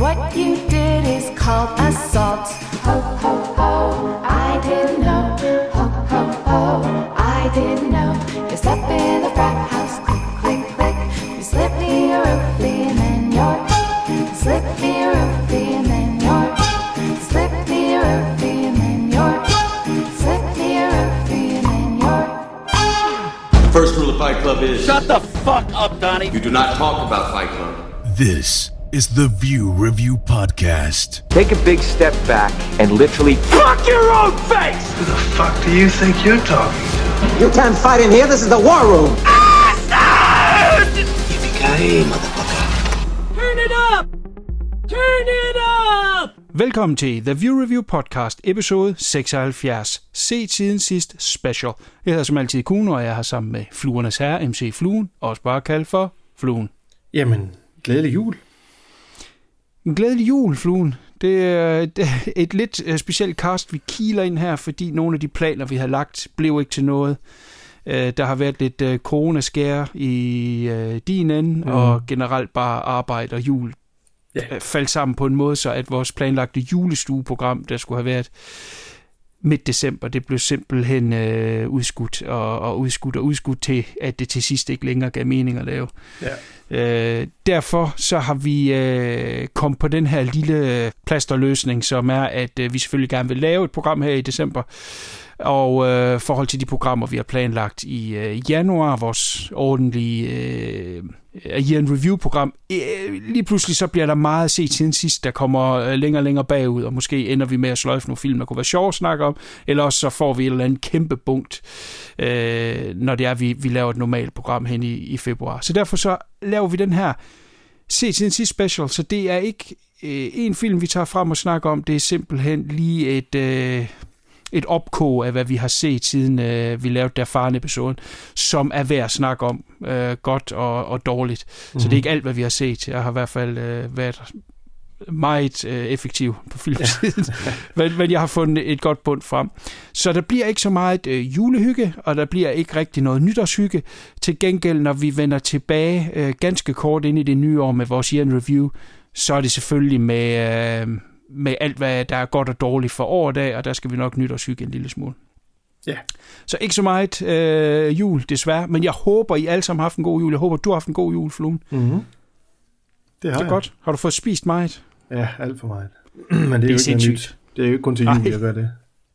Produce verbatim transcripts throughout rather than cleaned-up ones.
What you did is called assault. Ho, ho, ho, I didn't know. Ho, ho, ho, I didn't know. You slept in the frat house, click, click, click. You slipped me a roofie and then you're... Slipped me a roofie and then you're... Slipped me a roofie and then you're... Slipped me a roofie and then you're... First rule of Fight Club is... Shut the fuck up, Donnie! You do not talk about Fight Club. This is the View Review Podcast. Take a big step back and literally fuck your own face! Who the fuck do you think you're talking to? You can't fight in here, this is the war room! Yippee-ki-yay, motherfucker. Turn it up! Turn it up! Velkommen til The View Review Podcast, episode seksoghalvfjerds. Set siden sidst special. Jeg hedder som altid Kuno, og jeg har sammen med Fluernes Herre, M C Fluen, også bare kaldt for Fluen. Jamen, glædelig jul. En glædelig jul, Fluen. Det er et lidt specielt cast, vi kiler ind her, fordi nogle af de planer, vi har lagt, blev ikke til noget. Der har været lidt coronaskære i din ende, mm. og generelt bare arbejde og jul yeah. faldt sammen på en måde, så at vores planlagte julestueprogram, der skulle have været midt december, det blev simpelthen øh, udskudt og, og udskudt og udskudt til, at det til sidst ikke længere gav mening at lave. Yeah. Øh, derfor så har vi øh, kommet på den her lille plasterløsning, som er, at øh, vi selvfølgelig gerne vil lave et program her i december, og øh, forhold til de programmer, vi har planlagt i øh, januar, vores ordentlige øh, year in review-program, øh, lige pludselig så bliver der meget set siden sidst, der kommer øh, længere og længere bagud, og måske ender vi med at sløjfe nogle film, der kunne være sjov at snakke om, eller også så får vi et eller andet kæmpe punkt, øh, når det er, vi, vi laver et normalt program hen i, i februar. Så derfor så laver vi den her set siden sidst special, så det er ikke øh, en film, vi tager frem og snakker om, det er simpelthen lige et... Øh, et opkog af, hvad vi har set, siden øh, vi lavede der Faren-episoden, som er værd at snakke om, øh, godt og, og dårligt. Mm-hmm. Så det er ikke alt, hvad vi har set. Jeg har i hvert fald øh, været meget øh, effektiv på filmsiden, ja. men, men jeg har fundet et godt bund frem. Så der bliver ikke så meget øh, julehygge, og der bliver ikke rigtig noget nytårshygge. Til gengæld, når vi vender tilbage øh, ganske kort ind i det nye år med vores year in review, så er det selvfølgelig med... Øh, med alt, hvad der er godt og dårligt for året af, og der skal vi nok nytårshygge en lille smule. Ja. Så ikke så meget øh, jul, desværre, men jeg håber, I alle sammen har haft en god jul. Jeg håber, du har haft en god jul, Fluen. Mm-hmm. Det har det er jeg. Godt. Har du fået spist meget? Ja, alt for meget. Men det er, det er jo ikke sindssygt. Det er jo ikke kun til jul, Ej. jeg gør det.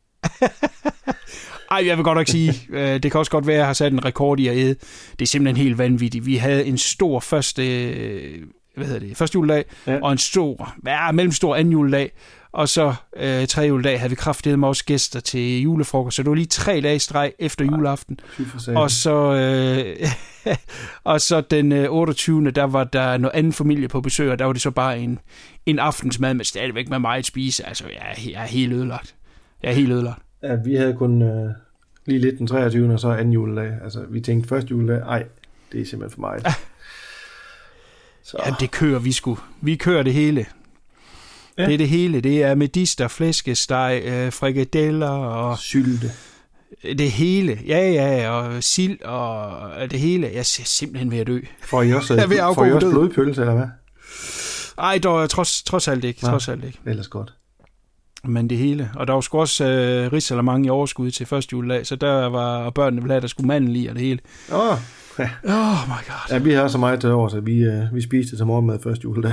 Ej, jeg vil godt nok sige, øh, det kan også godt være, at jeg har sat en rekord i at æde. Det er simpelthen helt vanvittigt. Vi havde en stor første... Øh, hvad hedder det, første juledag, ja. og en stor, ja, mellemstor anden juledag, og så øh, tredje juledag havde vi kraftedeme også gæster til julefrokost, så det var lige tre dage streg efter ja. juleaften. Og så, øh, og så den øh, otteogtyvende der var der noget anden familie på besøg, og der var det så bare en, en aftensmad, men stadigvæk med meget at spise. Altså, jeg er, jeg er helt ødelagt. Jeg er helt ødelagt. Ja, vi havde kun øh, lige lidt den treogtyvende og så anden juledag. Altså, vi tænkte første juledag, ej, det er simpelthen for meget. Så. Ja, det kører vi sgu. Vi kører det hele. Ja. Det er det hele. Det er medister, flæskesteg, øh, frikadeller og... Sylte. Det hele. Ja, ja, og sild og det hele. Jeg ser simpelthen ved at dø. Får I også, får I også blodpølse, eller hvad? Ej, dog, trods, trods alt ikke. Trods alt ikke. Ellers godt. Men det hele. Og der var sgu også øh, risalamande i overskud til første juledag, så der var, og børnene ville have, der skulle manden lige og det hele. Åh, oh. Ja. Oh my god. Ja, vi har så meget til over, så vi, uh, vi spiste til morgenmad første juledag.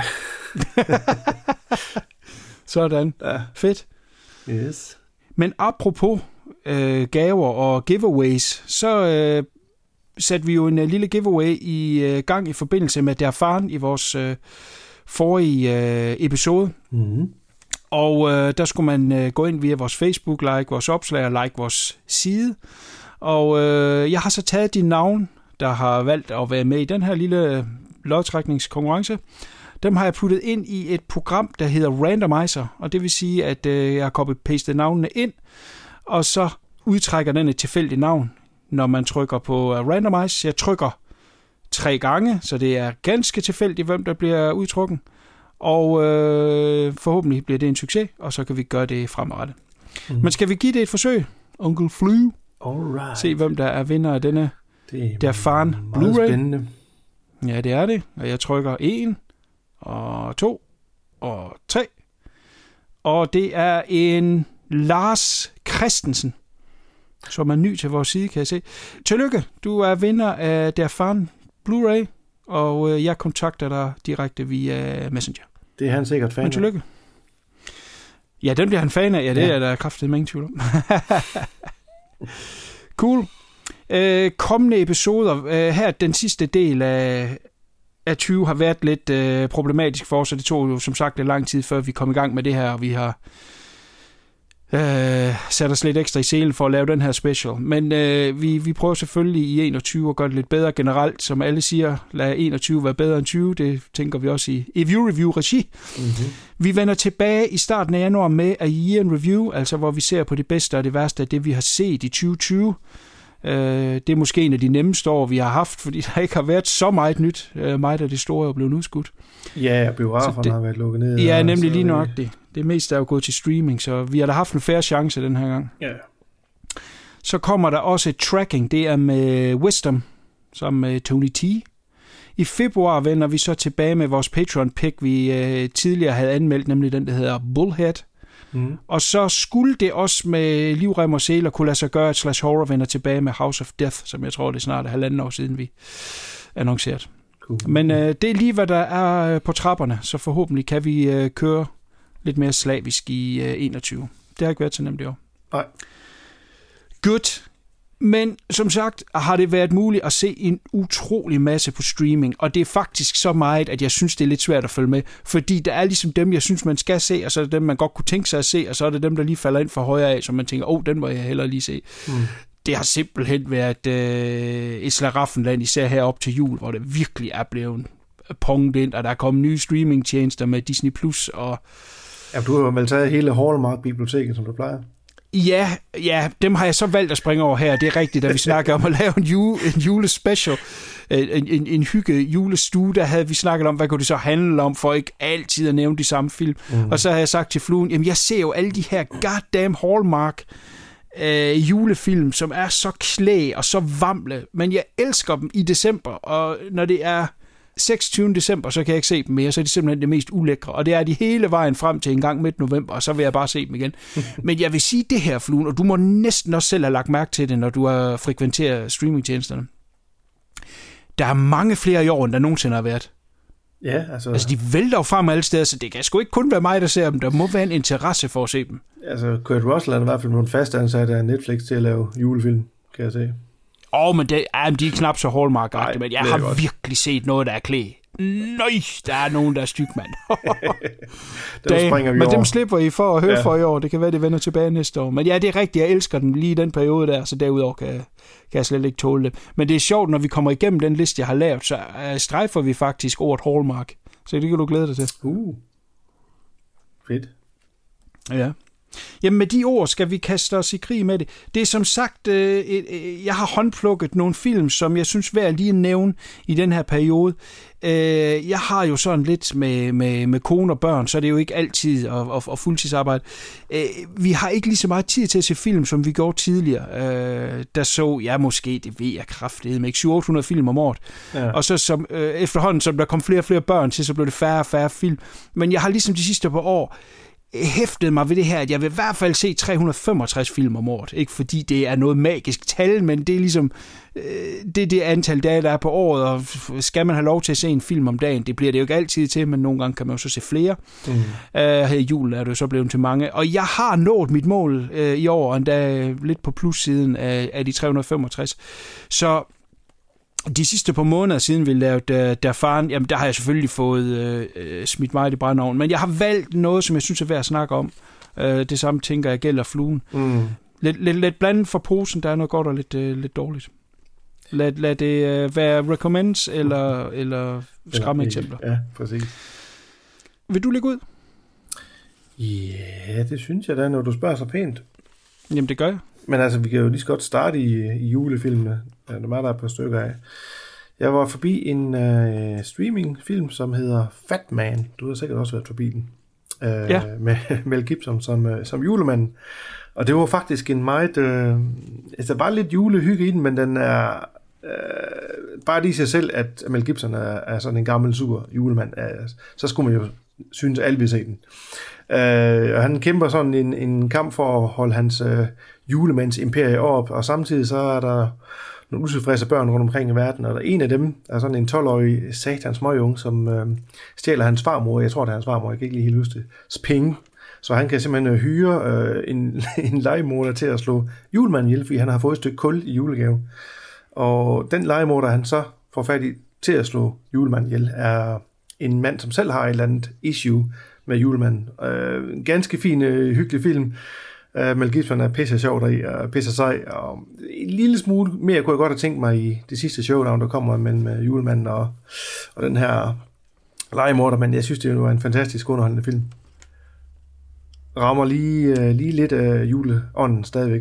Sådan. Ja. Fedt. Yes. Men apropos øh, gaver og giveaways, så øh, satte vi jo en uh, lille giveaway i uh, gang i forbindelse med Der Faren i vores uh, forrige uh, episode. Mm-hmm. Og uh, der skulle man uh, gå ind via vores Facebook, like vores opslag og like vores side. Og uh, jeg har så taget din navn, der har valgt at være med i den her lille lodtrækningskonkurrence. Dem har jeg puttet ind i et program, der hedder Randomizer, og det vil sige, at øh, jeg har copy-pastet navnene ind, og så udtrækker den et tilfældigt navn, når man trykker på uh, Randomize. Jeg trykker tre gange, så det er ganske tilfældigt, hvem der bliver udtrukken, og øh, forhåbentlig bliver det en succes, og så kan vi gøre det fremadrettet. Mm. Men skal vi give det et forsøg, Onkel Flue? Alright. Se, hvem der er vinder af denne det Der Faren Blu-ray. Spændende. Ja, det er det. Og jeg trykker en, og to, og tre. Og det er en Lars Christensen, som er ny til vores side, kan jeg se. Tillykke, du er vinder af Der Fan Blu-ray, og jeg kontakter dig direkte via Messenger. Det er han sikkert fan af. Men tillykke. Ja, den bliver han fan af. Ja, det ja. er der kraftigt mange tvivl om. Cool. Øh, kommende episoder. Øh, her den sidste del af, af tyve har været lidt øh, problematisk for os, og det tog jo som sagt lidt lang tid, før vi kom i gang med det her, og vi har øh, sat os lidt ekstra i selen for at lave den her special. Men øh, vi, vi prøver selvfølgelig i enogtyve at gøre det lidt bedre generelt. Som alle siger, lad enogtyve være bedre end tyve. Det tænker vi også i, i View Review regi. Mm-hmm. Vi vender tilbage i starten af januar med A Year in Review, altså hvor vi ser på det bedste og det værste af det, vi har set i tyve tyve. Det er måske en af de nemmeste år, vi har haft, fordi der ikke har været så meget nyt. Meget af det store er blevet udskudt. Ja, biograferne har været lukket ned. Ja, nemlig lige nøjagtigt. Det meste er jo gået til streaming, så vi har da haft en fair chance den her gang. Ja. Så kommer der også et tracking, det er med Wisdom, som med Tony T. I februar vender vi så tilbage med vores Patreon-pick, vi øh, tidligere havde anmeldt, nemlig den, der hedder Bullhead. Mm. Og så skulle det også med livrem og seler kunne lade sig gøre, at Slash Horror vender tilbage med House of Death, som jeg tror, det er snart halvanden år siden, vi annonceret. Cool. Men øh, det er lige, hvad der er på trapperne, så forhåbentlig kan vi øh, køre lidt mere slavisk i øh, enogtyve. Det har ikke været så nemt i år. Nej. Good. Men som sagt har det været muligt at se en utrolig masse på streaming, og det er faktisk så meget, at jeg synes, det er lidt svært at følge med, fordi der er ligesom dem, jeg synes, man skal se, og så er det dem, man godt kunne tænke sig at se, og så er det dem, der lige falder ind for højre af, så man tænker, åh, oh, den må jeg hellere lige se. Mm. Det har simpelthen været øh, et slaraffenland, især herop til jul, hvor det virkelig er blevet punget ind, og der er kommet nye streamingtjenester med Disney Plus og... Ja, du har vel taget hele Hallmark-biblioteket, som du plejer. Ja, ja, dem har jeg så valgt at springe over her. Det er rigtigt, da vi snakker om at lave en, jule, en julespecial, en, en, en hygge julestue, der havde vi snakket om, hvad kunne det så handle om, for ikke altid at nævne de samme film. Mm. Og så har jeg sagt til Fluen, jamen jeg ser jo alle de her goddamn Hallmark øh, julefilm, som er så klæ og så vamle, men jeg elsker dem i december, og når det er seksogtyvende december, så kan jeg ikke se dem mere, så er det simpelthen det mest ulækre, og det er de hele vejen frem til en gang midt november, og så vil jeg bare se dem igen. Men jeg vil sige det her, Fluen, og du må næsten også selv have lagt mærke til det, når du har frekventeret streamingtjenesterne. Der er mange flere i år, end der nogensinde har været. Ja, altså... Altså, de vælter jo frem alle steder, så det kan sgu ikke kun være mig, der ser dem. Der må være en interesse for at se dem. Altså, Kurt Russell er i hvert fald nogle fastansatte af Netflix til at lave julefilm, kan jeg se. Åh, oh, men det, ja, de er knap så Hallmark-agtige, men jeg har godt. virkelig set noget, der er klæ. Nøj, der er nogen, der er styg, mand. dem springer vi Men over. Dem slipper I for at høre ja. for i år. Det kan være, det vender tilbage næste år. Men ja, det er rigtigt, jeg elsker den lige i den periode der, så derudover kan, kan jeg slet ikke tåle det. Men det er sjovt, når vi kommer igennem den liste, jeg har lavet, så uh, strejfer vi faktisk ordet Hallmark. Så det kan du glæde dig til. Uh. Fedt. Ja. Jamen med de ord skal vi kaste os i krig med det. Det er som sagt, øh, øh, jeg har håndplukket nogle film, som jeg synes værd lige at nævne i den her periode. Øh, jeg har jo sådan lidt med, med, med kone og børn, så det er jo ikke altid at, at, at fuldtidsarbejde. Øh, vi har ikke lige så meget tid til at se film, som vi gjorde tidligere. Øh, der så jeg måske, det ved jeg kraftedeme, med ikke syv otte hundrede film om året. Ja. Og så som, øh, efterhånden, som der kom flere og flere børn til, så blev det færre og færre film. Men jeg har ligesom de sidste par år hæftede mig ved det her, at jeg vil i hvert fald se tre hundrede og femogtres film om året. Ikke fordi det er noget magisk tal, men det er ligesom øh, det, er det antal dage, der er på året, og skal man have lov til at se en film om dagen, det bliver det jo ikke altid til, men nogle gange kan man jo så se flere. Mm. Uh, her i julen er det jo så blevet til mange. Og jeg har nået mit mål uh, i år, og endda lidt på plussiden af, af de tre hundrede og femogtres. Så de sidste par måneder siden vi lavede uh, Der Fan, jamen der har jeg selvfølgelig fået uh, smidt meget i brændeovnen, men jeg har valgt noget, som jeg synes er værd at snakke om. Uh, det samme tænker jeg gælder Fluen. Mm. Lidt, lidt, lidt blandet for posen, der er noget godt og lidt, uh, lidt dårligt. Lad, lad det uh, være recommends eller, eller skræmme eksempler. Ja, præcis. Vil du lægge ud? Ja, det synes jeg da, når du spørger så pænt. Jamen det gør jeg. Men altså, vi kan jo lige så godt starte i, i julefilmene. Der er der et par stykker af. Jeg var forbi en uh, streamingfilm, som hedder Fat Man. Du har sikkert også været forbi den. Uh, ja. Med Mel Gibson som, uh, som julemanden. Og det var faktisk en meget... Uh, altså, bare lidt julehygge i den, men den er... Uh, bare lige sig selv, at Mel Gibson er, er sådan en gammel super julemand. Uh, så skulle man jo synes alle vil se den. Øh, og han kæmper sådan en, en kamp for at holde hans øh, julemands imperie op, og samtidig så er der nogle utilfredse børn rundt omkring i verden, og der en af dem er sådan en tolv-årig satans møgung, som øh, stjæler hans farmor, jeg tror det er hans farmor, jeg kan ikke lige helt huske det, penge. Så han kan simpelthen hyre øh, en, en legemorder til at slå julemanden ihjel, fordi han har fået et stykke kul i julegave. Og den legemorder, han så får fat i til at slå julemanden ihjel, er en mand, som selv har et eller andet issue med julemanden. Øh, en ganske fin, øh, hyggelig film. Øh, Mel Gibson er pisse sjov deri, og pisse sej. Og en lille smule mere kunne jeg godt have tænkt mig i det sidste showdown, der kommer mellem øh, julemanden og, og den her legemorder, men jeg synes, det var en fantastisk underholdende film. Rammer lige, lige lidt af juleånden stadigvæk.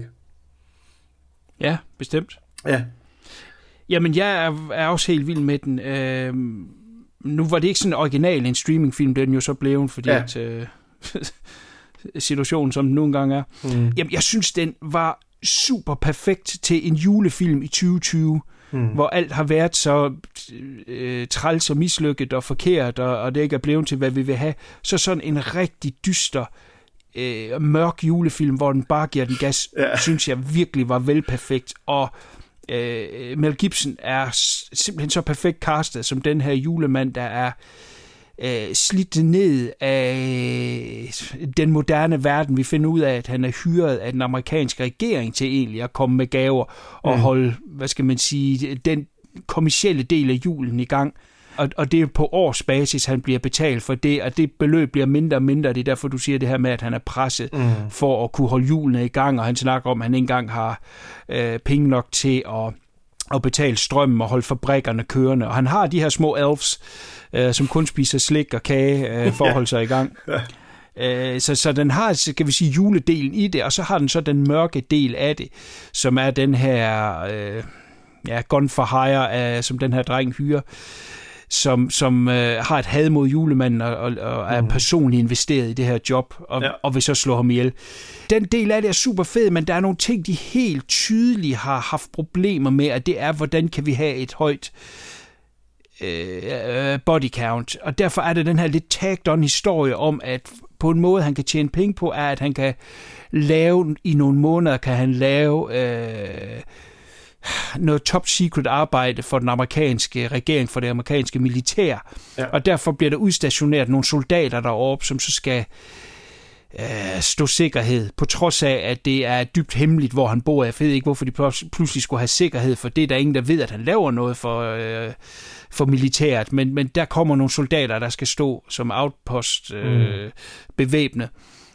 Ja, bestemt. Ja. Jamen, jeg er, er også helt vild med den. Øh, nu var det ikke sådan original en streamingfilm, det er den jo så blevet, fordi ja. at, øh, situationen, som den nogle gange er. Mm. Jamen, jeg synes, den var super perfekt til en julefilm i tyve tyve, mm. hvor alt har været så øh, træls og mislykket og forkert, og, og det ikke er blevet til, hvad vi vil have. Så sådan en rigtig dyster, øh, mørk julefilm, hvor den bare giver den gas, ja. synes jeg virkelig var velperfekt. Og øh, Mel Gibson er simpelthen så perfekt castet som den her julemand, der er øh, slidt ned af den moderne verden. Vi finder ud af, at han er hyret af den amerikanske regering til egentlig at komme med gaver og mm. holde, hvad skal man sige, den kommercielle del af julen i gang. Og, og det er på årsbasis, han bliver betalt for det, og det beløb bliver mindre og mindre. Det er derfor, du siger det her med, at han er presset mm. for at kunne holde julene i gang, og han snakker om, at han ikke engang har øh, penge nok til at, at betale strømmen og holde fabrikkerne kørende. Og han har de her små elves, øh, som kun spiser slik og kage øh, for at holde sig i gang. Øh, så, så den har, skal vi sige, juledelen i det, og så har den så den mørke del af det, som er den her øh, ja, gun for hire, øh, som den her dreng hyrer, som, som øh, har et had mod julemanden og, og, og er mm. personligt investeret i det her job, og, ja. og vil så slå ham ihjel. Den del af det er super fed, men der er nogle ting, de helt tydeligt har haft problemer med, og det er, hvordan kan vi have et højt øh, body count. Og derfor er det den her lidt tagged on historie om, at på en måde, han kan tjene penge på, er, at han kan lave, i nogle måneder kan han lave Øh, noget top secret arbejde for den amerikanske regering, for det amerikanske militær. Ja. Og derfor bliver der udstationeret nogle soldater deroppe, som så skal øh, stå sikkerhed, på trods af, at det er dybt hemmeligt, hvor han bor. Jeg ved ikke, hvorfor de pludselig skulle have sikkerhed for det. Der er ingen, der ved, at han laver noget for, øh, for militæret. Men, men der kommer nogle soldater, der skal stå som outpost øh, mm. bevæbnet.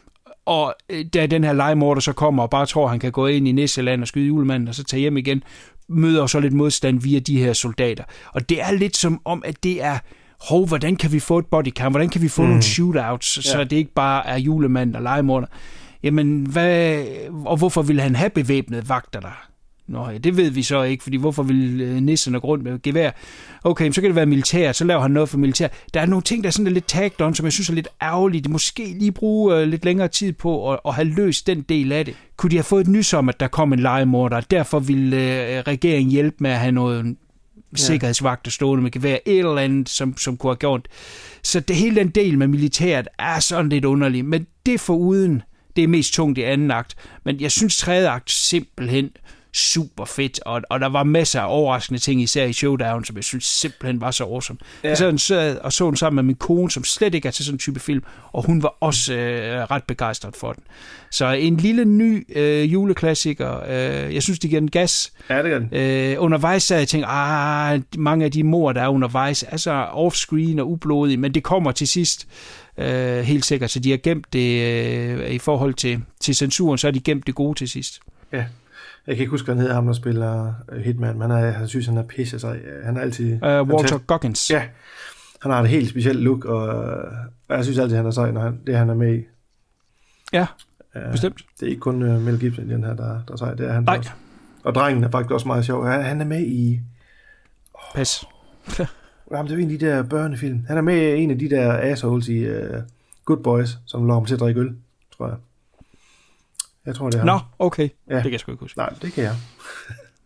Og da den her legemorder så kommer og bare tror, han kan gå ind i Nisseland og skyde julemanden og så tage hjem igen, møder så lidt modstand via de her soldater. Og det er lidt som om, at det er, hov, hvordan kan vi få et bodycam? Hvordan kan vi få mm. nogle shootouts, ja. så det ikke bare er julemanden og legemorder? Jamen, hvad, og hvorfor ville han have bevæbnede vagter der? Nå, ja, det ved vi så ikke, fordi hvorfor vil nisserne gå rundt med gevær? Okay, så kan det være militært, så laver han noget for militær. Der er nogle ting, der er sådan lidt tagged on, som jeg synes er lidt ærgerligt. De måske lige bruge uh, lidt længere tid på at, at have løst den del af det. Kunne de have fået et nys om, at der kom en legemorder, og derfor ville uh, regeringen hjælpe med at have noget ja. sikkerhedsvagter stående med gevær, et eller andet, som, som kunne have gjort. Så det hele den del med militæret er sådan lidt underlig, men det foruden, det er mest tungt i anden akt. Men jeg synes tredje akt simpelthen super fedt, og, og der var masser af overraskende ting, især i Showdown, som jeg synes simpelthen var så awesome. Ja. Så jeg sad og så den sammen med min kone, som slet ikke er til sådan en type film, og hun var også øh, ret begejstret for den. Så en lille ny øh, juleklassiker. Øh, jeg synes, det giver den gas. Ja, det gør den. Øh, undervejs sad jeg tænkte, ah, mange af de mor, der er undervejs, er så offscreen og ublodige, men det kommer til sidst. Øh, helt sikkert, så de har gemt det øh, i forhold til, til censuren, så har de gemt det gode til sidst. Ja. Jeg kan ikke huske, hvad han hedder, ham der spiller Hitman, men han, er, han synes, han er pisse sig. Han er altid... Uh, Walter Goggins. Ja, han har et helt specielt look, og jeg synes altid, han er sej, når han, det han er med i. Ja, uh, bestemt. Det er ikke kun uh, Mel Gibson i den her, der, der er sej, det er han Nej. også. Og drengen er faktisk også meget sjov. Han, han er med i... Oh. Pas. Jamen, det er en af de der børnefilm. Han er med i en af de der assholes i uh, Good Boys, som lader ham til at drikke øl, tror jeg. Jeg tror, det er Nå, ham. okay. Ja. Det kan jeg sgu ikke huske. Nej, det kan jeg.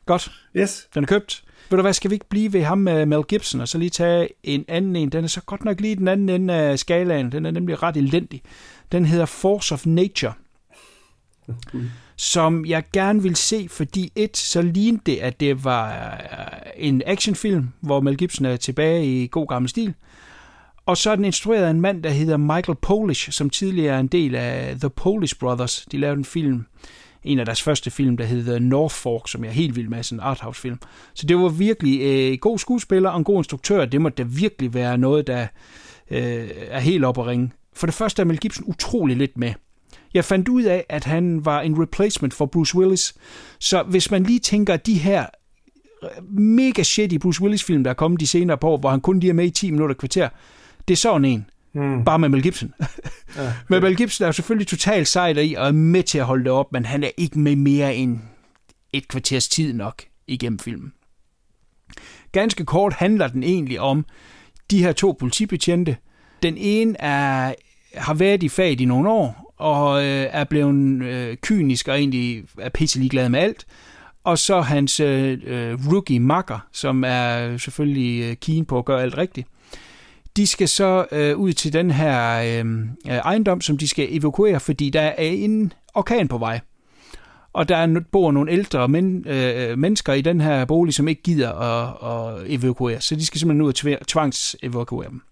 Godt. Yes. Den er købt. Ved du hvad, skal vi ikke blive ved ham med Mel Gibson, og så lige tage en anden en? Den er så godt nok lige den anden ende af skalaen. Den er nemlig ret elendig. Den hedder Force of Nature. Mm. Som jeg gerne vil se, fordi et, så lignede det, at det var en actionfilm, hvor Mel Gibson er tilbage i god gammel stil. Og så er den instrueret af en mand, der hedder Michael Polish, som tidligere er en del af The Polish Brothers. De lavede en film, en af deres første film, der hedder North Fork, som jeg er helt vild med, sådan en arthouse-film. Så det var virkelig øh, god skuespiller og en god instruktør. Det må da virkelig være noget, der øh, er helt op at ringe. For det første er Mel Gibson utrolig lidt med. Jeg fandt ud af, at han var en replacement for Bruce Willis. Så hvis man lige tænker, de her mega shitty Bruce Willis-film, der er kommet de senere på, hvor han kun lige er med i ti minutter kvarter, det er sådan en. Mm. Bare med Mel Gibson. Ja, men Mel Gibson er jo selvfølgelig totalt sejt i og er med til at holde det op, men han er ikke med mere end et kvarters tid nok igennem filmen. Ganske kort handler den egentlig om de her to politibetjente. Den ene er, har været i faget i nogle år, og øh, er blevet øh, kynisk og egentlig er pisselig glad med alt. Og så hans øh, rookie makker, som er selvfølgelig øh, keen på at gøre alt rigtigt. De skal så øh, ud til den her øh, ejendom, som de skal evakuere, fordi der er en orkan på vej. Og der bor nogle ældre men, øh, mennesker i den her bolig, som ikke gider at, at evakuere. Så de skal simpelthen ud og tvangsevakuere dem.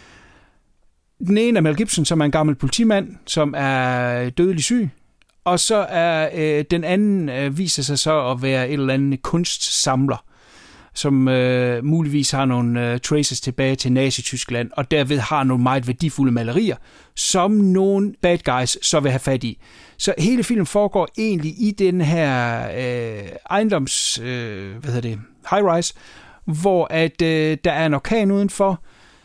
Den ene er Mel Gibson, som er en gammel politimand, som er dødelig syg. Og så er øh, den anden øh, viser sig så at være et eller andet kunstsamler, som øh, muligvis har nogle øh, traces tilbage til Nazi-Tyskland, og derved har nogle meget værdifulde malerier, som nogle bad guys så vil have fat i. Så hele filmen foregår egentlig i den her øh, ejendoms, øh, hvad hedder det, high-rise, hvor at øh, der er en orkan udenfor,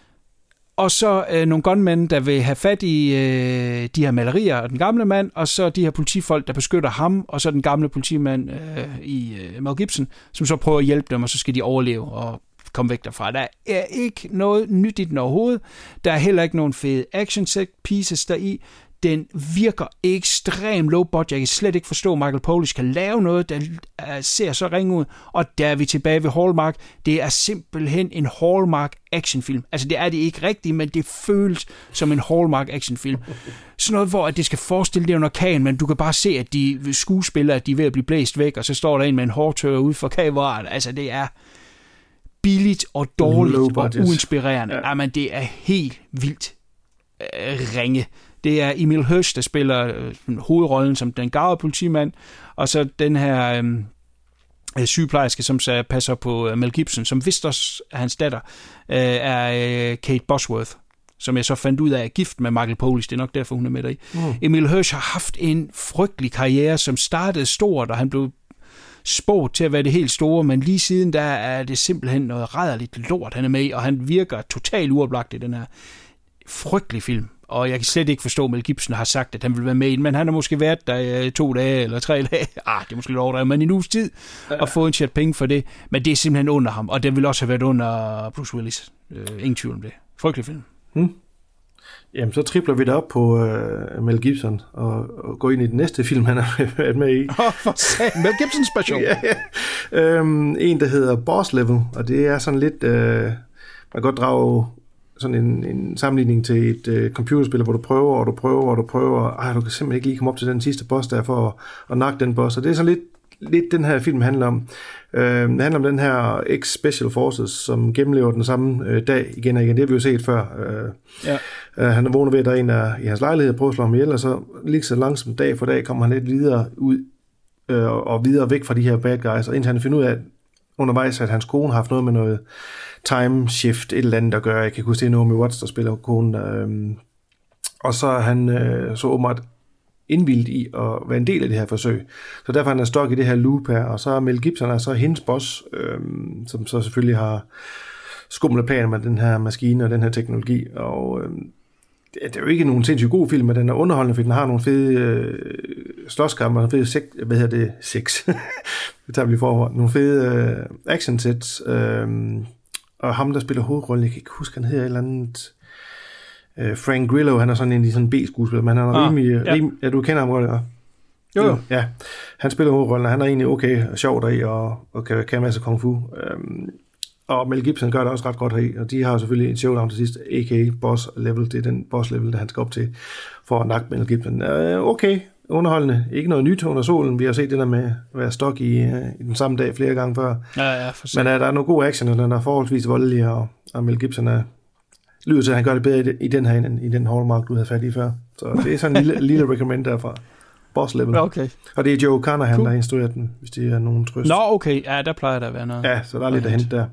og så øh, nogle gunmen, der vil have fat i øh, de her malerier og den gamle mand, og så de her politifolk, der beskytter ham, og så den gamle politimand øh, i øh, Mel Gibson, som så prøver at hjælpe dem, og så skal de overleve og komme væk derfra. Der er ikke noget nyt i den overhovedet. Der er heller ikke nogen fede action set pieces deri. Den virker ekstremt low budget. Jeg kan slet ikke forstå, at Michael Polish kan lave noget, der ser så ringe ud. Og der er vi tilbage ved Hallmark. Det er simpelthen en Hallmark actionfilm. Altså det er det ikke rigtigt, men det føles som en Hallmark actionfilm. Sådan noget, hvor det skal forestille det under orkan, men du kan bare se, at de skuespillere, de er ved at blive blæst væk, og så står der en med en hårtørre ude for kameraet. Altså det er billigt og dårligt og uinspirerende. Ja. Jamen det er helt vildt øh, ringe. Det er Emil Hirsch, der spiller øh, hovedrollen som den garvede politimand, og så den her øh, sygeplejerske, som så passer på øh, Mel Gibson, som vist også er hans datter, øh, er øh, Kate Bosworth, som jeg så fandt ud af er gift med Michael Polish. Det er nok derfor, hun er med deri. Mm. Emil Hirsch har haft en frygtelig karriere, som startede stort, og han blev spået til at være det helt store, men lige siden der er det simpelthen noget rædderligt lort, han er med i, og han virker totalt uoplagt i den her frygtelige film. Og jeg kan slet ikke forstå, at Mel Gibson har sagt, at han vil være med i den, men han har måske været der i to dage eller tre dage. Ah, det er måske lidt overdrevet, men i en uges tid og få en chat penge for det. Men det er simpelthen under ham, og det vil også have været under Bruce Willis. Øh, ingen tvivl om det. Frygtelig film. Hmm. Jamen, så tripler vi det op på uh, Mel Gibson og, og går ind i den næste film, han har været med i. Åh, oh, for satan. Mel Gibson special. ja, ja. Um, en, der hedder Boss Level, og det er sådan lidt... Uh, man kan godt drage sådan en, en sammenligning til et uh, computerspil, hvor du prøver, og du prøver, og du prøver, ej, du kan simpelthen ikke lige komme op til den sidste boss der for at, at nakke den boss, og det er sådan lidt, lidt den her film handler om. Uh, det handler om den her X-Special Forces, som gennemlever den samme uh, dag igen og igen. Det har vi jo set før. Uh, ja. uh, han vågner ved, at der er en der i hans lejlighed og prøver at slå ham ihjel, og så lige så langsomt dag for dag kommer han lidt videre ud uh, og videre væk fra de her bad guys, og indtil han finder ud af undervejs, at hans kone har haft noget med noget time shift, et eller andet, der gør, jeg kan kunne se Naomi Watts, der spiller konen, øhm, og så er han øh, så åbenbart indvildt i at være en del af det her forsøg. Så derfor er han stok i det her loop her, og så er Mel Gibson er så hendes boss, øhm, som så selvfølgelig har skumle planer med den her maskine og den her teknologi, og øhm, det er jo ikke nogen sindssygt god film, men den er underholdende, fordi den har nogle fede øh, slåskampe, nogle fede sex, hvad hedder det, sex, det tager vi lige forhånd, nogle fede øh, action sets, øh, og ham, der spiller hovedrollen, jeg kan ikke huske, han hedder et eller andet, øh, Frank Grillo, han er sådan en sådan B-skuespiller, men han er ah, rimelig, ja. rimelig, ja, du kender ham godt, ja. Jo, jo. Ja, han spiller hovedrollen, og han er egentlig okay og sjov deri, og, og kan, kan en masse kung fu. Øhm, og Mel Gibson gør det også ret godt heri, og de har jo selvfølgelig et showdown til sidst, a k a. Boss Level, det er den boss level, der han skal op til, for at nakke Mel Gibson. Øh, okay, underholdende. Ikke noget nyt under solen. Vi har set det der med at være stok i, i den samme dag flere gange før. Ja, ja, for Men uh, der er noget god action, og den er forholdsvis voldelig, og, og Mel Gibson er, lyder til, at han gør det bedre i, i den her, end i den Hallmark, du havde fat i før. Så det er sådan en lille, lille recommend derfra. Boss Level. Okay. Og det er Joe Carnahan, cool. der har instrueret den, hvis det er nogen trøst. Nå, okay. Ja, der plejer der at være noget. Ja, så der er lidt at hente der.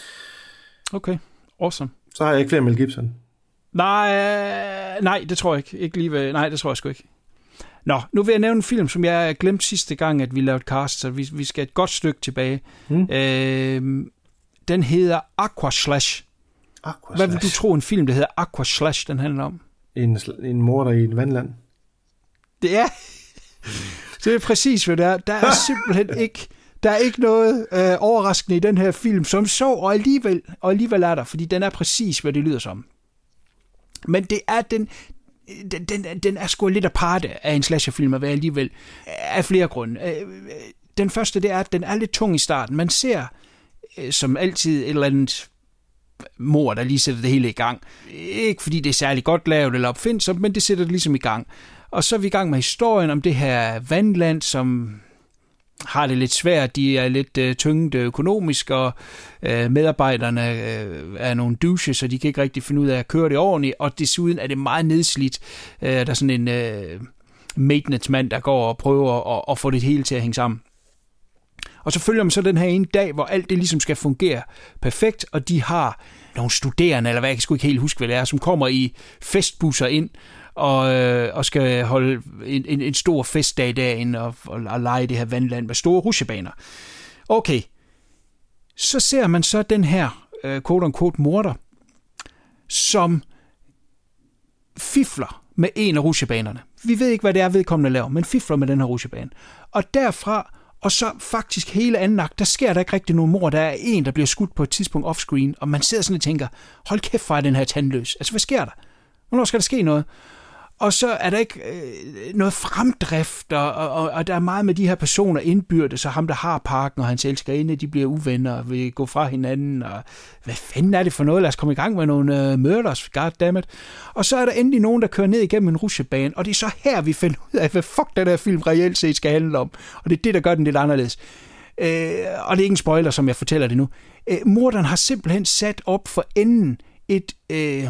Okay, awesome. Så har jeg ikke flere Mel Gibson. Nej, øh, nej, det tror jeg ikke. ikke lige ved, nej, det tror jeg sgu ikke. Nå, nu vil jeg nævne en film, som jeg glemte sidste gang, at vi lavede cast, så vi, vi skal et godt stykke tilbage. Hmm. Øh, den hedder Aquaslash. Aquaslash. Hvad vil du tro, en film, der hedder Aquaslash, den handler om? En, en morder i et vandland. Det er... det er præcis, hvad det er. Der er simpelthen ikke... Der er ikke noget øh, overraskende i den her film, som så, og alligevel, og alligevel er der, fordi den er præcis, hvad det lyder som. Men det er den... Den, den, den er sgu lidt aparte af en slasherfilm at være alligevel, af flere grunde. Den første, det er, at den er lidt tung i starten. Man ser, som altid, et eller andet mor, der lige sætter det hele i gang. Ikke fordi det er særlig godt lavet eller opfindsomt, men det sætter det ligesom i gang. Og så er vi i gang med historien om det her vandland, som har det lidt svært. De er lidt øh, tynget økonomisk, og øh, medarbejderne øh, er nogle douches, så de kan ikke rigtig finde ud af at køre det ordentligt, og desuden er det meget nedslidt. Øh, der er sådan en øh, maintenance-mand, der går og prøver at, at få det hele til at hænge sammen. Og så følger man så den her ene dag, hvor alt det ligesom skal fungere perfekt, og de har nogle studerende, eller hvad, jeg kan sgu ikke helt huske, hvad det er, som kommer i festbusser ind, og, øh, og skal holde en, en, en stor festdag derinde, og, og, og lege det her vandland med store rutsjebaner. Okay, så ser man så den her øh, quote-unquote morder, som fifler med en af rutsjebanerne. Vi ved ikke, hvad det er, vedkommende laver, men fifler med den her rutsjebane. Og derfra, og så faktisk hele anden akt, der sker der ikke rigtig nogen mord. Der er en, der bliver skudt på et tidspunkt offscreen, og man sidder sådan og tænker, hold kæft, for den her tandløs. Altså, hvad sker der? Hvornår skal der ske noget? Og så er der ikke øh, noget fremdrift, og, og, og der er meget med de her personer indbyrdes, så ham, der har parken, og hans elskerinde, de bliver uvenner og vil gå fra hinanden, og hvad fanden er det for noget? Lad os komme i gang med nogle øh, murders, goddammit. Og så er der endelig nogen, der kører ned igennem en rutsjebane, og det er så her, vi finder ud af, hvad fuck den her film reelt set skal handle om. Og det er det, der gør den lidt anderledes. Øh, og det er ikke en spoiler, som jeg fortæller det nu. Øh, morderen har simpelthen sat op for enden et øh,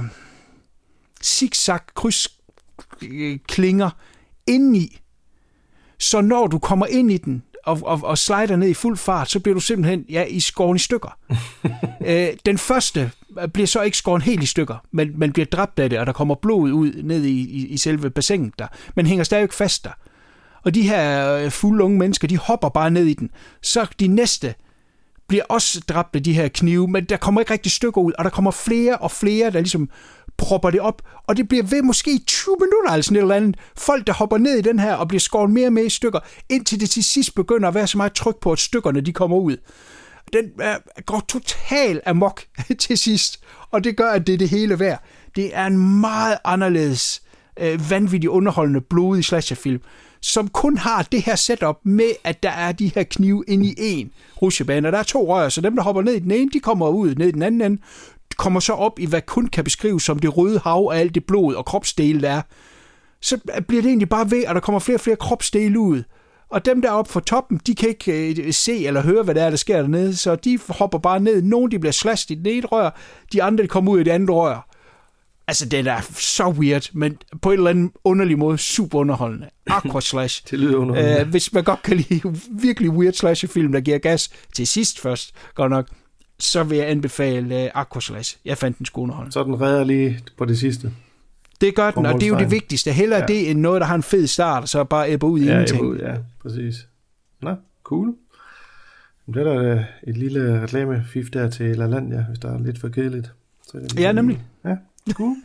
zigzag kryds klinger indeni, så når du kommer ind i den og, og, og slider ned i fuld fart, så bliver du simpelthen ja, i skåren i stykker. øh, den første bliver så ikke skåren helt i stykker, men man bliver dræbt af det, og der kommer blod ud ned i, i, i selve bassinet der, men hænger stadig fast der. Og de her fulde unge mennesker, de hopper bare ned i den. Så de næste bliver også dræbt af de her knive, men der kommer ikke rigtig stykker ud, og der kommer flere og flere, der ligesom propper det op, og det bliver ved måske i tyve minutter, altså sådan et eller andet. Folk, der hopper ned i den her, og bliver skåret mere og mere i stykker, indtil det til sidst begynder at være så meget tryk på, at stykkerne, de kommer ud. Den uh, går totalt amok til sidst, og det gør, at det er det hele værd. Det er en meget anderledes, uh, vanvittig underholdende, blodig slasherfilm, som kun har det her setup med, at der er de her knive inde i en rutsjebane, og der er to rør, så dem, der hopper ned i den ene, de kommer ud ned i den anden ende, kommer så op i, hvad kun kan beskrives som det røde hav af alt det blod og kropsdele, der er. Så bliver det egentlig bare ved, at der kommer flere og flere kropsdele ud. Og dem der oppe for toppen, de kan ikke øh, se eller høre, hvad der er, der sker dernede, så de hopper bare ned. Nogle, de bliver slashed i den ene rør, de andre, de kommer ud i det andet rør. Altså, det er så weird, men på en eller anden underlig måde super underholdende. Aquaslash. Det lyder underholdende. Øh, hvis man godt kan lide virkelig weird slasherfilm, der giver gas til sidst først, godt nok, så vil jeg anbefale uh, Aquaslash. Jeg fandt den sgu underholdende. Så den redder lige på det sidste. Det gør den, og det er jo det vigtigste. Hellere ja. Det end noget, der har en fed start, og så bare æbber ud i ja, ingenting. Ud, ja, præcis. Nå, cool. Det er der et lille reklamefif der til La Land, ja, hvis der er lidt for kedeligt. Så det ja, nemlig. Ja, cool.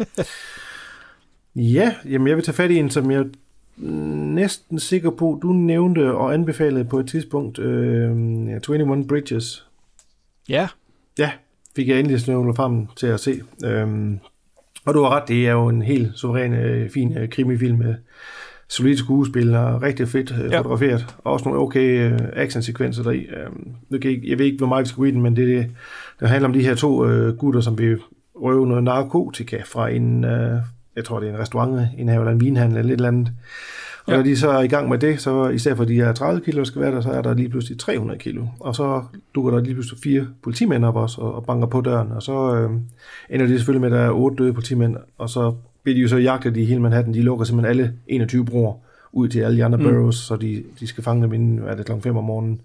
Ja, jamen jeg vil tage fat i en, som jeg er næsten sikker på, du nævnte og anbefalede på et tidspunkt, øh, enogtyve Bridges. Ja. Ja, fik jeg endelig snøvlet frem til at se. Øhm, og du har ret, det er jo en helt suveræn, øh, fin øh, krimifilm med solide skuespil og rigtig fedt øh, Ja. fotograferet. Og også nogle okay øh, actionsekvenser deri. Øh, jeg, jeg ved ikke, hvor meget vi skal gå i den, men det, det handler om de her to øh, gutter, som vil røve noget narkotika fra en, øh, jeg tror det er en restaurant, en eller en vinhandel eller et eller andet. Og ja. Når de så er i gang med det, så i stedet for de her tredive kilo, der skal være der, så er der lige pludselig tre hundrede kilo. Og så dukker der lige pludselig fire politimænd op også, og, og banker på døren. Og så øh, ender de selvfølgelig med, at der er otte døde politimænd, og så bliver de jo så jagtet i hele Manhattan. De lukker simpelthen alle enogtyve broer ud til alle de andre mm. boroughs, så de, de skal fange dem inden, hvad er det, klokken fem om morgenen.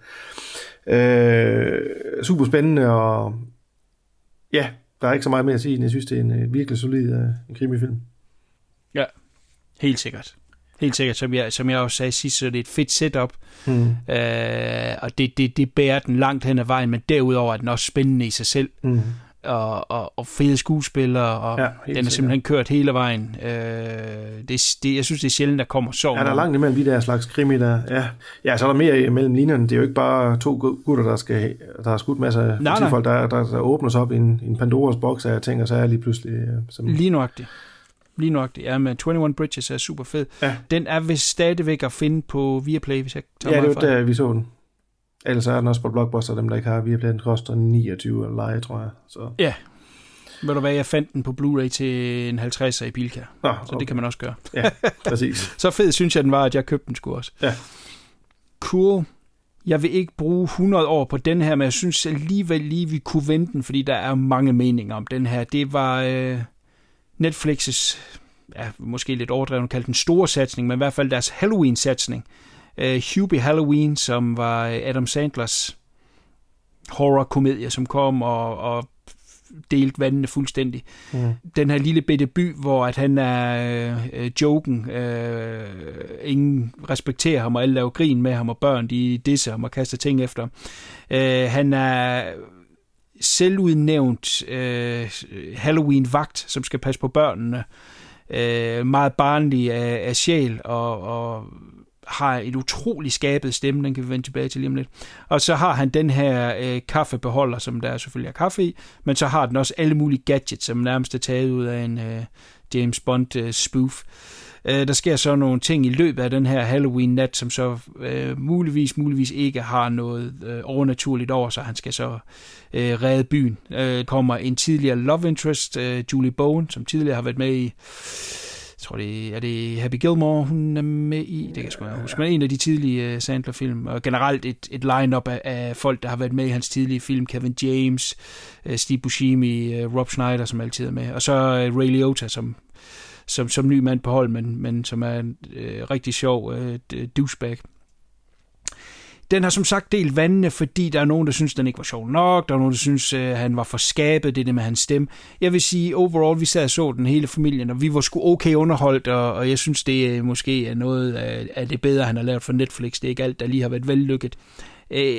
Øh, super spændende, og ja, der er ikke så meget mere at sige. Jeg synes, det er en virkelig solid uh, en krimifilm. Ja, helt sikkert. Helt sikkert, som jeg, som jeg også sagde sidst, så det er et fedt setup, mm. øh, og det, det, det bærer den langt hen ad vejen, men derudover er den også spændende i sig selv, mm. og, og, og fede skuespillere, og ja, den er simpelthen sikkert kørt hele vejen. Øh, det, det, jeg synes, det er sjældent, der kommer så. Ja, der er langt imellem de der slags krimi, der, ja. Ja, så er der mere mellem linjerne. Det er jo ikke bare to gutter, der skal, der har skudt masser af politifolk, der, der, der åbner sig op i en, en Pandoras boks af ting, og så er lige pludselig... Som... Lige nøjagtigt. Lige nøjagtigt. Ja, men enogtyve Bridges er super fed. Ja. Den er vist stadigvæk at finde på Viaplay, hvis jeg tager ja, mig fra. Ja, det var der, vi så den. Ellers er den også på Blockbuster, dem der ikke har Viaplay. Den koster niogtyve eller leje, tror jeg. Så. Ja. Ved du hvad, jeg fandt den på Blu-ray til en halvtredser i Bilka. Nå, okay. Så det kan man også gøre. Ja, præcis. Så fed synes jeg, den var, at jeg købte den sgu også. Ja. Cool. Jeg vil ikke bruge hundrede år på den her, men jeg synes alligevel lige, vi kunne vente den, fordi der er mange meninger om den her. Det var øh, Netflix's, ja, måske lidt overdrevet kaldt den store satsning, men i hvert fald deres Halloween-satsning. Uh, Hubie Halloween, som var Adam Sandlers horror-komedie, som kom og, og delt vandene fuldstændig. Mm. Den her lille bitte by, hvor at han er øh, joken, øh, ingen respekterer ham, og alle laver grin med ham, og børn, de disser ham og kaster ting efter. Øh, han er selvudnævnt øh, Halloween-vagt, som skal passe på børnene. Øh, meget barnlig af, af sjæl, og, og har et utroligt skabet stemme, den kan vi vende tilbage til lige om lidt. Og så har han den her øh, kaffebeholder, som der selvfølgelig er kaffe i, men så har den også alle mulige gadgets, som nærmest er taget ud af en øh, James Bond øh, spoof. Øh, der sker så nogle ting i løbet af den her Halloween-nat, som så øh, muligvis, muligvis ikke har noget øh, overnaturligt over sig. Han skal så øh, redde byen. Øh, kommer en tidligere love interest, øh, Julie Bowen, som tidligere har været med i, jeg tror det er det Happy Gilmore, hun er med i, det kan jeg sgu ikke huske, men en af de tidlige uh, Sandler-film, og generelt et, et line-up af, af folk, der har været med i hans tidlige film, Kevin James, uh, Steve Buscemi, uh, Rob Schneider, som altid er med, og så uh, Ray Liotta, som, som, som ny mand på hold, men, men som er en uh, rigtig sjov uh, douchebag. Den har som sagt delt vandene, fordi der er nogen, der synes, den ikke var sjov nok. Der er nogen, der synes, øh, han var for skabet, det det med hans stemme. Jeg vil sige, overall, vi sad og så den hele familien, og vi var sgu okay underholdt, og, og jeg synes, det øh, måske er noget af, af det bedre, han har lavet for Netflix. Det er ikke alt, der lige har været vellykket. Øh,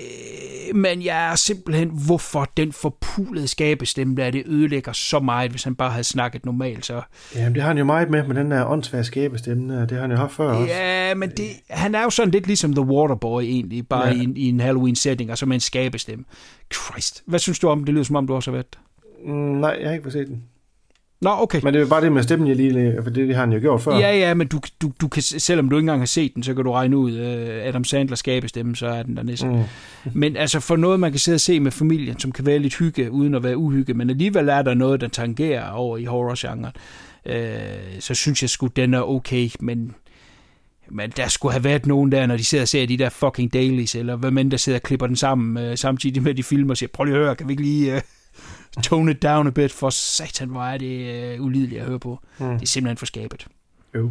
men jeg er simpelthen, hvorfor den forpulede skabestemme, der det ødelægger så meget, hvis han bare havde snakket normalt. Så. Jamen, det har han jo meget med, med den der åndssvage skabestemme. Det har han jo haft før også. Ja, men det, han er jo sådan lidt ligesom The Waterboy egentlig, bare ja. i, en, i en Halloween-setting, og så med en skabestemme. Christ. Hvad synes du om det? Det lyder som om, du også har været. Mm, nej, jeg har ikke fået set den. Nå, okay. Men det er bare det med stemmen, jeg lige, for det, det har han jo gjort før. Ja, ja, men du, du, du kan, selvom du ikke engang har set den, så kan du regne ud, uh, Adam Sandler skabestemme, så er den der næsten. Mm. Men altså for noget, man kan sidde og se med familien, som kan være lidt hygge, uden at være uhygge, men alligevel er der noget, der tangerer over i horror-genren, uh, så synes jeg sgu, den er okay, men, men der skulle have været nogen der, når de sidder og ser de der fucking dailies, eller hvad man der sidder og klipper den sammen, uh, samtidig med de filmer og siger, prøv lige at høre, kan vi ikke lige... Uh, tone it down a bit, for satan, hvor er det uh, ulideligt at høre på. Mm. Det er simpelthen for skabet. Jo.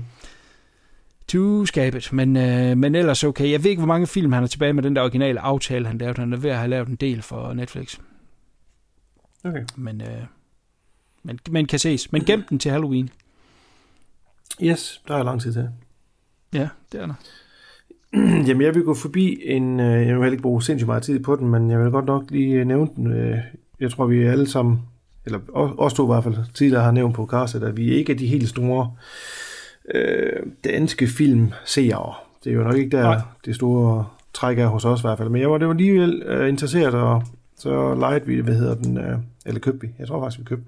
Too skabet, men, uh, men ellers okay. Jeg ved ikke, hvor mange film han er tilbage med den der originale aftale, han lavede. Han er ved at have lavet en del for Netflix. Okay. Men, uh, men, men kan ses. Men gem den til Halloween. Yes, der er lang tid til. Ja, det er der. Jamen, jeg vil gå forbi en... Jeg vil heller ikke bruge sindssygt meget tid på den, men jeg vil godt nok lige nævne den... Jeg tror, vi alle sammen, eller os to i hvert fald, tidligere har nævnt på castet, at vi ikke er de helt store øh, danske filmseere. Det er jo nok ikke der, Nej. det store træk er hos os i hvert fald. Men jeg var, det var alligevel øh, interesseret, og så lejede vi, hvad hedder den, øh, eller købte vi. Jeg tror faktisk, vi købte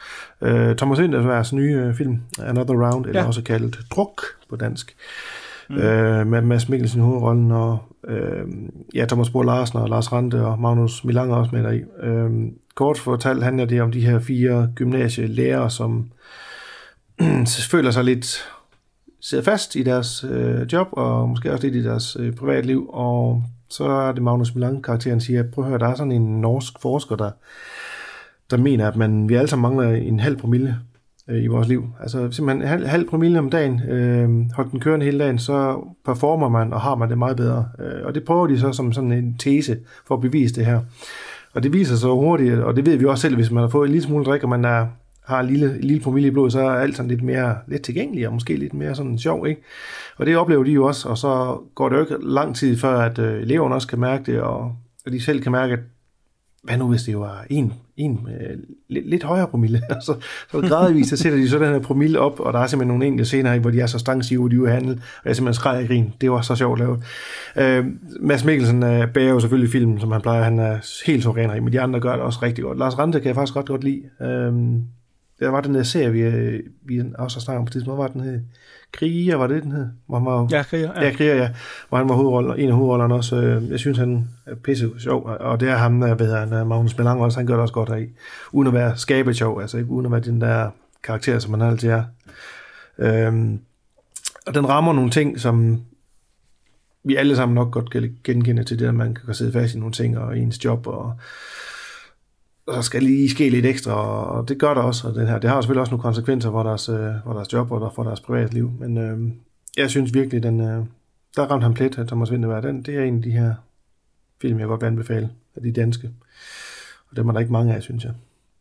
Øh, Thomas Vinterbergs nye øh, film, Another Round, eller ja. også kaldet Druk på dansk. Mm. Øh, med Mads Mikkelsen i hovedrollen, og øh, ja, Thomas Bo Larsen og Lars Rante og Magnus Milanger også med deri. Øh, kort fortalt handler det om de her fire gymnasielærere, som føler sig lidt sidder fast i deres øh, job, og måske også lidt i deres øh, privatliv, og så er det Magnus Milanger-karakteren siger, prøv at høre, der er sådan en norsk forsker, der, der mener, at man, vi alle sammen mangler en halv promille øh, i vores liv. Altså simpelthen en halv, halv promille om dagen, øh, holdt den kørende hele dagen, så performer man, og har man det meget bedre. Øh, og det prøver de så som sådan en tese for at bevise det her. Og det viser sig hurtigt, og det ved vi også selv, hvis man har fået en lille smule drik, og man er har en lille, en lille promille i blodet, så er alt sådan lidt mere let tilgængeligt, og måske lidt mere sådan sjov, ikke? Og det oplever de jo også, og så går det jo ikke lang tid før, at øh, eleverne også kan mærke det, og, og de selv kan mærke, at hvad nu hvis det jo var en, en øh, lidt, lidt højere promille? så, så gradvist, så sætter de så den her promille op, og der er simpelthen nogle enkelte scener, hvor de er så stangstive, hvor de er ude at handle, og jeg simpelthen skræder i grin. Det var så sjovt lavet. Øh, Mads Mikkelsen øh, bærer jo selvfølgelig filmen, som han plejer, han er helt suveræn i, men de andre gør det også rigtig godt. Lars Rante kan jeg faktisk godt godt lide. Øh, Der var den der serie, vi, vi også har snakket om på tidspunkt. Hvor var den hed? Kriger, var det den hed? Hvor han var, ja, Kriger. Ja. ja, Kriger, ja. Hvor han var hovedroller, en af hovedrollerne også. Jeg synes, han er pisse sjov. Og det er ham, der ved han, Magnus Milanger også. Han gør det også godt heri. Uden at være skabet sjov. Altså ikke uden at være den der karakter, som han altid er. Øhm, og den rammer nogle ting, som vi alle sammen nok godt kan genkende til det, at man kan sidde fast i nogle ting og ens job og og så skal lige ske lidt ekstra, og det gør der også. Og den her, det har selvfølgelig også nogle konsekvenser for deres, øh, for deres job og for deres privatliv. Men øh, jeg synes virkelig, den, øh, der ramte han plet, Thomas Vinterberg. Den, det er en af de her film, jeg godt vil anbefale af de danske. Og dem er der ikke mange af, synes jeg.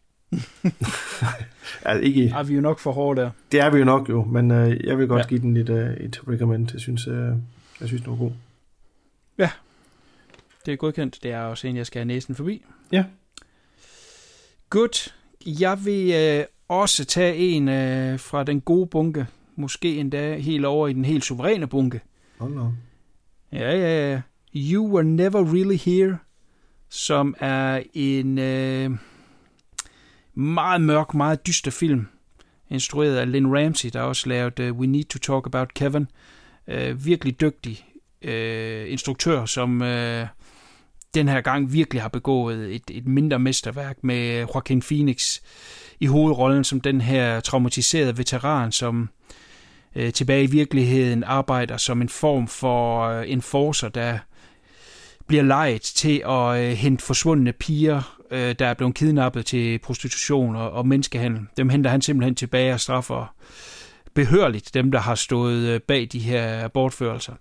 altså, ikke, er vi jo nok for hårde der. Det er vi jo nok jo, men øh, jeg vil godt ja. give den lidt, øh, et recommend. Jeg synes, øh, jeg synes, den var god. Ja, det er godkendt. Det er også en, jeg skal have næsen forbi. Ja. Godt. Jeg vil øh, også tage en øh, fra den gode bunke. Måske endda helt over i den helt suveræne bunke. Oh no. Ja, ja, ja. You Were Never Really Here, som er en øh, meget mørk, meget dyster film, instrueret af Lynn Ramsey, der også lavet uh, We Need to Talk About Kevin. Uh, virkelig dygtig uh, instruktør, som uh, den her gang virkelig har begået et, et mindre mesterværk med Joaquin Phoenix i hovedrollen som den her traumatiserede veteran, som uh, tilbage i virkeligheden arbejder som en form for uh, enforcer, der bliver lejet til at uh, hente forsvundne piger, uh, der er blevet kidnappet til prostitution og, og menneskehandel. Dem henter han simpelthen tilbage og straffer behørligt dem, der har stået uh, bag de her bortførelser.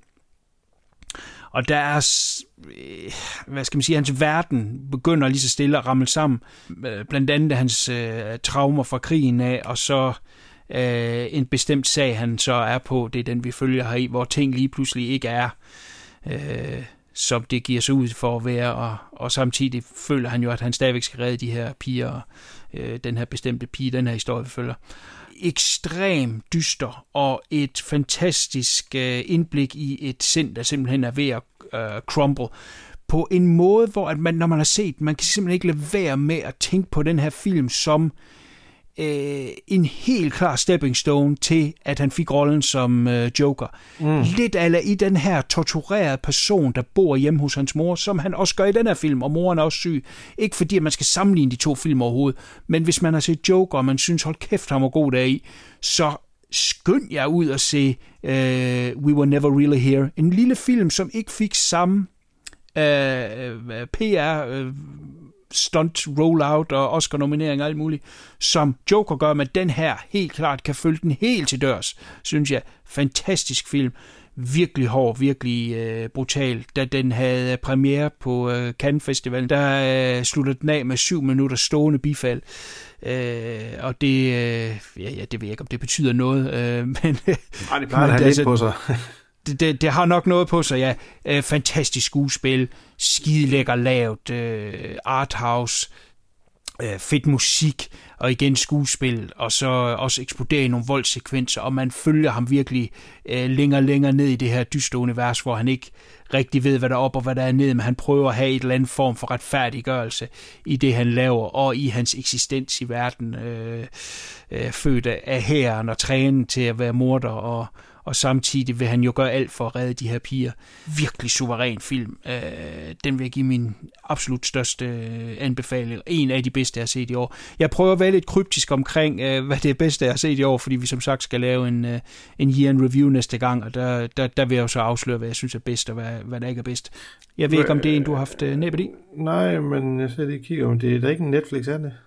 Og der er, uh, hvad skal man sige, hans verden begynder lige så stille at ramme sammen. Uh, blandt andet hans uh, traumer fra krigen af, og så uh, en bestemt sag, han så er på, det er den, vi følger her i, hvor ting lige pludselig ikke er Uh, som det giver sig ud for at være, og, og samtidig føler han jo, at han stadigvæk skal redde de her piger, øh, den her bestemte pige, den her historie, vi følger. Ekstrem dyster, og et fantastisk øh, indblik i et sind, der simpelthen er ved at øh, crumble, på en måde, hvor at man, når man har set, man kan simpelthen ikke lade være med at tænke på den her film som Øh, en helt klar stepping stone til, at han fik rollen som øh, Joker. Mm. Lidt ala i den her torturerede person, der bor hjemme hos hans mor, som han også gør i den her film, og moren er også syg. Ikke fordi, at man skal sammenligne de to film overhovedet, men hvis man har set Joker, og man synes, hold kæft, han var god deri, så skynd jer ud og se øh, We Were Never Really Here. En lille film, som ikke fik samme øh, P R øh, stunt, rollout og Oscar-nominering og alt muligt, som Joker gør, men den her helt klart kan følge den helt til dørs, synes jeg. Fantastisk film. Virkelig hård, virkelig øh, brutal. Da den havde premiere på øh, Cannes Festivalen, der øh, sluttede den af med syv minutter stående bifald. Øh, og det, øh, ja, ja, det ved jeg ikke, om det betyder noget, øh, men... Nej, det plejer at have lidt på sig. Det, det, det har nok noget på sig, ja. Øh, fantastisk skuespil, skidelækker lavet, øh, arthouse, øh, fedt musik, og igen skuespil, og så også eksploderer i nogle voldssekvenser, og man følger ham virkelig øh, længere og længere ned i det her dystre univers, hvor han ikke rigtig ved, hvad der er op og hvad der er ned, men han prøver at have et eller andet form for retfærdiggørelse i det, han laver, og i hans eksistens i verden, øh, øh, født af hæren og trænet til at være morder, og og samtidig vil han jo gøre alt for at redde de her piger. Virkelig suveræn film. Øh, den vil jeg give min absolut største øh, anbefaling. En af de bedste, jeg har set i år. Jeg prøver at være lidt kryptisk omkring, øh, hvad det er bedste, jeg har set i år, fordi vi som sagt skal lave en, øh, en year in review næste gang, og der, der, der vil jeg jo så afsløre, hvad jeg synes er bedst, og hvad, hvad der ikke er bedst. Jeg ved ikke, om det er en, du har haft øh, næbet i? Nej, men jeg skal lige kigge om det. Er der ikke en Netflix, er det?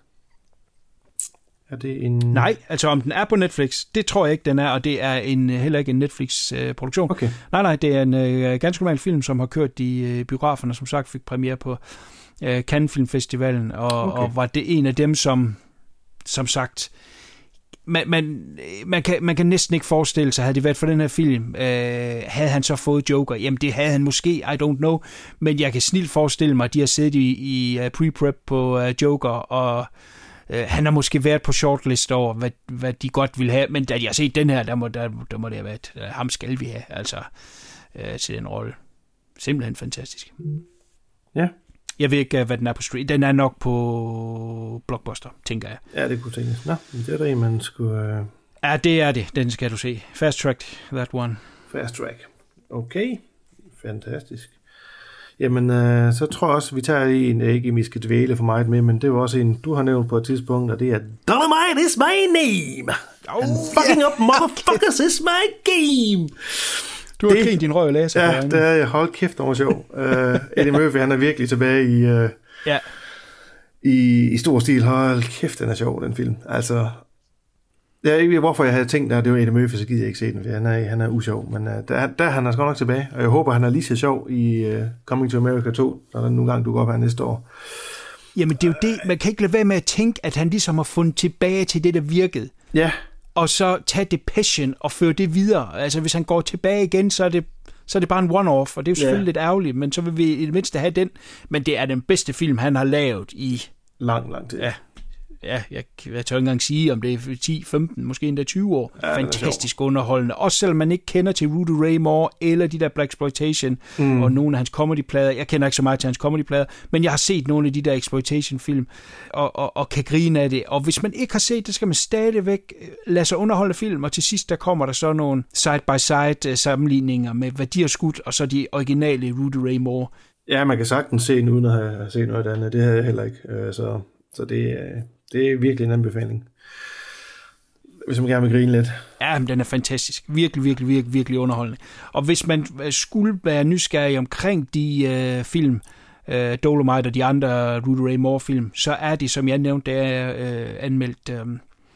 Er det en... Nej, altså om den er på Netflix, det tror jeg ikke, den er, og det er en, heller ikke en Netflix-produktion. Okay. Nej, nej, det er en uh, ganske normal film, som har kørt i uh, biograferne, som sagt fik premiere på uh, Cannes Filmfestivalen, og, okay. og var det en af dem, som, som sagt, man, man, man, kan, man kan næsten ikke forestille sig, havde det været for den her film, uh, havde han så fået Joker? Jamen det havde han måske, I don't know, men jeg kan snilt forestille mig, at de har siddet i, i uh, pre-prep på uh, Joker, og Uh, han har måske været på shortlist over, hvad, hvad de godt vil have, men da jeg har set den her, der må, der, der må det have været, uh, ham skal vi have, altså, uh, til den rolle. Simpelthen fantastisk. Ja. Jeg ved ikke, hvad den er på stream. Den er nok på Blockbuster, tænker jeg. Ja, det kunne tænkes. Nå, det er der en, man skulle... Uh... Ja, det er det. Den skal du se. Fast Track, that one. Fast Track. Okay. Fantastisk. Jamen, øh, så tror jeg også, vi tager en, ikke vi skal dvæle for meget med, men det er jo også en, du har nævnt på et tidspunkt, og det er Dolomite is my name! Oh, and fucking yeah. Up motherfuckers is my game! Du har grint din røv læser. Ja, det er jeg. Hold kæft, over sjov. uh, Eddie Murphy, han er virkelig tilbage i, uh, ja. i, i stor stil. Hold kæft, den er sjov, den film. Altså, jeg ved ikke, hvorfor jeg havde tænkt, at det var Eddie Murphy, så gider jeg ikke se den, for han er, han er usjov. Men uh, der, der er han altså godt nok tilbage, og jeg håber, han er lige så sjov i uh, Coming to America to, når der nogle gange dukker op her næste år. Jamen, det er jo det. Man kan ikke lade være med at tænke, at han ligesom har fundet tilbage til det, der virkede. Ja. Og så tage det passion og føre det videre. Altså, hvis han går tilbage igen, så er det, så er det bare en one-off, og det er jo selvfølgelig yeah. lidt ærgerligt, men så vil vi i det mindste have den. Men det er den bedste film, han har lavet i... Lang, lang tid. Ja, ja jeg, jeg tør ikke engang sige, om det er ti, femten, måske endda tyve år. Ja, fantastisk underholdende. Også selvom man ikke kender til Rudy Ray Moore, eller de der Blaxploitation, mm. og nogle af hans comedyplader. Jeg kender ikke så meget til hans comedyplader, men jeg har set nogle af de der exploitation-film, og, og, og kan grine af det. Og hvis man ikke har set det, skal man stadigvæk lade sig underholde film, og til sidst der kommer der så nogle side-by-side sammenligninger med, hvad de har skudt, og så de originale Rudy Ray Moore. Ja, man kan sagtens se den, uden at have set noget andet. Det havde jeg heller ikke. Så, så det er... Det er virkelig en anbefaling. Hvis man gerne vil grine lidt. Ja, men den er fantastisk. Virkelig, virkelig, virkelig, virkelig underholdende. Og hvis man skulle være nysgerrig omkring de øh, film, øh, Dolomite og de andre Rudy Ray Moore film, så er de, som jeg nævnte, der er øh, anmeldt øh,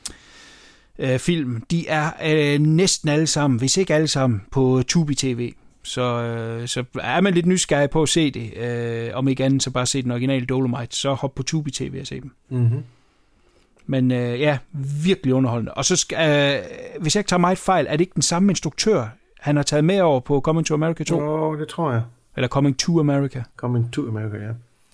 øh, film. De er øh, næsten alle sammen, hvis ikke alle sammen, på Tubi T V. Så, øh, så er man lidt nysgerrig på at se det. Øh, om ikke andet, så bare se den originale Dolomite. Så hop på Tubi T V og se dem. Mhm. Men øh, ja, virkelig underholdende. Og så skal, øh, hvis jeg ikke tager meget fejl, er det ikke den samme instruktør, han har taget med over på Coming to America to? Åh, oh, det tror jeg. Eller Coming to America. Coming to America, ja.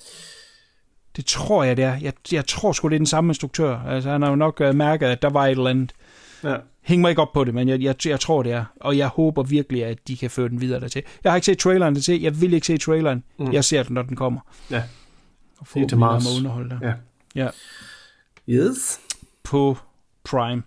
Det tror jeg, det er. Jeg, jeg tror sgu, det er den samme instruktør. Altså, han har jo nok uh, mærket, at der var et eller andet. Ja. Hæng mig ikke op på det, men jeg, jeg, jeg tror, det er. Og jeg håber virkelig, at de kan føre den videre dertil. Jeg har ikke set traileren til. Jeg vil ikke se traileren. Mm. Jeg ser den, når den kommer. Ja. Og får den at underholde dig. Ja. Ja. Yes. På Prime.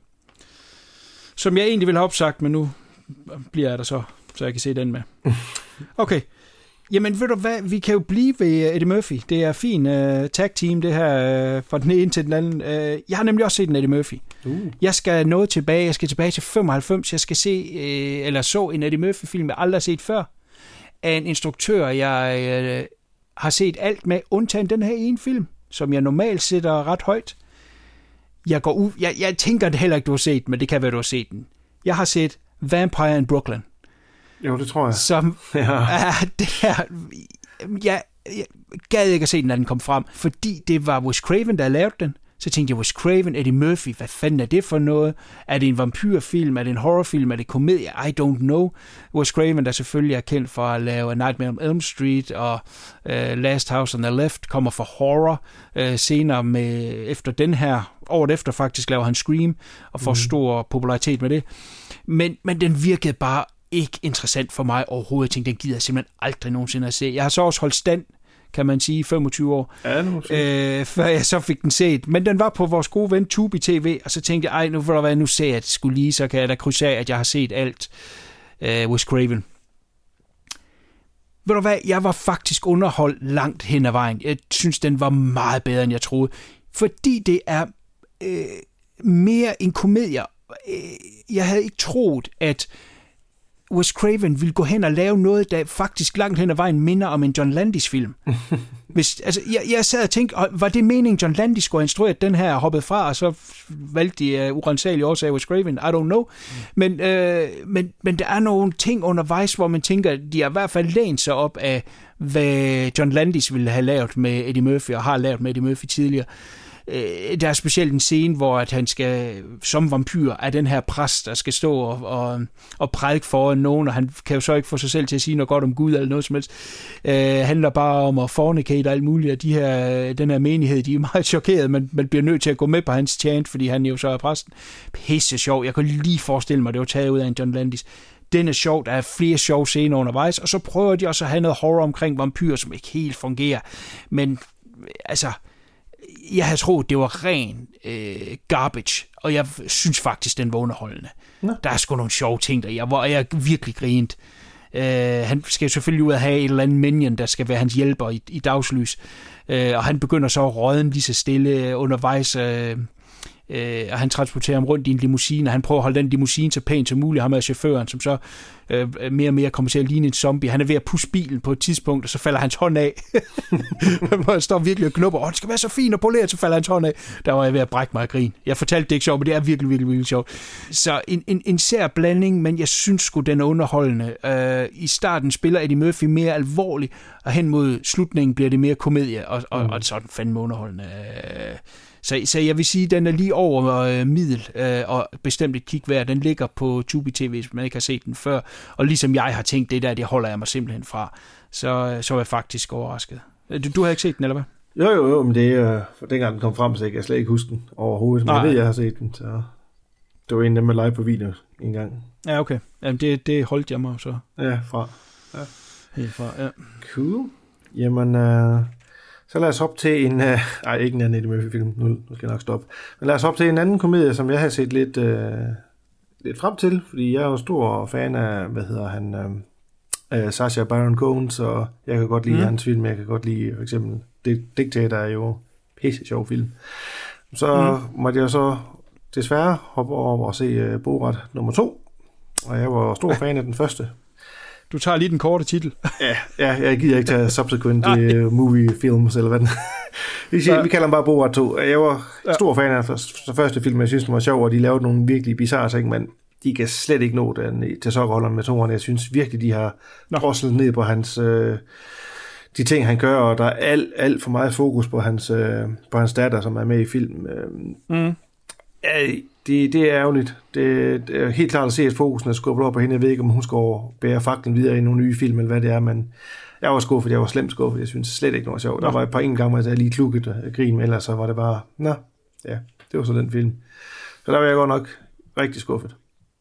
Som jeg egentlig ville have opsagt, men nu bliver jeg der så, så jeg kan se den med. Okay. Jamen ved du hvad, vi kan jo blive ved Eddie Murphy. Det er fin uh, tag team, det her, uh, fra den ene til den anden. Uh, jeg har nemlig også set en Eddie Murphy. Uh. Jeg skal nå tilbage, jeg skal tilbage til femoghalvfems. Jeg skal se, uh, eller så en Eddie Murphy-film, jeg aldrig har set før. Af en instruktør, jeg uh, har set alt med, undtagen den her ene film, som jeg normalt sætter ret højt. Jeg, går u- jeg, jeg tænker det heller ikke, du har set, men det kan være, du har set den. Jeg har set Vampire in Brooklyn. Jo, det tror jeg. Som ja. er det her... Jeg, jeg gad ikke at se den, da den kom frem, fordi det var Wes Craven, der lavede den. Så tænkte jeg, Wes Craven, Eddie Murphy, hvad fanden er det for noget? Er det en vampyrfilm? Er det en horrorfilm? Er det komedie? I don't know. Wes Craven, der selvfølgelig er kendt for at lave Nightmare on Elm Street og uh, Last House on the Left, kommer for horror. Uh, senere med, efter den her, året efter faktisk, laver han Scream og får mm. stor popularitet med det. Men, men den virkede bare ikke interessant for mig overhovedet. Jeg tænkte, den gider jeg simpelthen aldrig nogensinde at se. Jeg har så også holdt stand, kan man sige, femogtyve år, ja, øh, før jeg så fik den set. Men den var på vores gode ven Tubi T V, og så tænkte jeg, ej, nu vil der være, nu ser jeg, at det skulle lige, så kan jeg da krydse af, at jeg har set alt øh, Wes Craven. Ved du hvad, jeg var faktisk underholdt langt hen ad vejen. Jeg synes, den var meget bedre, end jeg troede. Fordi det er øh, mere en komedie. Jeg havde ikke troet, at Wes Craven ville gå hen og lave noget, der faktisk langt hen ad vejen minder om en John Landis-film. Hvis, altså, jeg, jeg sad og tænkte, var det meningen, John Landis skulle have instrueret den her hoppet fra, og så valgte de uh, urensagelige årsager Wes Craven? I don't know. Men, øh, men, men der er nogle ting undervejs, hvor man tænker, de har i hvert fald lænet sig op af, hvad John Landis ville have lavet med Eddie Murphy, og har lavet med Eddie Murphy tidligere. Der er specielt en scene, hvor at han skal, som vampyr, er den her præst, der skal stå og, og, og prædike foran nogen, og han kan jo så ikke få sig selv til at sige noget godt om Gud eller noget som helst. Uh, handler bare om at fornicate og alt muligt, og de her, den her menighed, de er meget chokeret, men man bliver nødt til at gå med på hans chant, fordi han jo så er præsten. Pisse sjov. Jeg kunne lige forestille mig, det var taget ud af en John Landis. Den er sjov, der er flere sjove scener undervejs, og så prøver de også at have noget horror omkring vampyrer, som ikke helt fungerer. Men altså, jeg havde troet, det var ren øh, garbage, og jeg synes faktisk, den var underholdende. Nå. Der er sgu nogle sjove ting der, hvor jeg virkelig grint. Øh, han skal selvfølgelig ud og have et eller andet minion, der skal være hans hjælper i, i dagslys, øh, og han begynder så at rådne lige så stille undervejs, øh, øh, og han transporterer ham rundt i en limousine, og han prøver at holde den limousine så pænt som muligt, ham er chaufføren, som så øh, mere og mere kommer til at ligne en zombie. Han er ved at pusse bilen på et tidspunkt, og så falder hans hånd af. Han står virkelig og knupper, åh, det skal være så fint og poleret, så falder hans hånd af. Der var jeg ved at brække mig af grin. Jeg fortalte det ikke sjovt, men det er virkelig, virkelig, virkelig sjovt. Så en, en, en sær blanding, men jeg synes sgu, den er underholdende. Øh, I starten spiller Eddie Murphy mere alvorlig, og hen mod slutningen bliver det mere komedie, og, og, mm. og sådan fandme underholdende. Øh, Så, så jeg vil sige, at den er lige over øh, middel, øh, og bestemt et kig værd. Den ligger på Tubi T V, hvis man ikke har set den før. Og ligesom jeg har tænkt, det der, det holder jeg mig simpelthen fra. Så, så var jeg faktisk overrasket. Du, du har ikke set den, eller hvad? Jo, jo, jo, men det er for dengang den kom frem, så jeg kan slet ikke huske den overhovedet. Men Nej. Jeg ved, jeg har set den, så det var en af dem med live på video en gang. Ja, okay. Jamen, det, det holdt jeg mig så. Ja, fra. Ja. Helt fra, ja. Cool. Jamen, øh... så lad os hoppe til en... Øh, ej, ikke en anden Eddie Murphy-film. Nu, nu skal jeg nok stoppe. Men lad os hoppe til en anden komedie, som jeg har set lidt, øh, lidt frem til. Fordi jeg er jo stor fan af, hvad hedder han, øh, øh, Sacha Baron Cohen, så jeg kan godt lide mm. hans film. Jeg kan godt lide, for eksempel, Dictator er jo pisse sjov film. Så mm. måtte jeg så desværre hoppe over og se øh, Borat nummer to. Og jeg var stor fan af den første. Du tager lige den korte titel. ja, ja, jeg gider ikke tage subsequent uh, movie films, eller hvad den. vi, siger, vi kalder dem bare Borat to. Jeg var stor fan af den første film, jeg synes, den var sjov, og de lavede nogle virkelig bizarre ting, men de kan slet ikke nå den til sokkerholderen med toeren. Jeg synes virkelig, de har droslet ned på hans, øh, de ting, han gør, og der er alt, alt for meget fokus på hans, øh, på hans datter, som er med i filmen. Mm. Ja, det, det er ærgerligt. Det, det er helt klart at se, at fokusen er skubbet op på hende. Jeg ved ikke, om hun skal bære faklen videre i nogle nye film, eller hvad det er, men jeg var skuffet. Jeg var slemt skuffet. Jeg synes slet ikke noget sjovt. Der var et par en gang, hvor jeg lige klukket og grin med, ellers så var det bare, nå, ja, det var så den film. Så der var jeg godt nok rigtig skuffet.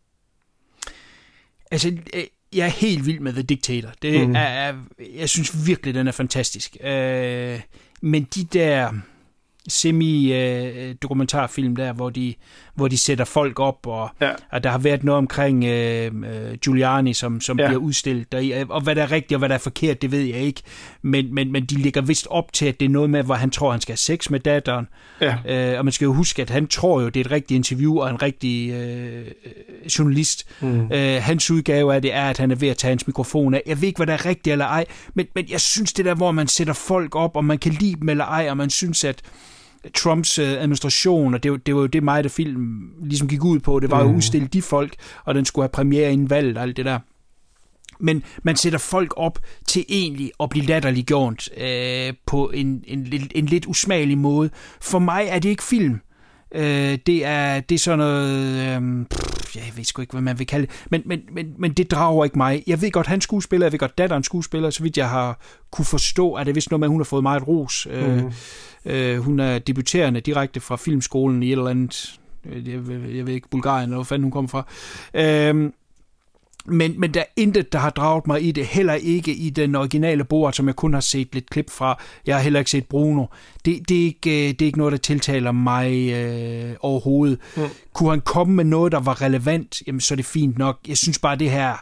Altså, jeg er helt vild med The Dictator. Det mm. er, jeg synes virkelig, den er fantastisk. Øh, men de der semi-dokumentarfilm der, hvor de, hvor de sætter folk op, og, ja. og der har været noget omkring øh, Giuliani, som, som ja. bliver udstillet der, og hvad der er rigtigt og hvad der er forkert, det ved jeg ikke, men, men, men de ligger vist op til, at det er noget med, hvor han tror, han skal have sex med datteren, ja. øh, og man skal jo huske, at han tror jo, det er et rigtigt interview, og en rigtig øh, journalist. Mm. Øh, hans udgave af det er, at han er ved at tage hans mikrofon af. Jeg ved ikke, hvad der er rigtigt eller ej, men, men jeg synes, det der, hvor man sætter folk op, og man kan lide dem eller ej, og man synes, at Trumps administration, og det, det var jo det mig, der film ligesom gik ud på, det var jo at udstille de folk, og den skulle have premiere inden valget og alt det der. Men man sætter folk op til egentlig at blive latterliggjort øh, på en, en, en, en lidt usmagelig måde. For mig er det ikke film. Øh, det, er, det er sådan noget... Øh, pff, jeg ved sgu ikke, hvad man vil kalde det. Men, men, men, men det drager ikke mig. Jeg ved godt, han skuespiller. Jeg ved godt, datteren skuespiller. Så vidt jeg har kunne forstå, at det vist noget med, at hun har fået meget ros. Mm. Øh, øh, hun er debuterende direkte fra filmskolen i et eller andet... Jeg, jeg ved ikke, Bulgarien, eller hvor fanden hun kommer fra. Øh, Men, men der er intet, der har draget mig i det. Heller ikke i den originale Borat, som jeg kun har set lidt klip fra. Jeg har heller ikke set Bruno. Det, det, er, ikke, det er ikke noget, der tiltaler mig øh, overhovedet. Mm. Kunne han komme med noget, der var relevant, jamen så er det fint nok. Jeg synes bare, det her...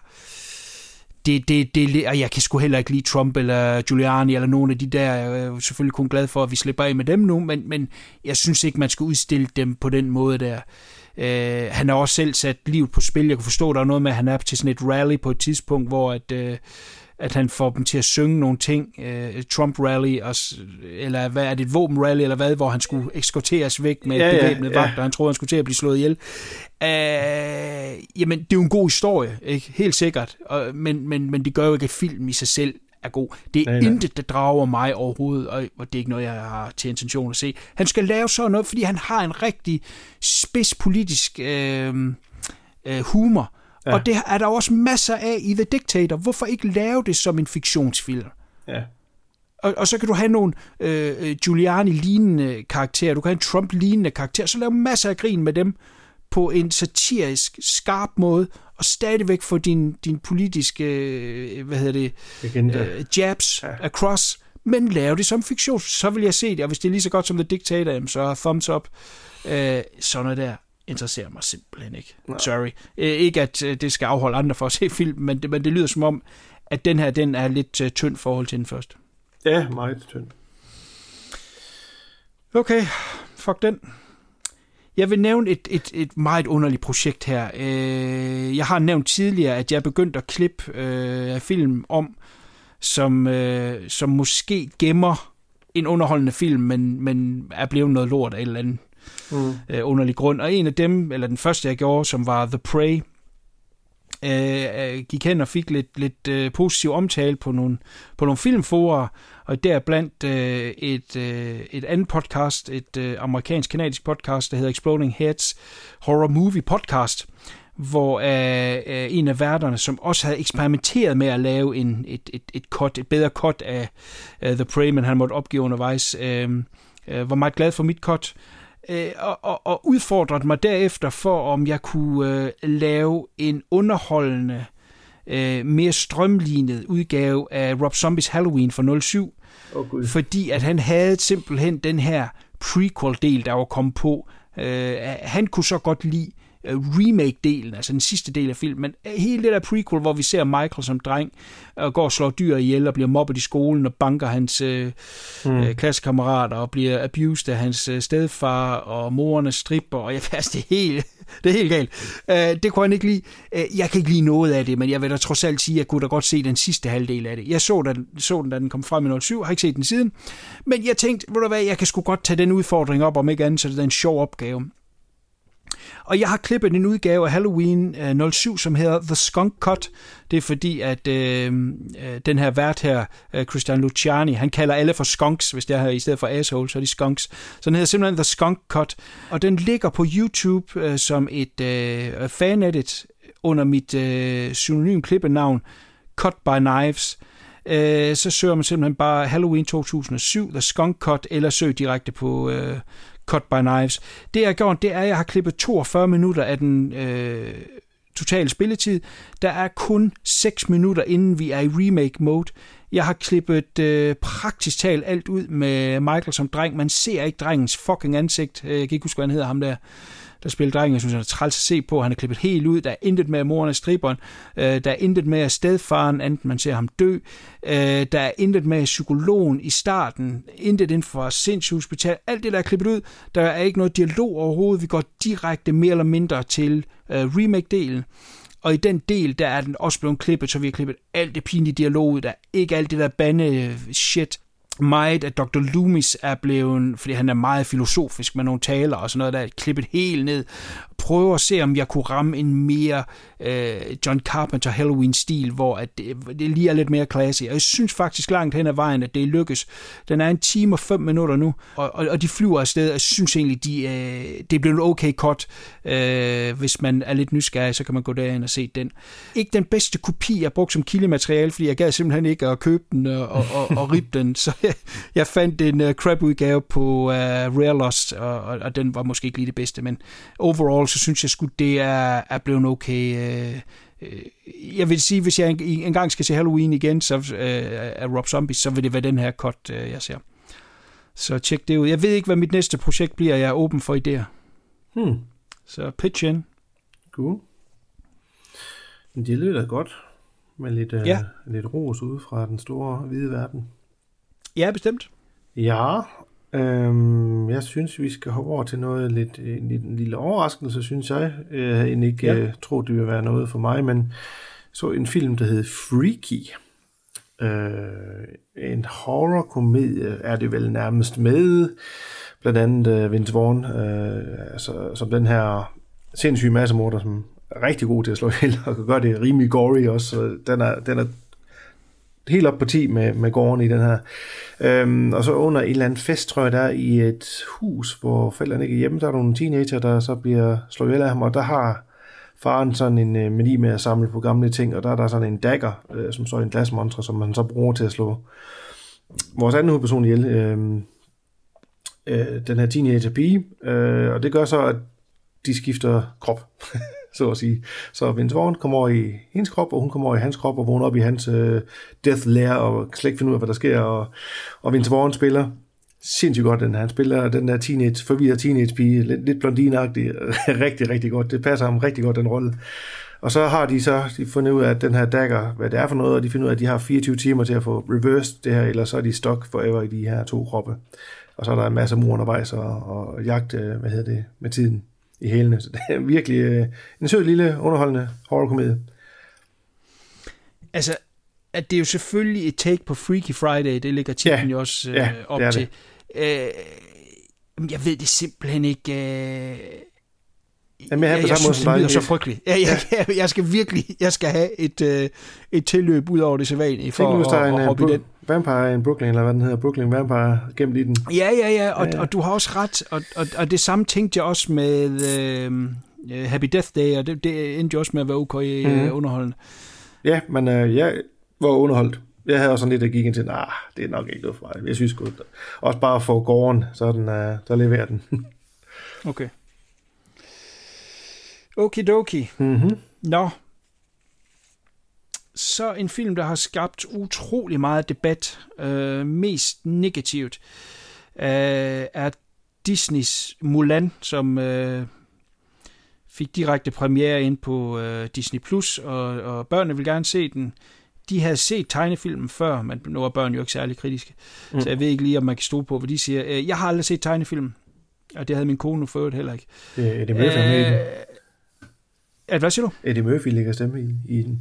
Det, det, det, og jeg kan sgu heller ikke lide Trump eller Giuliani eller nogen af de der. Jeg er selvfølgelig kun glad for, at vi slipper af med dem nu, men, men jeg synes ikke, man skal udstille dem på den måde der. Uh, han har også selv sat livet på spil. Jeg kan forstå, der er noget med, at han er til sådan et rally på et tidspunkt, hvor at, uh, at han får dem til at synge nogle ting. Uh, Trump-rally, eller hvad er det, et våben-rally, eller hvad, hvor han skulle eskorteres væk med ja, et bevæbnet ja, ja. vagt, og han troede, han skulle til at blive slået ihjel. Uh, jamen, det er jo en god historie, ikke? Helt sikkert. Uh, men, men, men det gør jo ikke, at film i sig selv er god. Det er nej, nej. intet, der drager mig overhovedet, og det er ikke noget, jeg har til intention at se. Han skal lave sådan noget, fordi han har en rigtig spids politisk øh, øh, humor, ja. Og det er der også masser af i The Dictator. Hvorfor ikke lave det som en fiktionsfilm? Ja. Og, og så kan du have nogle øh, Giuliani-lignende karakterer, du kan have en Trump-lignende karakter, så lave masser af grin med dem på en satirisk, skarp måde, og stadigvæk få din, din politiske, øh, hvad hedder det, øh, jabs ja. across, men lave det som fiktion, så vil jeg se det, og hvis det er lige så godt som The Dictator, så thumbs up. Øh, sådan noget der interesserer mig simpelthen ikke. Nej. Sorry. Øh, ikke at øh, det skal afholde andre for at se film, men det, men det lyder som om, at den her, den er lidt øh, tynd forhold til den første. Ja, meget tynd. Okay, fuck den. Jeg vil nævne et, et, et meget underligt projekt her. Jeg har nævnt tidligere, at jeg er begyndt at klippe øh, film om, som, øh, som måske gemmer en underholdende film, men, men er blevet noget lort af en eller anden mm. øh, underlig grund. Og en af dem, eller den første jeg gjorde, som var The Prey, øh, gik hen og fik lidt, lidt øh, positiv omtale på nogle, på nogle filmforer, og der blandt øh, et, øh, et andet podcast, et øh, amerikansk-kanadisk podcast, der hedder Exploding Heads Horror Movie Podcast, hvor øh, øh, en af værterne, som også havde eksperimenteret med at lave en, et, et, et, cut, et bedre cut af uh, The Prey, men han måtte opgive undervejs, øh, øh, var meget glad for mit cut, øh, og, og, og udfordrede mig derefter for, om jeg kunne øh, lave en underholdende, øh, mere strømlignet udgave af Rob Zombies Halloween fra nul syv, oh, fordi at han havde simpelthen den her prequel-del, der var kommet på. Øh, han kunne så godt lide remake-delen, altså den sidste del af filmen, men hele det der prequel, hvor vi ser Michael som dreng, og går og slår dyr ihjel, og bliver mobbet i skolen, og banker hans øh, mm. øh, klassekammerater, og bliver abused af hans øh, stedfar, og morerne stripper, og jeg faktisk, det er helt, det er helt galt. Øh, det kunne han ikke lide. Øh, jeg kan ikke lide noget af det, men jeg vil da trods alt sige, at jeg kunne da godt se den sidste halvdel af det. Jeg så den, så den da den kom frem i nul syv, har ikke set den siden, men jeg tænkte, ved du hvad, jeg kan sgu godt tage den udfordring op, om ikke andet, så det er en sjov opgave. Og jeg har klippet en udgave af Halloween øh, nul syv, som hedder The Skunk Cut. Det er fordi, at øh, øh, den her vært her, øh, Christian Luciani, han kalder alle for skunks, hvis det er her i stedet for assholes, så er de skunks. Så den hedder simpelthen The Skunk Cut, og den ligger på YouTube øh, som et øh, fan-edit under mit øh, synonym klippenavn, Cut by Knives. Øh, så søger man simpelthen bare Halloween to tusind og syv, The Skunk Cut, eller søg direkte på... Øh, Cut by Knives. Det jeg har gjort, det er, at jeg har klippet toogfyrre minutter af den øh, totale spilletid. Der er kun seks minutter, inden vi er i remake mode. Jeg har klippet øh, praktisk talt alt ud med Michael som dreng. Man ser ikke drengens fucking ansigt. Jeg kan ikke huske, hvad han hedder, ham der, der spiller drengen. Jeg synes, han er træls at se på. Han er klippet helt ud. Der er intet med moren af striberen. Der er intet med stedfaren, enten man ser ham dø. Der er intet med psykologen i starten. Intet inden for sindssygehospital. Alt det, der er klippet ud. Der er ikke noget dialog overhovedet. Vi går direkte mere eller mindre til remake-delen. Og i den del, der er den også blevet klippet, så vi har klippet alt det pinlige dialog ud. Der er ikke alt det der bande shit. Meget at doktor Loomis er blevet, fordi han er meget filosofisk med nogle taler og sådan noget, der er klippet helt ned. prøve at se, om jeg kunne ramme en mere øh, John Carpenter Halloween-stil, hvor at det, det lige er lidt mere classy. Og jeg synes faktisk langt hen ad vejen, at det lykkes. Den er en time og fem minutter nu, og, og, og de flyver afsted. Jeg synes egentlig, de, øh, det er blevet okay cut. Øh, hvis man er lidt nysgerrig, så kan man gå derind og se den. Ikke den bedste kopi, jeg brugte som kildemateriale, fordi jeg gad simpelthen ikke at købe den og, og, og, og rippe den. Så jeg, jeg fandt en uh, crap-udgave på uh, Rare Lost, og, og, og den var måske ikke lige det bedste, men overall, så synes jeg sgu, det er, er blevet okay. Uh, uh, jeg vil sige, hvis jeg en, en gang skal se Halloween igen, så uh, af Rob Zombie, så vil det være den her cut, uh, jeg ser. Så tjek det ud. Jeg ved ikke, hvad mit næste projekt bliver. Jeg er åben for idéer. Hmm. Så pitch in. Cool. Det lyder da godt. Med lidt, ja. uh, lidt ros ude fra den store hvide verden. Ja, bestemt. Ja, øhm, jeg synes, vi skal hoppe over til noget lidt, en, en lille overraskelse, synes jeg. Jeg havde egentlig ikke ja. uh, troet, det ville være noget for mig, men så en film, der hed Freaky. Uh, en horror-komedie er det vel nærmest med, blandt andet uh, Vince Vaughn, uh, altså, som den her sindssyge massemorder, som er rigtig god til at slå ihjel, og kan gøre det rimelig gory også. Så den er, den er helt op på ti med, med gården i den her. Øhm, og så under en eller anden fest, tror jeg, der i et hus, hvor forældrene ikke er hjemme, der er nogle teenager, der så bliver slået ihjel af ham, og der har faren sådan en øh, mani med at samle på gamle ting, og der er der sådan en dagger, øh, som så er en glasmontre, som man så bruger til at slå vores anden hovedperson ihjel, øh, øh, den her teenager pige, øh, og det gør så, at de skifter krop, så at sige. Så Vince Vaughn kommer over i hendes krop, og hun kommer over i hans krop, og vågner op i hans øh, death lair, og kan slet ikke finde ud af, hvad der sker, og, og Vince Vaughn spiller sindssygt godt, den her. Han spiller den der teenage, forvirret teenage-pige, lidt, lidt blondinagtig, rigtig, rigtig godt. Det passer ham rigtig godt, den rolle. Og så har de så de fundet ud af, at den her dagger, hvad det er for noget, og de finder ud af, at de har fireogtyve timer til at få reversed det her, eller så er de stuck forever i de her to kroppe. Og så er der en masse mur undervejs, og, og jagt, hvad hedder det, med tiden i hælene. Så det er virkelig øh, en sød lille underholdende horrorkomedie. Altså, at det er jo selvfølgelig et take på Freaky Friday, det ligger titlen ja, jo også øh, ja, op det til. Det. Øh, jeg ved det simpelthen ikke. Øh, Jamen, jeg, jeg, jeg synes, det lyder så frygteligt. Jeg, jeg, jeg, jeg skal virkelig, jeg skal have et, øh, et tilløb ud over det sædvanlige for Tænk, at, at hoppe i den. Vampire in Brooklyn, eller hvad den hedder, Brooklyn Vampire, gemt i den. Ja, ja, ja, og, ja, ja. og du har også ret, og, og, og det samme tænkte jeg også med øh, Happy Death Day, og det, det endte jo også med at være okay mm. underholdende. Ja, men øh, jeg var underholdt. Jeg havde også sådan lidt, der gik ind til, nah, det er nok ikke noget for mig. Jeg synes godt, også bare for gården, så, den, øh, så leverer den. Okay. Okidoki. Mm-hmm. Nå. Så en film, der har skabt utrolig meget debat, øh, mest negativt, øh, er Disneys Mulan, som øh, fik direkte premiere ind på øh, Disney Plus, og, og børnene vil gerne se den. De havde set tegnefilmen før, men nu er børn jo ikke særlig kritiske, mm. så jeg ved ikke lige, om man kan stole på, hvad de siger. Øh, jeg har aldrig set tegnefilmen, og det havde min kone for øvrigt heller ikke. Det er det Murphy øh, med i den. At, hvad siger du? Eddie Murphy lægger stemme i, i den.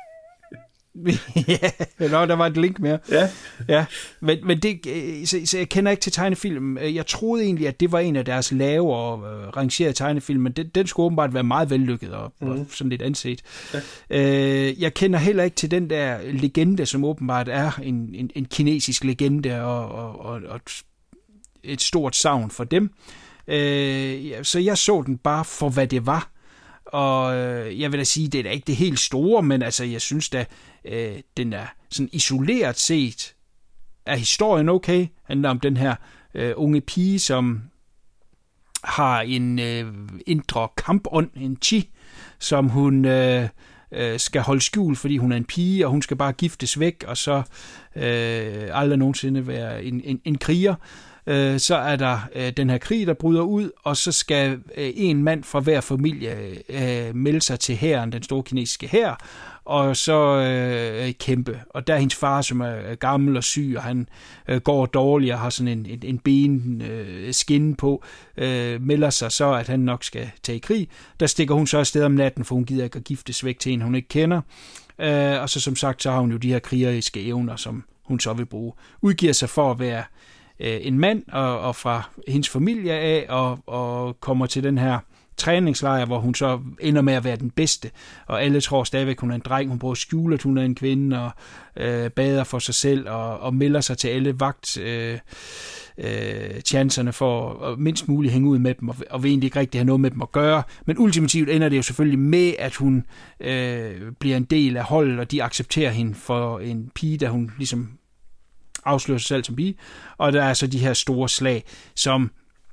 Ja, nå, der var et link mere. Ja. Ja, men, men det, så, så jeg kender ikke til tegnefilmen. Jeg troede egentlig, at det var en af deres lavere uh, rangerede tegnefilm, men den, den skulle åbenbart være meget vellykket og, mm. og sådan lidt anset. Ja. Uh, jeg kender heller ikke til den der legende, som åbenbart er en, en, en kinesisk legende og, og, og, og et stort savn for dem. Uh, så jeg så den bare for, hvad det var. Og øh, jeg vil da sige, det er da ikke det helt store, men altså, jeg synes da, øh, den er sådan isoleret set, er historien okay. Det handler om den her øh, unge pige, som har en øh, indre kampånd, en chi, som hun øh, øh, skal holde skjul, fordi hun er en pige, og hun skal bare giftes væk, og så øh, aldrig nogensinde være en, en, en kriger. Så er der øh, den her krig, der bryder ud, og så skal øh, en mand fra hver familie øh, melde sig til hæren, den store kinesiske hær, og så øh, kæmpe. Og der er hendes far, som er gammel og syg, og han øh, går dårligt og har sådan en, en, en ben øh, skinne på, øh, melder sig så, at han nok skal tage i krig. Der stikker hun så afsted om natten, for hun gider ikke at giftes væk til en, hun ikke kender. Øh, og så som sagt, så har hun jo de her krigeriske evner, som hun så vil bruge. Udgiver sig for at være en mand, og, og fra hendes familie af, og, og kommer til den her træningslejr, hvor hun så ender med at være den bedste, og alle tror stadigvæk, hun er en dreng, hun prøver at skjule, at hun er en kvinde, og øh, bader for sig selv, og, og melder sig til alle vagt øh, øh, chancerne for at mindst muligt hænge ud med dem, og, og vil egentlig ikke rigtig have noget med dem at gøre, men ultimativt ender det jo selvfølgelig med, at hun øh, bliver en del af holdet, og de accepterer hende for en pige, da hun ligesom afslører sig selv som pige, og der er så de her store slag, som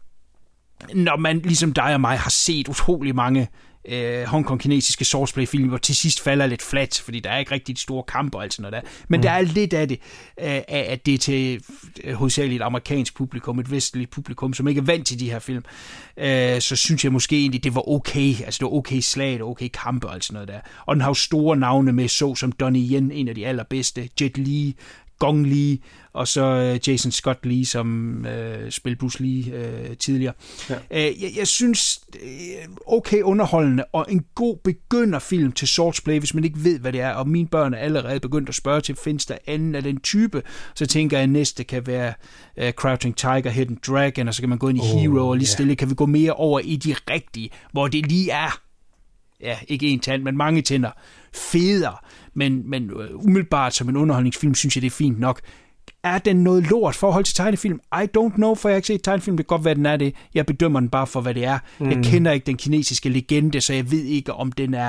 når man ligesom dig og mig har set utrolig mange øh, hongkong-kinesiske sourceplay-film, hvor til sidst falder lidt flat, fordi der er ikke rigtig de store kampe og alt sådan noget der. Men mm. der er lidt af det, øh, at det er til øh, hovedsageligt et amerikansk publikum, et vestligt publikum, som ikke er vant til de her film. Øh, så synes jeg måske egentlig, det var okay. Altså det var okay slag, det var okay kampe og alt sådan noget der. Og den har jo store navne med, så som Donnie Yen, en af de allerbedste, Jet Li, Gong Li, og så Jason Scott Lee, som øh, spillede Bruce Lee øh, tidligere. Ja. Øh, jeg, jeg synes, øh, okay underholdende, og en god begynderfilm til Swordplay, hvis man ikke ved, hvad det er, og mine børn er allerede begyndt at spørge til, findes der anden af den type, så tænker jeg, at næste kan være øh, Crouching Tiger, Hidden Dragon, og så kan man gå ind i oh, Hero, og lige stille yeah. kan vi gå mere over i de rigtige, hvor det lige er, ja, ikke en tand, men mange tænder, federe, men, men umiddelbart som en underholdningsfilm, synes jeg, det er fint nok. Er den noget lort forhold til tegnefilm? I don't know, for jeg har ikke set tegnefilm. Det kan godt være, den er det. Jeg bedømmer den bare for, hvad det er. Mm. Jeg kender ikke den kinesiske legende, så jeg ved ikke, om den er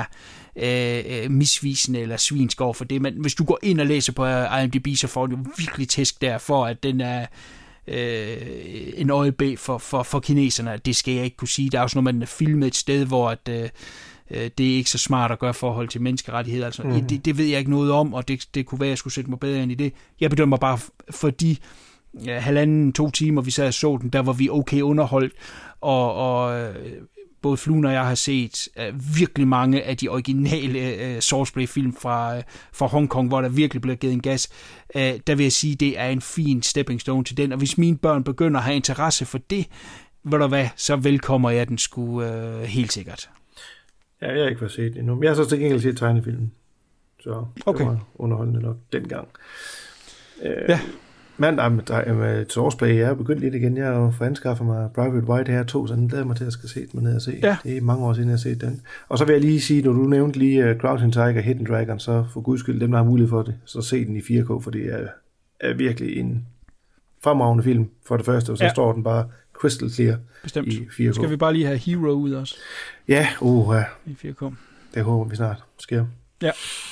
øh, misvisende eller svinsk over for det. Men hvis du går ind og læser på I M D B, så får du virkelig tæsk der for, at den er øh, en øjebæ for, for, for kineserne. Det skal jeg ikke kunne sige. Der er også noget, man er filmet et sted, hvor at, øh, det er ikke så smart at gøre forhold til menneskerettigheder. Altså, mm. det, det ved jeg ikke noget om, og det, det kunne være, at jeg skulle sætte mig bedre ind i det. Jeg bedømmer bare, for de ja, halvanden, to timer, vi sad og så den, der var vi okay underholdt, og, og både Fluen og jeg har set uh, virkelig mange af de originale uh, Sourceplay-film fra, uh, fra Hongkong, hvor der virkelig bliver givet en gas. Uh, der vil jeg sige, det er en fin stepping stone til den, og hvis mine børn begynder at have interesse for det, ved du hvad, så velkommer jeg den sgu uh, helt sikkert. Ja, jeg har ikke fået set det endnu. Men jeg har så til gengæld set tegnefilmen. Så okay. Det var underholdende nok dengang. Øh, ja. Men med Sourceplay, jeg er begyndt lidt igen. Jeg har jo foranskaffet mig Private White her to, så den glæder mig til, at jeg skal se den ned og se. Ja. Det er mange år siden, jeg har set den. Og så vil jeg lige sige, når du nævnte lige uh, Crouching Tiger, Hidden Dragon, så for guds skyld, dem der har mulighed for det, så se den i fire K, for det er, er virkelig en fremragende film for det første, og så ja. står den bare crystal clear. Bestemt. I fire K. Skal vi bare lige have Hero ud også? Ja, uh, ja. I fire K. Det håber vi snart sker. Ja.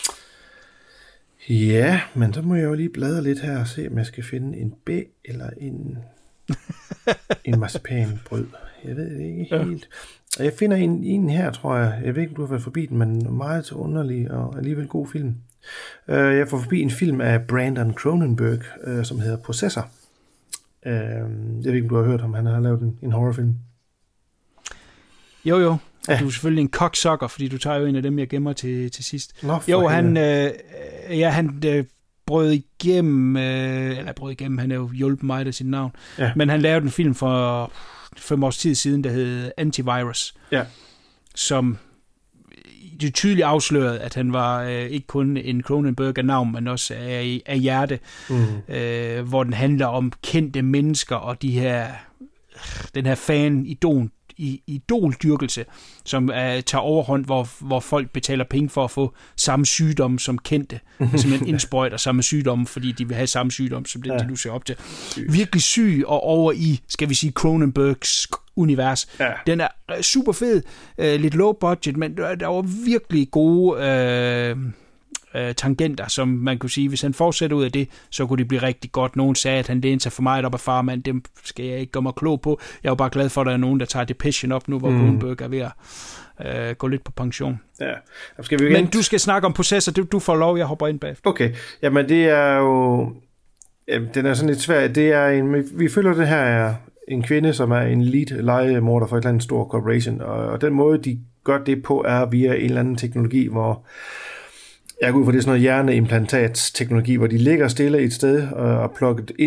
Ja, men så må jeg jo lige bladre lidt her og se, om jeg skal finde en B eller en, en marcipanbrød. Jeg ved det ikke ja. helt. Og jeg finder en, en her, tror jeg. Jeg ved ikke, om du har været forbi den, men meget så underlig og alligevel god film. Jeg får forbi en film af Brandon Cronenberg, som hedder Possessor. Jeg ved ikke, om du har hørt om, han har lavet en, en horrorfilm. Jo, jo. Ja. Du er selvfølgelig en cocksucker, fordi du tager jo en af dem, jeg gemmer til, til sidst. Nå, jo, han, øh, ja, han øh, brød igennem, øh, eller brød igennem, han er jo hjulpet mig af sit navn, ja. Men han lavede en film for fem års tid siden, der hed Antivirus, ja. som det tydeligt afslørede, at han var øh, ikke kun en Cronenberg af navn, men også af, af hjerte, mm. øh, hvor den handler om kendte mennesker og de her, den her fan-idol, i idoldyrkelse, som uh, tager overhånd, hvor, hvor folk betaler penge for at få samme sygdom som kendte. Simpelthen indsprøjter samme sygdomme, fordi de vil have samme sygdom, som den, ja. de du ser op til. Syg. Virkelig syg, og over i, skal vi sige, Cronenbergs univers. Ja. Den er super fed, uh, lidt low budget, men der var virkelig gode uh, uh, tangenter, som man kunne sige, hvis han fortsætter ud af det, så kunne det blive rigtig godt. Nogen sagde, at han lænede sig for meget op af farmand. Dem skal jeg ikke gøre mig klog på. Jeg er jo bare glad for, at der er nogen, der tager Depression op nu, hvor mm. Cronenberg er ved at uh, gå lidt på pension. Ja. Skal vi men du skal snakke om Possessor. Du, du får lov, jeg hopper ind bagefter. Okay. Jamen, det er jo... Jamen, den er sådan lidt svær. Det er en... Vi føler, det her er en kvinde, som er en lead legemorder for et eller andet stor corporation, og, og den måde, de gør det på, er via en eller anden teknologi, hvor jeg går ud fra, det er sådan noget hjerneimplantatsteknologi, hvor de ligger stille et sted og er plukket ind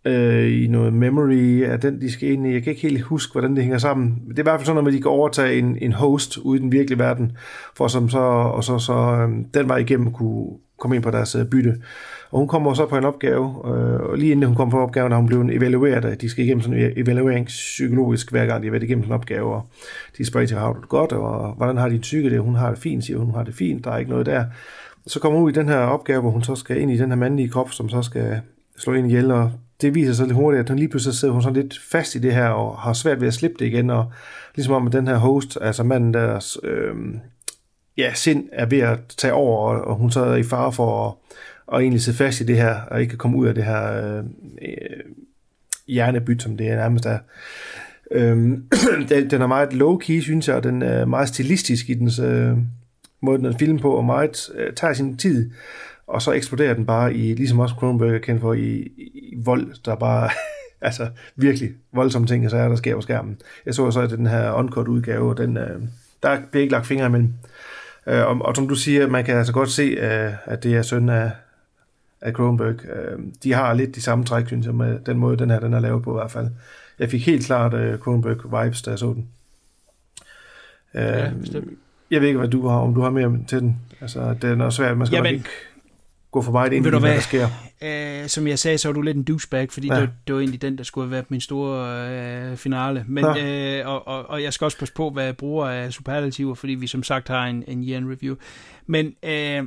øh, i noget memory af den, de skal ind i. Jeg kan ikke helt huske, hvordan det hænger sammen. Det er i hvert fald sådan noget med, at de kan overtage en, en host ude i den virkelige verden, for som så, og så, så øh, den vej igennem kunne komme ind på deres øh, bytte. Og hun kommer så på en opgave, øh, og lige inden hun kommer på opgaven, har hun blevet evalueret. De skal igennem sådan en evaluering psykologisk, hver gang de har været igennem sådan en opgave, og de spørger til, har du det godt, og hvordan har din psyke det? Hun har det fint, siger hun, hun har det fint, der er ikke noget der. Så kommer hun ud i den her opgave, hvor hun så skal ind i den her mandlige krop, som så skal slå ind ihjel, og det viser sig lidt hurtigt, at hun lige pludselig sidder hun sådan lidt fast i det her, og har svært ved at slippe det igen, og ligesom om, at den her host, altså manden deres øh, ja, sind er ved at tage over, og, og hun så er i fare for at og egentlig sidde fast i det her, og ikke kan komme ud af det her øh, hjernebyt, som det er nærmest er. Øhm, den, den er meget low-key, synes jeg, og den er meget stilistisk i dens øh, måde, den er filmet på, og meget øh, tager sin tid, og så eksploderer den bare i, ligesom også Cronenberg er kendt for, i, i vold, der bare, altså virkelig voldsomme ting, så er der sker på skærmen. Jeg så så, at den her uncut udgave, den, øh, der bliver ikke lagt fingre imellem. Øh, og, og som du siger, man kan altså godt se, øh, at det er søn af af Cronenberg. De har lidt de samme træk, synes jeg, med den måde, den her den er lavet på i hvert fald. Jeg fik helt klart uh, Cronenberg-vibes, da jeg så den. Ja, uh, jeg ved ikke, hvad du har, om du har mere til den. Altså, det er noget svært, man skal Jamen, nok ikke gå for meget ind i, hvad der sker. Øh, som jeg sagde, så er du lidt en douchebag, fordi ja. det, det var egentlig den, der skulle have været min store øh, finale. Men, øh, og, og, og jeg skal også passe på, hvad jeg bruger af superlativer, fordi vi som sagt har en, en year review. Men øh,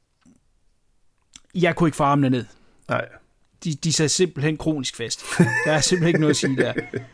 jeg kunne ikke få armene ned. Nej. De, de sad simpelthen kronisk fast. Der er simpelthen ikke noget at sige der.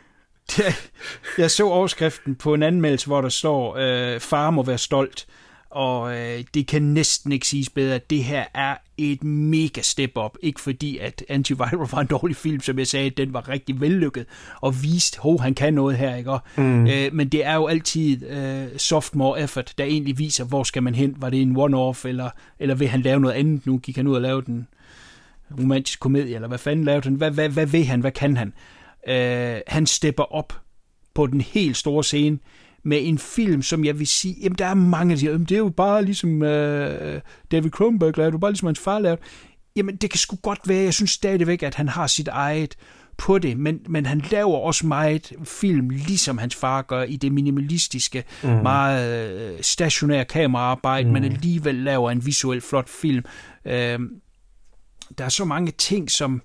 Jeg så overskriften på en anmeldelse, hvor der står, øh, far må være stolt, og øh, det kan næsten ikke siges bedre, at det her er et mega step up. Ikke fordi, at Antiviral var en dårlig film, som jeg sagde, den var rigtig vellykket, og viste, hov, han kan noget her, ikke? Mm. Øh, men det er jo altid øh, sophomore effort, der egentlig viser, hvor skal man hen? Var det en one-off, eller, eller vil han lave noget andet nu? Gik han ud og lave den romantisk komedie, eller hvad fanden lavede han? Hvad, hvad, hvad vil han? Hvad kan han? Øh, han stepper op på den helt store scene med en film, som jeg vil sige, jamen der er mange, der siger, det er jo bare ligesom øh, David Cronenberg lavede, det er bare ligesom hans far lavede. Jamen det kan sgu godt være, jeg synes stadigvæk, at han har sit eget på det, men, men han laver også meget film, ligesom hans far gør, i det minimalistiske, mm. meget øh, stationære kameraarbejde, mm. men alligevel laver en visuelt flot film. Øh, der er så mange ting, som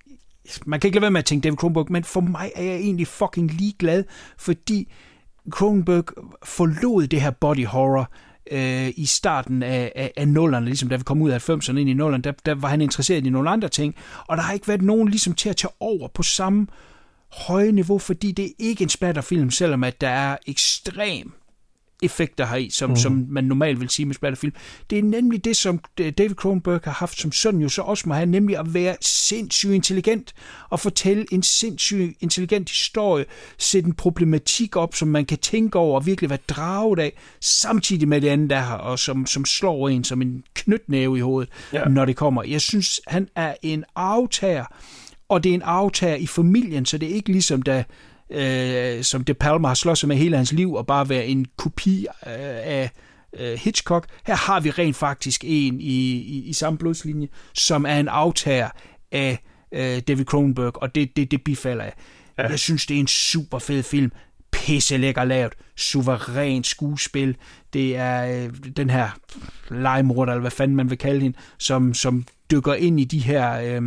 man kan ikke lade være med at tænke David Cronenberg, men for mig er jeg egentlig fucking ligeglad, fordi Cronenberg forlod det her body horror øh, i starten af, af, af nullerne, ligesom da vi kom ud af halvfemserne ind i nullerne, der, der var han interesseret i nogle andre ting, og der har ikke været nogen ligesom til at tage over på samme høje niveau, fordi det er ikke en splatterfilm, selvom at der er ekstrem effekter heri, som, mm. som man normalt vil sige med splatterfilm. Det er nemlig det, som David Cronenberg har haft som sådan jo så også må have, nemlig at være sindssygt intelligent og fortælle en sindssygt intelligent historie, sætte en problematik op, som man kan tænke over og virkelig være draget af, samtidig med det andet der her, og som, som slår en som en knytnæve i hovedet, ja. Når det kommer. Jeg synes, han er en aftager, og det er en aftager i familien, så det er ikke ligesom da Øh, som De Palma har slået sig med hele hans liv og bare være en kopi øh, af øh, Hitchcock. Her har vi rent faktisk en i, i, i samme blodslinje, som er en aftager af øh, David Cronenberg, og det, det, det bifalder jeg. Ja. Jeg synes, det er en super fed film. Pisse lækker lavet. Suverænt skuespil. Det er øh, den her legemorder, eller hvad fanden man vil kalde hende, som, som dykker ind i de her Øh,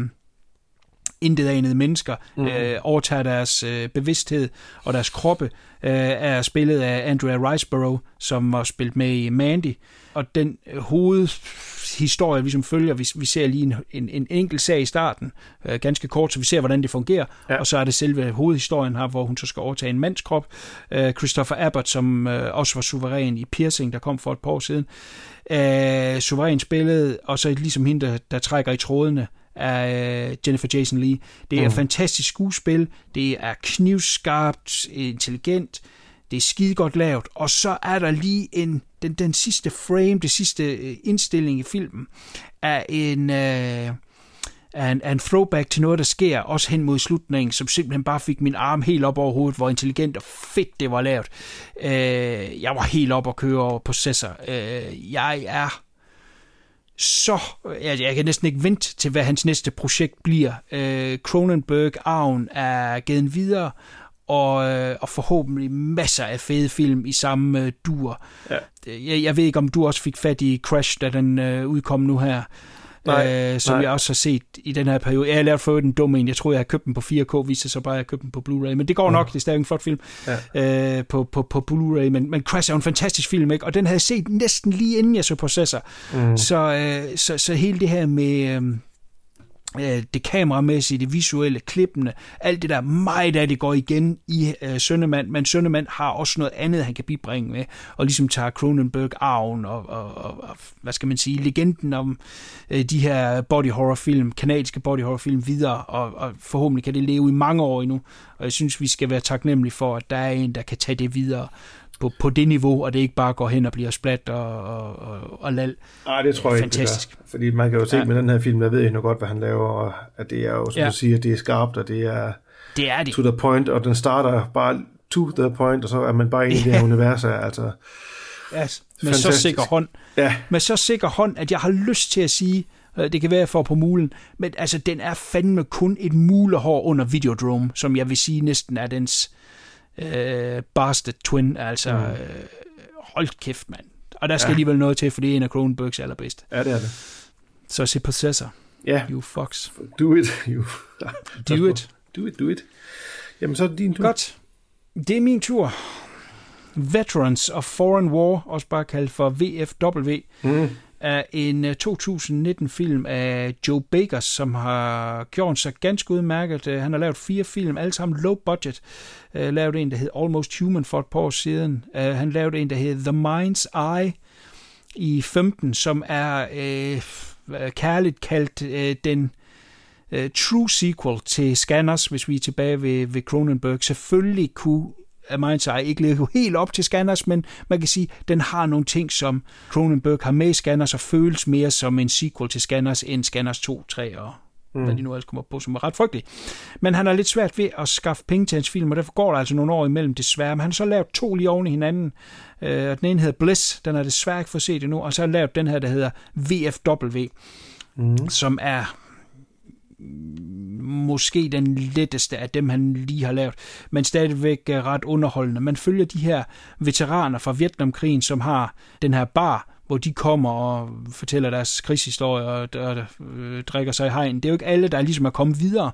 intetanede mennesker, mm-hmm. øh, overtager deres øh, bevidsthed og deres kroppe, øh, er spillet af Andrea Riseborough, som har spillet med i Mandy. Og den øh, hovedhistorie, vi som følger, vi, vi ser lige en, en, en enkelt sag i starten, øh, ganske kort, så vi ser, hvordan det fungerer. Ja. Og så er det selve hovedhistorien her, hvor hun så skal overtage en mands krop. Øh, Christopher Abbott, som øh, også var suveræn i Piercing, der kom for et par år siden. Øh, suveræn spillet, og så ligesom hende, der, der trækker i trådene, af Jennifer Jason Leigh. Det er mm. fantastisk skuespil, det er knivskarpt, intelligent, det er skide godt lavet, og så er der lige en, den, den sidste frame, det sidste indstilling i filmen, er en, øh, er en, er en throwback til noget, der sker, også hen mod slutningen, som simpelthen bare fik min arm helt op over hovedet, hvor intelligent og fedt det var lavet. Øh, jeg var helt op at køre over Possessor. Øh, jeg er så jeg, jeg kan næsten ikke vente til, hvad hans næste projekt bliver. Øh, Cronenberg-arven er givet videre, og, øh, og forhåbentlig masser af fede film i samme øh, dur. Ja. Jeg, jeg ved ikke, om du også fik fat i Crash, da den øh, udkom nu her. Nej, øh, som nej. jeg også har set i den her periode. Jeg har lært for den dumme en. Jeg troede, jeg havde købt den på fire K, viser så bare, at jeg købt den på Blu-ray. Men det går nok, mm. det er stadig en flot film ja. øh, på, på, på Blu-ray. Men, men Crash er jo en fantastisk film, ikke? Og den havde jeg set næsten lige inden jeg så Possessor. Mm. Så, øh, så, så hele det her med... Øh, det kameramæssige, det visuelle, klippene, alt det der, meget af det går igen i uh, Søndermand, men Søndermand har også noget andet, han kan bibringe med, og ligesom tager Cronenberg-arven og, og, og, og, hvad skal man sige, legenden om uh, de her body horror film, kanadiske body horror film videre, og, og forhåbentlig kan det leve i mange år endnu, og jeg synes, vi skal være taknemmelige for, at der er en, der kan tage det videre på, på det niveau, og det ikke bare går hen og bliver splat og, og, og, og lal. Nej, det tror jeg fantastisk. Ikke, fordi man kan jo se ja. med den her film, der ved jeg nu godt, hvad han laver, og at det er jo, som ja. du siger, det er skarpt, og det er, det er det. to the point, og den starter bare to the point, og så er man bare inde i ja. det her univers, altså. Ja, med fantastisk. så sikker hånd. Ja. Med så sikker hånd, at jeg har lyst til at sige, det kan være, jeg får på mulen, men altså, den er fandme kun et mulehår under Videodrome, som jeg vil sige næsten er dens Uh, Bastard Twin, altså mm. uh, hold kæft, mand. Og der skal ja. alligevel noget til, for det er en af Cronenbergs allerbedste. Ja, det er det. Så se Possessor. Ja. Yeah. You fucks. Do it. You. do it. Do it, do it. Jamen, så er det din tur. Godt. Det er min tur. Veterans of Foreign War, også bare kaldt for V F W, mm. er en to tusind nitten film af Joe Baker, som har gjort sig ganske udmærket. Han har lavet fire film, alle sammen low budget. Uh, lavet en, der hed Almost Human for et par år siden. Uh, han lavede en, der hed The Mind's Eye i femten, som er uh, kærligt kaldt uh, den uh, true sequel til Scanners, hvis vi er tilbage ved, ved Cronenberg. Selvfølgelig kunne af Mind's Eye ikke ligger helt op til Scanners, men man kan sige, at den har nogle ting, som Cronenberg har med i Scanners, og føles mere som en sequel til Scanners, end Scanners to, tre og mm. hvad de nu ellers kommer på, som er ret frygteligt. Men han har lidt svært ved at skaffe penge til hans film, og derfor går der altså nogle år imellem, desværre. Men han har så lavet to lige oven i hinanden, øh, den ene hedder Bliss, den er desværre ikke for set endnu, og så har han lavet den her, der hedder V F W, mm. som er måske den letteste af dem, han lige har lavet, men stadigvæk ret underholdende. Man følger de her veteraner fra Vietnamkrigen, som har den her bar, hvor de kommer og fortæller deres krigshistorie og, og, og øh, drikker sig i hegn. Det er jo ikke alle, der ligesom er kommet videre.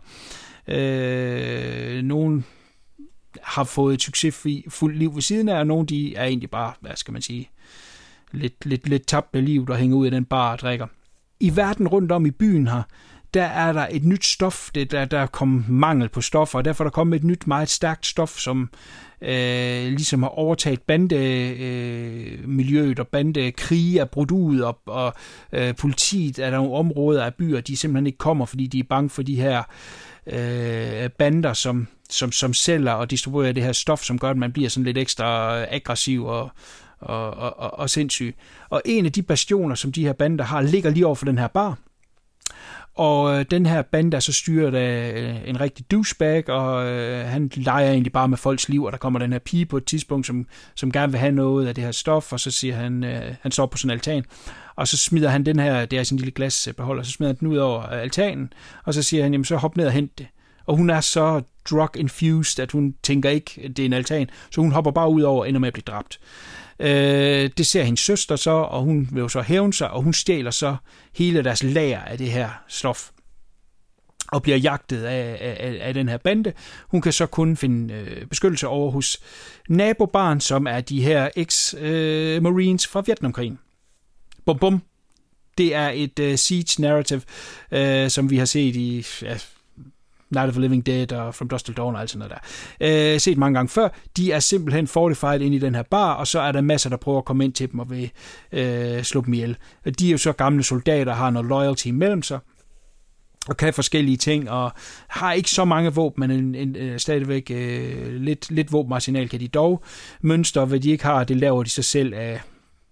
Øh, nogen har fået et succesfuldt liv ved siden af, og nogle de er egentlig bare, hvad skal man sige, lidt, lidt, lidt tabt med livet og hænger ud af den bar og drikker. I verden rundt om i byen her, der er der et nyt stof, det, der, der er kommet mangel på stoffer, og derfor er der kommet et nyt, meget stærkt stof, som øh, ligesom har overtaget bandemiljøet, øh, og bandekrige er brudt ud, og, og øh, politiet er der nogle områder af byer, de simpelthen ikke kommer, fordi de er bange for de her øh, bander, som, som, som sælger og distribuerer det her stof, som gør, at man bliver sådan lidt ekstra aggressiv og Og, og, og, og sindssyg. Og en af de bastioner, som de her bander har, ligger lige over for den her bar. Og øh, den her bande er så styret af øh, en rigtig douchebag, og øh, han leger egentlig bare med folks liv, og der kommer den her pige på et tidspunkt, som, som gerne vil have noget af det her stof, og så siger han, øh, han står på sådan en altan, og så smider han den her, det er sådan en lille glasbeholder, så smider han den ud over altanen, og så siger han, jamen så hop ned og hent det. Og hun er så drug-infused, at hun tænker ikke, at det er en altan, så hun hopper bare ud over og ender med at blive dræbt. Øh, det ser hendes søster så, og hun vil jo så hævne sig, og hun stjæler så hele deres lager af det her stof, og bliver jagtet af, af, af den her bande. Hun kan så kun finde øh, beskyttelse over hos nabobarn, som er de her ex-marines øh, fra Vietnamkrigen. Bum bum. Det er et øh, siege narrative, øh, som vi har set i... Ja, Night of the Living Dead og From Dusk Till Dawn og alt sådan noget der. Øh, set mange gange før. De er simpelthen fortified ind i den her bar, og så er der masser, der prøver at komme ind til dem og vil øh, slå dem ihjel. De er jo så gamle soldater, har noget loyalty mellem sig, og kan forskellige ting, og har ikke så mange våben, men en, en, en, stadigvæk øh, lidt, lidt våbenarsenal kan de dog. Mønster, hvad de ikke har, det laver de sig selv af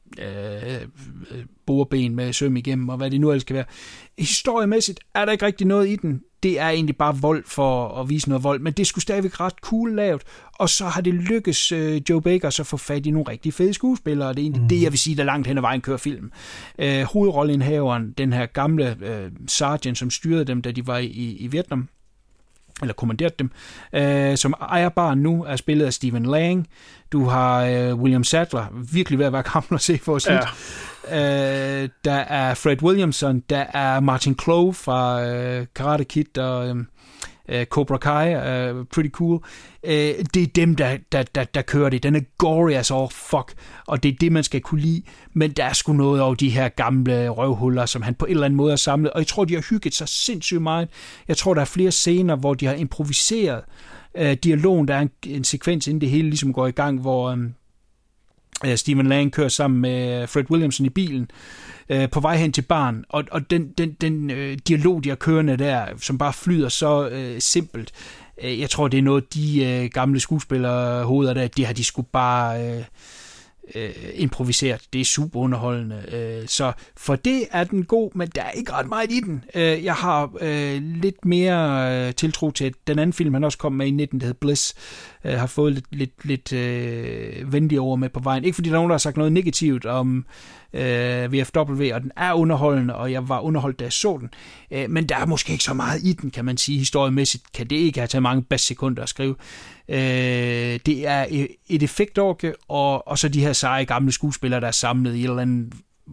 øh, bordben med søm igennem, og hvad det nu ellers skal være. Historiemæssigt er der ikke rigtig noget i den. Det er egentlig bare vold for at vise noget vold, men det skulle stadigvæk ret cool lavet, og så har det lykkes øh, Joe Baker så at få fat i nogle rigtig fede skuespillere, og det er egentlig mm. det, jeg vil sige, der langt hen ad vejen kører film. Øh, hovedrolleindhaveren, den her gamle øh, sergeant, som styrede dem, da de var i, i Vietnam, eller kommanderede dem, øh, som ejer baren nu, er spillet af Stephen Lang. Du har øh, William Sadler, virkelig ved at være gammel at se for os lidt. Ja. Øh, der er Fred Williamson, der er Martin Clove fra øh, Karate Kid og øh, Cobra Kai, øh, pretty cool. Øh, det er dem, der, der, der, der kører det. Den er gory as all fuck, og det er det, man skal kunne lide. Men der er sgu noget over de her gamle røvhuller, som han på en eller anden måde har samlet. Og jeg tror, de har hygget sig sindssygt meget. Jeg tror, der er flere scener, hvor de har improviseret øh, dialogen. Der er en, en sekvens, inden det hele ligesom går i gang, hvor øh, Stephen Lang kører sammen med Fred Williamson i bilen øh, på vej hen til baren. Og, og den, den, den øh, dialog, de har kørende der, som bare flyder så øh, simpelt. Jeg tror, det er noget, de øh, gamle skuespillere hoveder der, det har de sgu bare øh, øh, improviseret. Det er super underholdende. Øh, så for det er den god, men der er ikke ret meget i den. Øh, jeg har øh, lidt mere øh, tiltro til, at den anden film, han også kom med i nitten, der hedder Bliss, øh, har fået lidt, lidt, lidt øh, venlige ord med på vejen. Ikke fordi der er nogen, der har sagt noget negativt om Uh, V F W, og den er underholdende, og jeg var underholdt, da jeg så den. Uh, men der er måske ikke så meget i den, kan man sige. Historiemæssigt kan det ikke have taget mange basssekunder at skrive. Uh, det er et effektorke, og, og så de her seje gamle skuespillere, der er samlet i et eller andet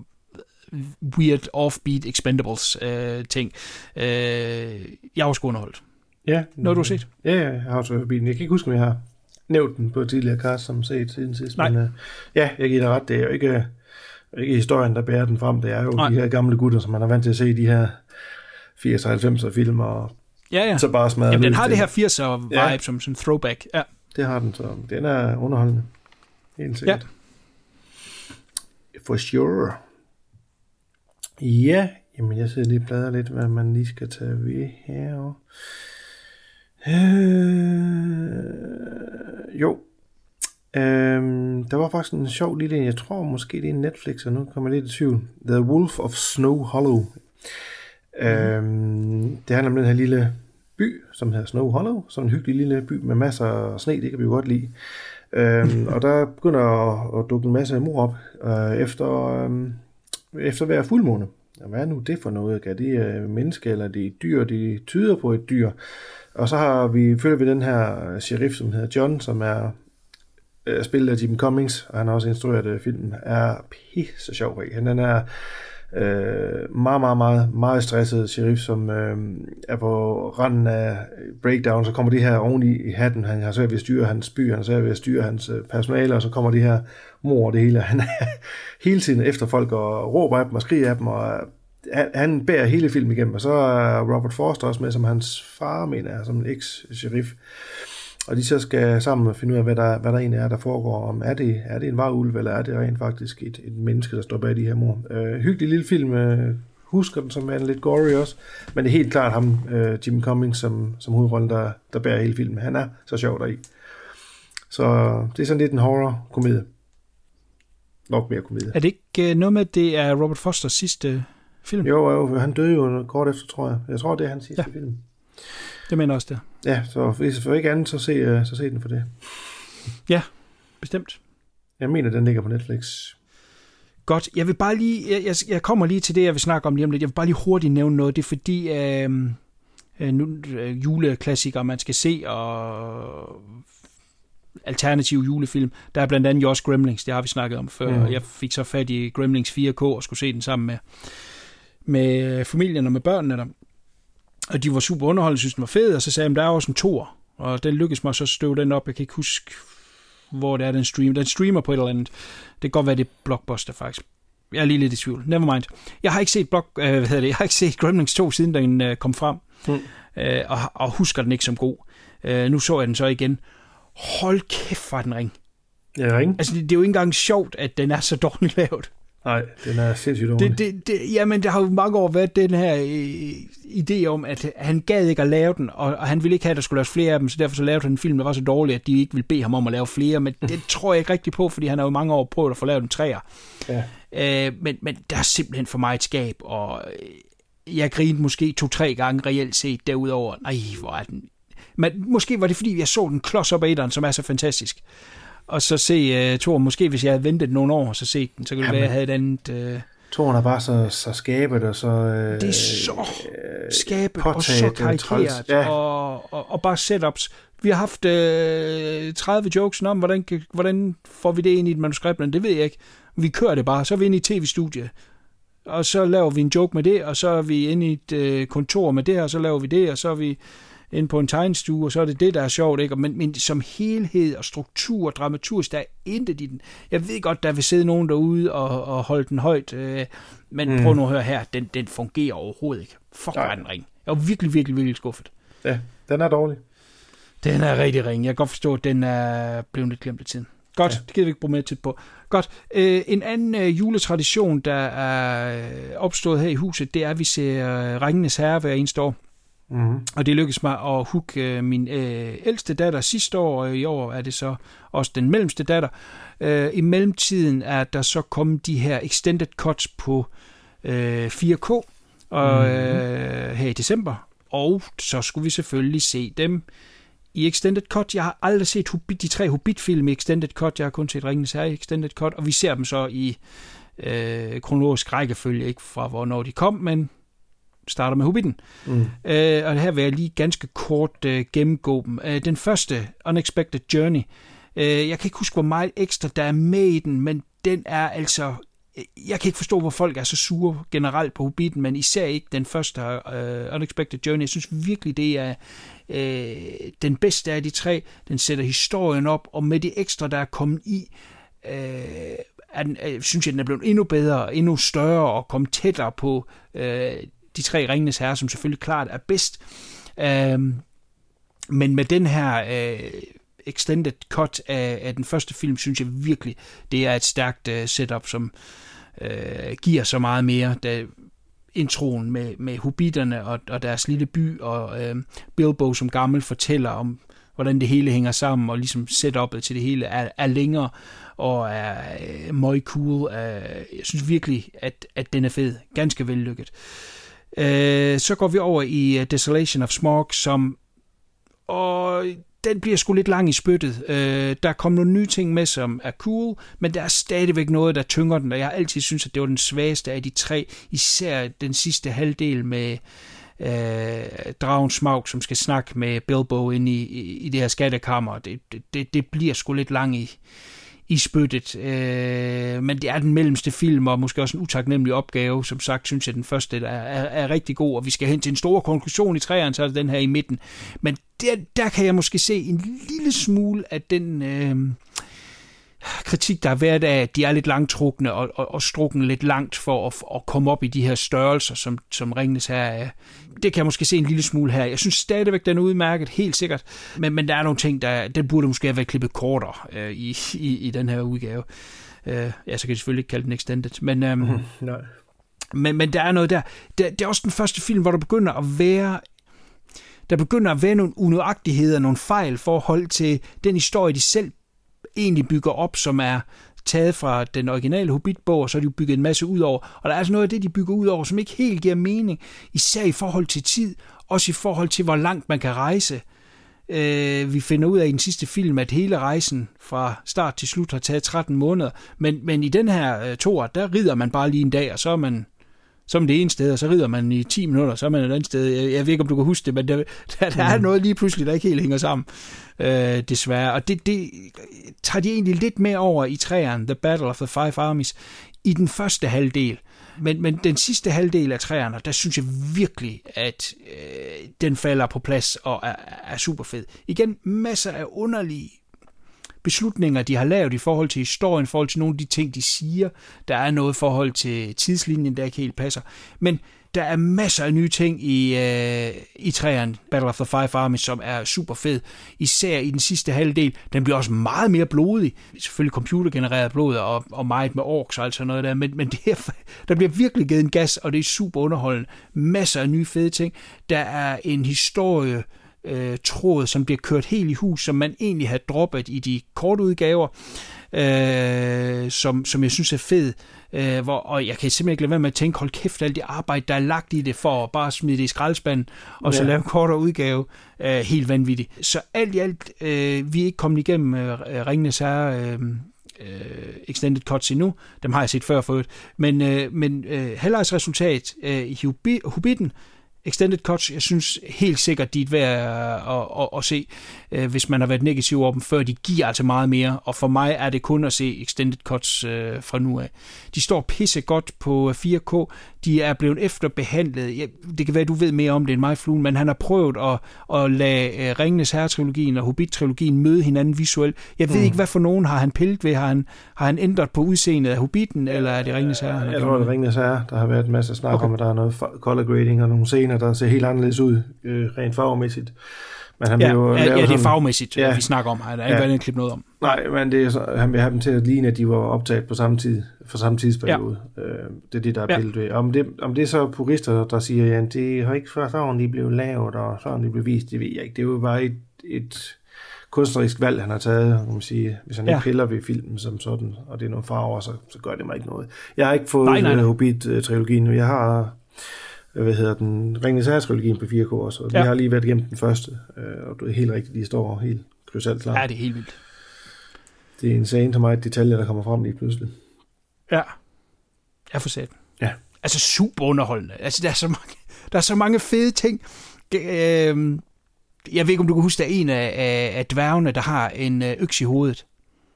weird offbeat Expendables uh, ting. Uh, jeg var sgu underholdt. Ja. Noget du har set? Ja, ja, jeg har også bilen. Jeg kan ikke huske, om jeg har nævnt den på et tidligere cast, som set siden sidst. Nej. Men uh, ja, jeg giver dig ret. Det er jo ikke... ikke historien, der bærer den frem. Det er jo Nej. de her gamle gutter, som man er vant til at se i de her firs og halvfemser film, og ja, ja. så bare smadret. Jamen, den har det her firser vibe, ja. som sådan throwback. Ja. Det har den, så den er underholdende. Helt sikkert. Ja. For sure. Ja, jamen jeg sidder lige og bladrer lidt, hvad man lige skal tage ved her. Øh, jo. Øhm, der var faktisk en sjov lille en, jeg tror måske det er Netflix, og nu kommer jeg lidt i tvivl. The Wolf of Snow Hollow. Mm. Øhm, det handler om den her lille by, som hedder Snow Hollow, sådan en hyggelig lille by med masser af sne, det kan vi jo godt lide. Øhm, og der begynder at, at dukke en masse mor op øh, efter, øh, efter hver fuldmåne. Og hvad er nu det for noget? Er det øh, menneske, eller det er dyr? De tyder på et dyr. Og så har vi, følger vi den her sheriff, som hedder John, som er spillet af Jim Cummings, og han har også instrueret filmen, er pisse sjov. Han er øh, meget, meget, meget, meget stresset sheriff, som øh, er på randen af breakdown, så kommer de her oveni i hatten, han har svært ved at styre hans by, han har svært ved at styre hans personale, og så kommer de her mor og det hele, han er hele tiden efter folk og råber af dem og skriger af dem, og han, han bærer hele filmen igennem, og så er Robert Forster også med, som hans far mener er, som en eks-sheriff. Og de så skal sammen finde ud af, hvad der, hvad der egentlig er, der foregår. Om er det, er det en varulv, eller er det rent faktisk et, et menneske, der står bag de her mord. Øh, hyggelig lille film. Øh, husker den som er lidt gory også. Men det er helt klart ham, øh, Jim Cummings, som, som hovedrollen, der, der bærer hele filmen. Han er så sjov deri. Så det er sådan lidt en horror-komedie. Nok mere komedie. Er det ikke øh, noget med, at det er Robert Fosters sidste film? Jo, jo, han døde jo kort efter, tror jeg. Jeg tror, det er hans sidste ja. film. Jeg mener også det. Ja, så hvis for ikke andet, så se, så se den for det. Ja, bestemt. Jeg mener, den ligger på Netflix. Godt. Jeg vil bare lige, jeg, jeg kommer lige til det, jeg vil snakke om lige om lidt. Jeg vil bare lige hurtigt nævne noget. Det er fordi, øh, nu øh, juleklassikere, man skal se, og alternative julefilm. Der er blandt andet jo også Gremlins, det har vi snakket om før. Mm. Jeg fik så fat i Gremlins fire K og skulle se den sammen med, med familien og med børnene der. Og de var super underholdende, synes den var fed, og så sagde jeg, der er også en toer, og den lykkedes mig så at støve den op. Jeg kan ikke huske, hvor det er, den streamer. Den streamer på et eller andet. Det kan godt være, det er Blockbuster faktisk. Jeg er lige lidt i tvivl. Never mind. Jeg har ikke set, Block, øh, hvad hedder det? Jeg har ikke set Gremlins to, siden den øh, kom frem, mm. øh, og, og husker den ikke som god. Øh, nu så jeg den så igen. Hold kæft, for den ring. Ja, ring. Altså, det, det er jo ikke engang sjovt, at den er så dårligt lavet. Nej, den er sindssygt dårlig. Det, det, det, jamen, der har jo mange år været den her øh, idé om, at han gad ikke at lave den, og, og han ville ikke have, at der skulle laves flere af dem, så derfor så lavede han en film, der var så dårlig, at de ikke ville bede ham om at lave flere, men det tror jeg ikke rigtig på, fordi han har jo mange år prøvet at få lavet en træer. Ja. Øh, men, men der er simpelthen for meget skab, og øh, jeg grinede måske to-tre gange reelt set derudover. Nej, hvor er den... Men måske var det, fordi jeg så den klods op af etteren, som er så fantastisk. Og så se uh, Thor, måske hvis jeg havde ventet nogle år, så set den, så kunne det være, at jeg havde et andet... Uh... Thor er bare så, så skabet, og så... Uh, det er så skabet, og så karikeret, ja. og, og, og bare setups. Vi har haft uh, tredive jokes om, hvordan, hvordan får vi det ind i et manuskript, men det ved jeg ikke. Vi kører det bare, så er vi inde i et tv-studie, og så laver vi en joke med det, og så er vi inde i et uh, kontor med det, og så laver vi det, og så er vi... ind på en tegnestue, og så er det det, der er sjovt, ikke? Men, men som helhed og struktur og dramaturgisk, der er intet i den. Jeg ved godt, der vil sidde nogen derude og, og holde den højt, øh, men mm. prøv nu at høre her, den, den fungerer overhovedet ikke. Fuck, var den ring. Jeg var virkelig, virkelig, virkelig skuffet. Ja, den er dårlig. Den er rigtig ring. Jeg kan godt forstå, at den er blevet lidt glemt i tiden. Godt, ja. Det gider vi ikke bruge mere tid på. Godt. Øh, en anden øh, juletradition, der er opstået her i huset, det er, at vi ser øh, Ringenes Herre hver eneste år. Mm-hmm. Og det lykkedes mig at hooke øh, min øh, ældste datter sidste år, og i år er det så også den mellemste datter. Øh, I mellemtiden er der så kommet de her extended cuts på øh, fire K og, øh, her i december, og så skulle vi selvfølgelig se dem i extended cut. Jeg har aldrig set Hobbit, de tre Hobbit-film i extended cut, jeg har kun set Ringenes Herre i extended cut, og vi ser dem så i øh, kronologisk rækkefølge, ikke fra hvornår de kom, men starter med Hobbiten. Mm. Øh, og her vil jeg lige ganske kort øh, gennemgå dem. Øh, den første, Unexpected Journey. Øh, jeg kan ikke huske, hvor meget ekstra der er med i den, men den er altså... Jeg kan ikke forstå, hvor folk er så sure generelt på Hobbiten, men især ikke den første øh, Unexpected Journey. Jeg synes virkelig, det er øh, den bedste af de tre. Den sætter historien op, og med de ekstra, der er kommet i, øh, er den, øh, synes jeg, den er blevet endnu bedre, endnu større og kommet tættere på... Øh, de tre Ringenes Herre, som selvfølgelig klart er bedst. Øhm, men med den her øh, extended cut af, af den første film, synes jeg virkelig, det er et stærkt øh, setup, som øh, giver så meget mere. Da introen med, med hobbiterne og, og deres lille by, og øh, Bilbo som gammel fortæller om, hvordan det hele hænger sammen, og ligesom setupet til det hele er, er længere, og er øh, meget cool. Øh, jeg synes virkelig, at, at den er fed. Ganske vellykket. Øh, så går vi over i uh, Desolation of Smaug, som og den bliver sgu lidt lang i spyttet. Øh, der kommer nogle nye ting med, som er cool, men der er stadigvæk noget, der tynger den, og jeg har altid syntes, at det var den svageste af de tre, især den sidste halvdel med øh, dragen Smaug, som skal snakke med Bilbo inde i, i, i det her skattekammer. Det, det, det bliver sgu lidt lang i i spyttet, øh, men det er den mellemste film, og måske også en utaknemmelig opgave. Som sagt, synes jeg, den første er, er, er rigtig god, og vi skal hen til en stor konklusion i træerne, så er det den her i midten. Men der, der kan jeg måske se en lille smule af den øh, kritik, der har været af, at de er lidt langtrukne og, og, og strukken lidt langt for at, at komme op i de her størrelser, som, som Ringenes Herre er. Det kan jeg måske se en lille smule her. Jeg synes stadigvæk, den er udmærket, helt sikkert. Men, men der er nogle ting, der den burde måske have været klippet kortere øh, i, i, i den her udgave. Øh, ja, så kan jeg selvfølgelig ikke kalde den extended. Men, øhm, mm, nej. men, men der er noget der. der. Det er også den første film, hvor der begynder at være... Der begynder at være nogle unøjagtigheder, nogle fejl i forhold til den historie, de selv egentlig bygger op, som er taget fra den originale Hobbit-bog, og så er de jo bygget en masse ud over. Og der er altså noget af det, de bygger ud over, som ikke helt giver mening, især i forhold til tid, også i forhold til, hvor langt man kan rejse. Øh, vi finder ud af i den sidste film, at hele rejsen fra start til slut har taget tretten måneder, men, men i den her uh, toer, der rider man bare lige en dag, og så er man så er man det ene sted, og så rider man i ti minutter, så er man et andet sted. Jeg, jeg ved ikke, om du kan huske det, men der, der, der er noget lige pludselig, der ikke helt hænger sammen, øh, desværre. Og det, det tager de egentlig lidt med over i træerne, The Battle of the Five Armies, i den første halvdel. Men, men den sidste halvdel af træerne, der synes jeg virkelig, at øh, den falder på plads og er, er super fed. Igen, masser af underlige beslutninger, de har lavet i forhold til historien, i forhold til nogle af de ting, de siger. Der er noget i forhold til tidslinjen, der ikke helt passer. Men der er masser af nye ting i, øh, i træerne, Battle of the Five Armies, som er super fed. Især i den sidste halvdel. Den bliver også meget mere blodig. Selvfølgelig computergenereret blod og, og meget med orks og alt sådan noget der. Men, men det er, der bliver virkelig givet en gas, og det er super underholdende. Masser af nye fede ting. Der er en historie øh, tråd, som bliver kørt helt i hus, som man egentlig har droppet i de korte udgaver, øh, som, som jeg synes er fed. Øh, hvor, og jeg kan simpelthen ikke lade være med at tænke, hold kæft, alt det arbejde, der er lagt i det, for at bare smide det i skraldespanden, og ja. så lave en kortere udgave, øh, helt vanvittigt. Så alt i alt, øh, vi er ikke kommet igennem øh, Ringenes Herre øh, øh, Extended Cuts endnu, dem har jeg set før forut, men, øh, men øh, halvlejsresultat øh, i Hobbiten, Extended Cuts, jeg synes helt sikkert, de er værd at, at, at, at se, øh, hvis man har været negativ over dem før. De giver altså meget mere, og for mig er det kun at se Extended Cuts øh, fra nu af. De står pisse godt på fire K. De er blevet efterbehandlet. Ja, det kan være, du ved mere om det end mig, Fluen, men han har prøvet at, at lade øh, Ringenes Herre-trilogien og Hobbit-trilogien møde hinanden visuelt. Jeg ved mm. ikke, hvad for nogen har han pillet ved. Har han, har han ændret på udseendet af Hobbiten, eller er det Ringenes Herre? Jeg tror, det er Ringenes Herre. Der har været en masse snak okay. om, at der er noget color grading og nogle scener, der ser helt anderledes ud, øh, rent farvemæssigt. Men han ja, jo ja, ja, det er farvemæssigt, ja. vi snakker om her. Der er ikke ja. været en klip noget om. Nej, men det er så, han vil have dem til at ligne, at de var optaget på samme tid, for samme tidsperiode. Ja. Øh, det er det, der er ja. billedet ved. Om det, om det er så purister, der siger, ja, det har ikke først sådan, de blev lavet, og sådan de blev vist, det ved jeg ikke. Det er jo bare et, et kunstnerisk valg, han har taget, kan man sige. Hvis han ja. ikke piller ved filmen som sådan, og det er nogle farver, så, så gør det mig ikke noget. Jeg har ikke fået nej, nej, nej. Hobbit-trilogien, jeg har... hvad hedder den, Ringenes Herre-trilogien på fire K også, og ja. vi har lige været igennem den første, øh, og det er helt rigtigt, de står helt krydsalt klar. Ja, det er helt vildt. Det er insane til mig, detaljer, der kommer frem lige pludselig. Ja, jeg får set. Ja. Altså super underholdende. Altså, der er så mange, der er så mange fede ting. Det, øh, jeg ved ikke, om du kan huske, der er en af, af, af dværgene, der har en øh, øks i hovedet.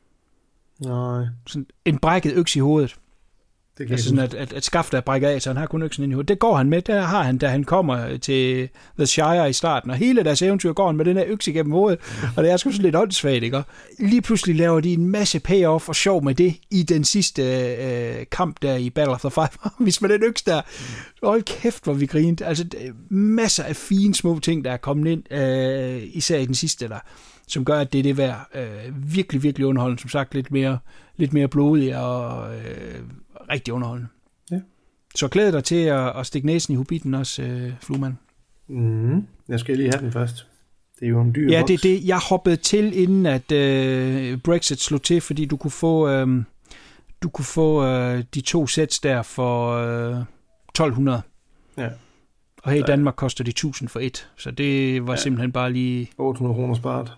Nej. Sådan en brækket øks i hovedet. Altså sådan, at, at, at skaftet er brækket af, så han har kun øksen ind i hovedet. Det går han med, der har han, da han kommer til The Shire i starten, og hele deres eventyr går han med den her økse igennem hovedet, og det er sgu sådan lidt åndssvagt, ikke? Lige pludselig laver de en masse payoff og sjov med det i den sidste øh, kamp der i Battle of the Five Armies med den øks der. Hold kæft, hvor vi grinte. Altså masser af fine små ting, der er kommet ind, øh, især i den sidste der, som gør, at det er det værd. Øh, virkelig, virkelig underholdende. Som sagt, lidt mere, lidt mere blodig og øh, rigtig underholdende. Ja. Så glæder dig til at, at stikke næsen i Hobbiten også, øh, Fluemann. Mm. Jeg skal lige have den først. Det er jo en dyr Ja, boks. det er det. Jeg hoppede til, inden at øh, Brexit slog til, fordi du kunne få, øh, du kunne få øh, de to sets der for øh, tolv hundrede. Ja. Og her i Danmark koster de tusind for et. Så det var ja. simpelthen bare lige... otte hundrede kroner sparet.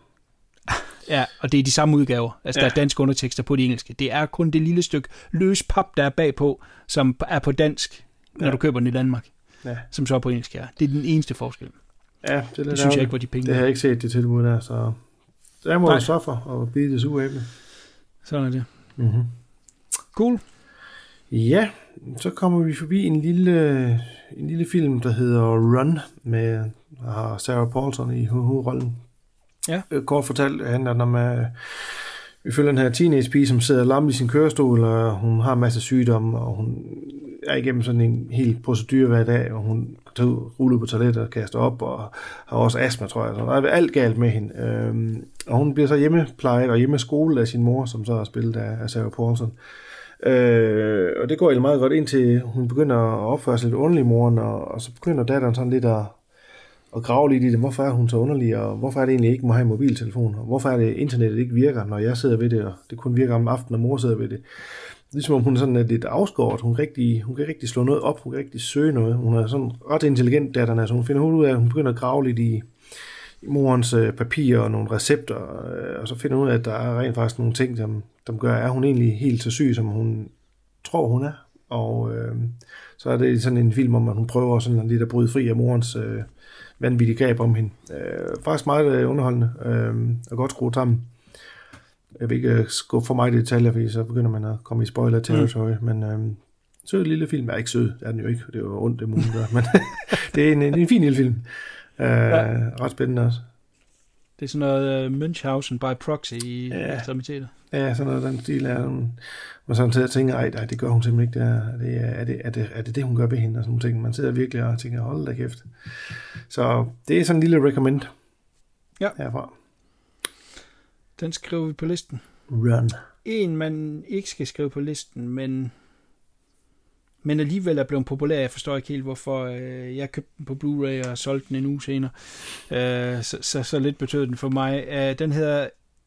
Ja, og det er de samme udgaver. Altså, ja. der er danske undertekster på de engelske. Det er kun det lille stykke løs pap, der er bagpå, som er på dansk, når ja. du køber den i Danmark. Ja. Som så er på engelsk, ja. Det er den eneste forskel. Ja, det, er det synes jeg ikke, hvor de penge. Det har jeg ikke set det tilbud der, så der må du suffer og bide det sure æble. Sådan er det. Mm-hmm. Cool. Ja, så kommer vi forbi en lille, en lille film, der hedder Run, med uh, Sarah Paulson i hovedrollen. Ja. Kort fortalt handler det om, at vi følger den her teenage-pige, som sidder lam i sin kørestol, og hun har en masse sygdomme, og hun er igennem sådan en helt procedure hver dag, og hun tager ud, ruller på toilettet og kaster op, og har også astma, tror jeg. Så der er alt galt med hende. Øhm, og hun bliver så hjemmeplejet og hjemmeskole af sin mor, som så er spillet af, af Sarah Paulson. Øh, og det går egentlig meget godt, indtil hun begynder at opføre sig lidt underlig, moren, og, og så begynder datteren sådan lidt at og grave lidt i det. Hvorfor er hun så underlig, og hvorfor er det egentlig ikke må have en mobiltelefon, og hvorfor er det internettet ikke virker, når jeg sidder ved det, og det kun virker om aftenen, når mor sidder ved det. Ligesom om hun er sådan lidt afskåret. Hun, rigtig, hun kan rigtig slå noget op, hun kan rigtig søge noget. Hun er sådan ret intelligent, datteren er, så hun finder ud af, at hun begynder at grave lidt i, i morens øh, papirer og nogle recepter, øh, og så finder hun ud af, at der er rent faktisk nogle ting, som, som gør, er hun egentlig helt så syg, som hun tror, hun er. Og øh, så er det sådan en film om, at hun prøver sådan lidt at bryde fri af morens øh, vanvittige greb om hende. Øh, faktisk meget øh, underholdende øh, og godt skruet sammen. Jeg vil ikke skubbe for meget i detaljer, fordi så begynder man at komme i spoiler territory, mm. men øh, sød lille film er ikke sød, det er den jo ikke, det er jo ondt, det må man gøre, men det er en, en, en fin lille film. Øh, ja. Ret spændende også. Det er sådan noget uh, Münchhausen by proxy i ja. ekstremiteter. Ja, sådan noget den stil er hun. Man sådan tænker, ej, ej, det gør hun simpelthen ikke. Det er, det er, er, det, er, det, er det det, hun gør ved hende? Og sådan nogle ting. Man sidder virkelig og tænker, hold da kæft. Så det er sådan en lille recommend ja. herfra. Den skriver vi på listen. Run. En, man ikke skal skrive på listen, men, men alligevel er blevet populær. Jeg forstår ikke helt, hvorfor. Øh, jeg købte den på Blu-ray og solgte den en uge senere. Øh, så, så, så lidt betød den for mig. Øh, den hedder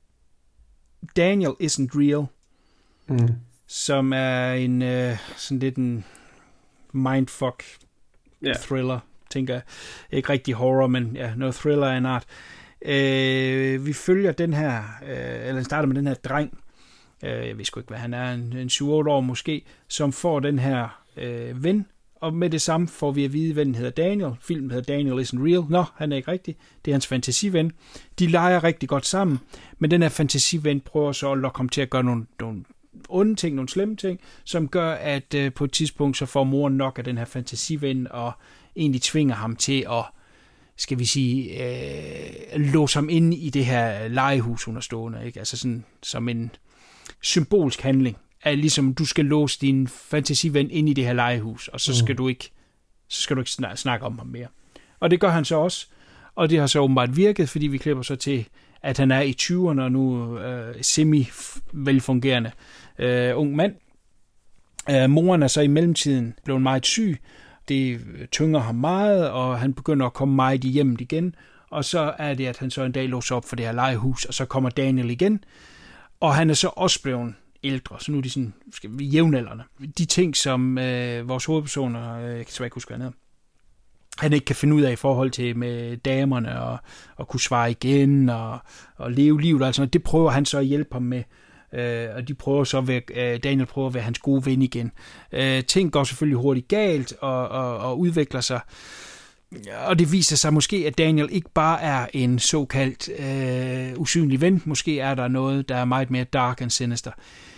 Daniel Isn't Real, mm. som er en øh, sådan lidt en mindfuck yeah. thriller, tænker jeg. Ikke rigtig horror, men ja, noget thriller af en art. Øh, vi følger den her, øh, eller starter med den her dreng, øh, jeg ved sgu ikke, hvad han er, en, en syv otte år måske, som får den her øh, ven, og med det samme får vi at vide, hvad den hedder Daniel. Filmen hedder Daniel Isn't Real. Nå, han er ikke rigtig. Det er hans fantasiven. De leger rigtig godt sammen, men den her fantasiven prøver så at lokke ham til at gøre nogle, nogle onde ting, nogle slemme ting, som gør, at øh, på et tidspunkt, så får moren nok af den her fantasiven, og egentlig tvinger ham til at, skal vi sige, øh, låse ham inde i det her legehus, hun er stående, ikke? Altså sådan som en symbolsk handling. Er ligesom, du skal låse din fantasiven ind i det her legehus, og så skal mm. du ikke så skal du ikke snak, snakke om ham mere. Og det gør han så også, og det har så åbenbart virket, fordi vi klipper så til, at han er i tyverne, og nu øh, semi-velfungerende øh, ung mand. Øh, moren er så i mellemtiden blevet meget syg, det tynger ham meget, og han begynder at komme meget i hjemmet igen, og så er det, at han så en dag låser op for det her legehus, og så kommer Daniel igen, og han er så også blevet ældre, så nu er de sådan, skal vi jævnaldrende. De ting, som øh, vores hovedpersoner, øh, jeg kan svært ikke huske, hvad han hedder, han ikke kan finde ud af i forhold til med damerne, og, og kunne svare igen, og, og leve livet, og alt sådan noget, det prøver han så at hjælpe ham med, øh, og de prøver så at være, øh, Daniel prøver at være hans gode ven igen. Øh, ting går selvfølgelig hurtigt galt, og, og, og udvikler sig, og det viser sig måske, at Daniel ikke bare er en såkaldt øh, usynlig ven, måske er der noget, der er meget mere dark and sinister.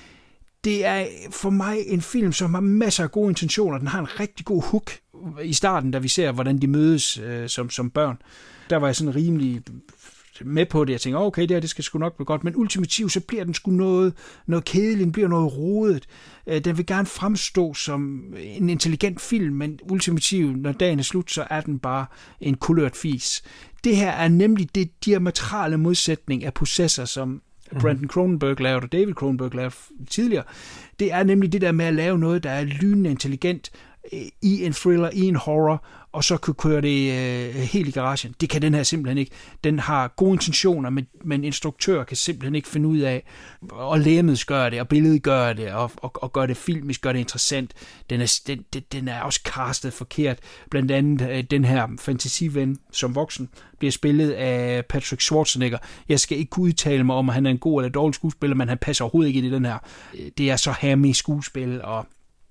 Det er for mig en film, som har masser af gode intentioner. Den har en rigtig god hook i starten, da vi ser, hvordan de mødes øh, som, som børn. Der var jeg sådan rimelig med på det. Jeg tænkte, okay, det her, det skal sgu nok blive godt. Men ultimativt, så bliver den sgu noget, noget kedeligt, den bliver noget rodet. Øh, den vil gerne fremstå som en intelligent film, men ultimativt, når dagen er slut, så er den bare en kulørt fis. Det her er nemlig det diametrale modsætning af Possessor, som Brandon Cronenberg lavede, og David Cronenberg lavede tidligere. Det er nemlig det der med at lave noget, der er lynende intelligent i en thriller, i en horror, og så kan køre det øh, helt i garagen. Det kan den her simpelthen ikke. Den har gode intentioner, men, men instruktør kan simpelthen ikke finde ud af, og lægemet gør det, og billedet gør det, og, og, og gør det filmisk, gør det interessant. Den er, den, den er også castet forkert. Blandt andet øh, den her fantasiven som voksen bliver spillet af Patrick Schwarzenegger. Jeg skal ikke kunne udtale mig om, at han er en god eller dårlig skuespiller, men han passer overhovedet ikke ind i den her. Det er så hammy skuespil, og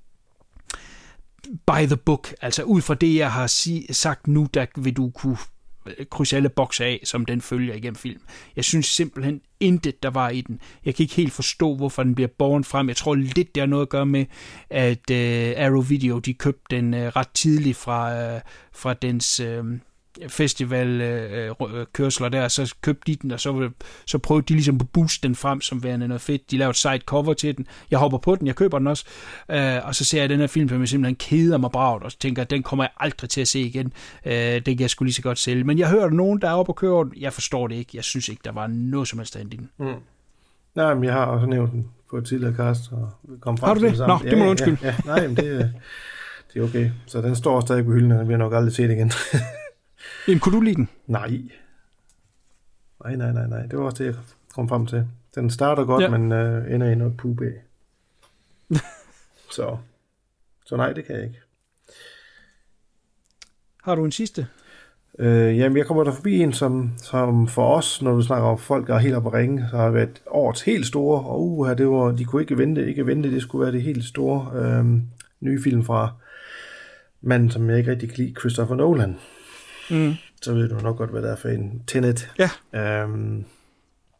by the book, altså ud fra det, jeg har sig, sagt nu, der vil du kunne krydse alle bokser af, som den følger igennem film. Jeg synes simpelthen intet, der var i den. Jeg kan ikke helt forstå, hvorfor den bliver båret frem. Jeg tror lidt, det har noget at gøre med, at uh, Arrow Video, de købte den uh, ret tidligt fra, uh, fra dens uh, festivalkørsler uh, der, så købte de den, og så, så prøvede de ligesom at booste den frem som værende noget fedt. De lavede et side cover til den. Jeg hopper på den, jeg køber den også, uh, og så ser jeg den her film, som jeg simpelthen keder mig bragt, og så tænker jeg, den kommer jeg aldrig til at se igen. Uh, det kan jeg sgu lige så godt sælge. Men jeg hører nogen, der er oppe og kører den. Jeg forstår det ikke. Jeg synes ikke, der var noget som helst derinde i den. Mm. Nej, men jeg har også nævnt den på et tidligere cast, og kom frem har du det? til det Nå, det må du undskylde. Ja, ja. Nej, men det, det er okay. Så den står stadig på hylden, og den bliver nok aldrig set igen. Jamen, kunne du lide den? Nej. Nej, nej, nej, nej. Det var også det, jeg kom frem til. Den starter godt, ja. men øh, ender i noget pube. så. så nej, det kan jeg ikke. Har du en sidste? Øh, jamen, jeg kommer der forbi en, som, som for os, når du snakker om folk, der er helt op at ringe, så har været årets helt store, og uh, det var, de kunne ikke vente, ikke vente, det skulle være det helt store øh, nye film fra manden, som jeg ikke rigtig kan lide, Christopher Nolan. Mm. Så ved du nok godt, hvad der er for en Tenet. Ja. Øhm,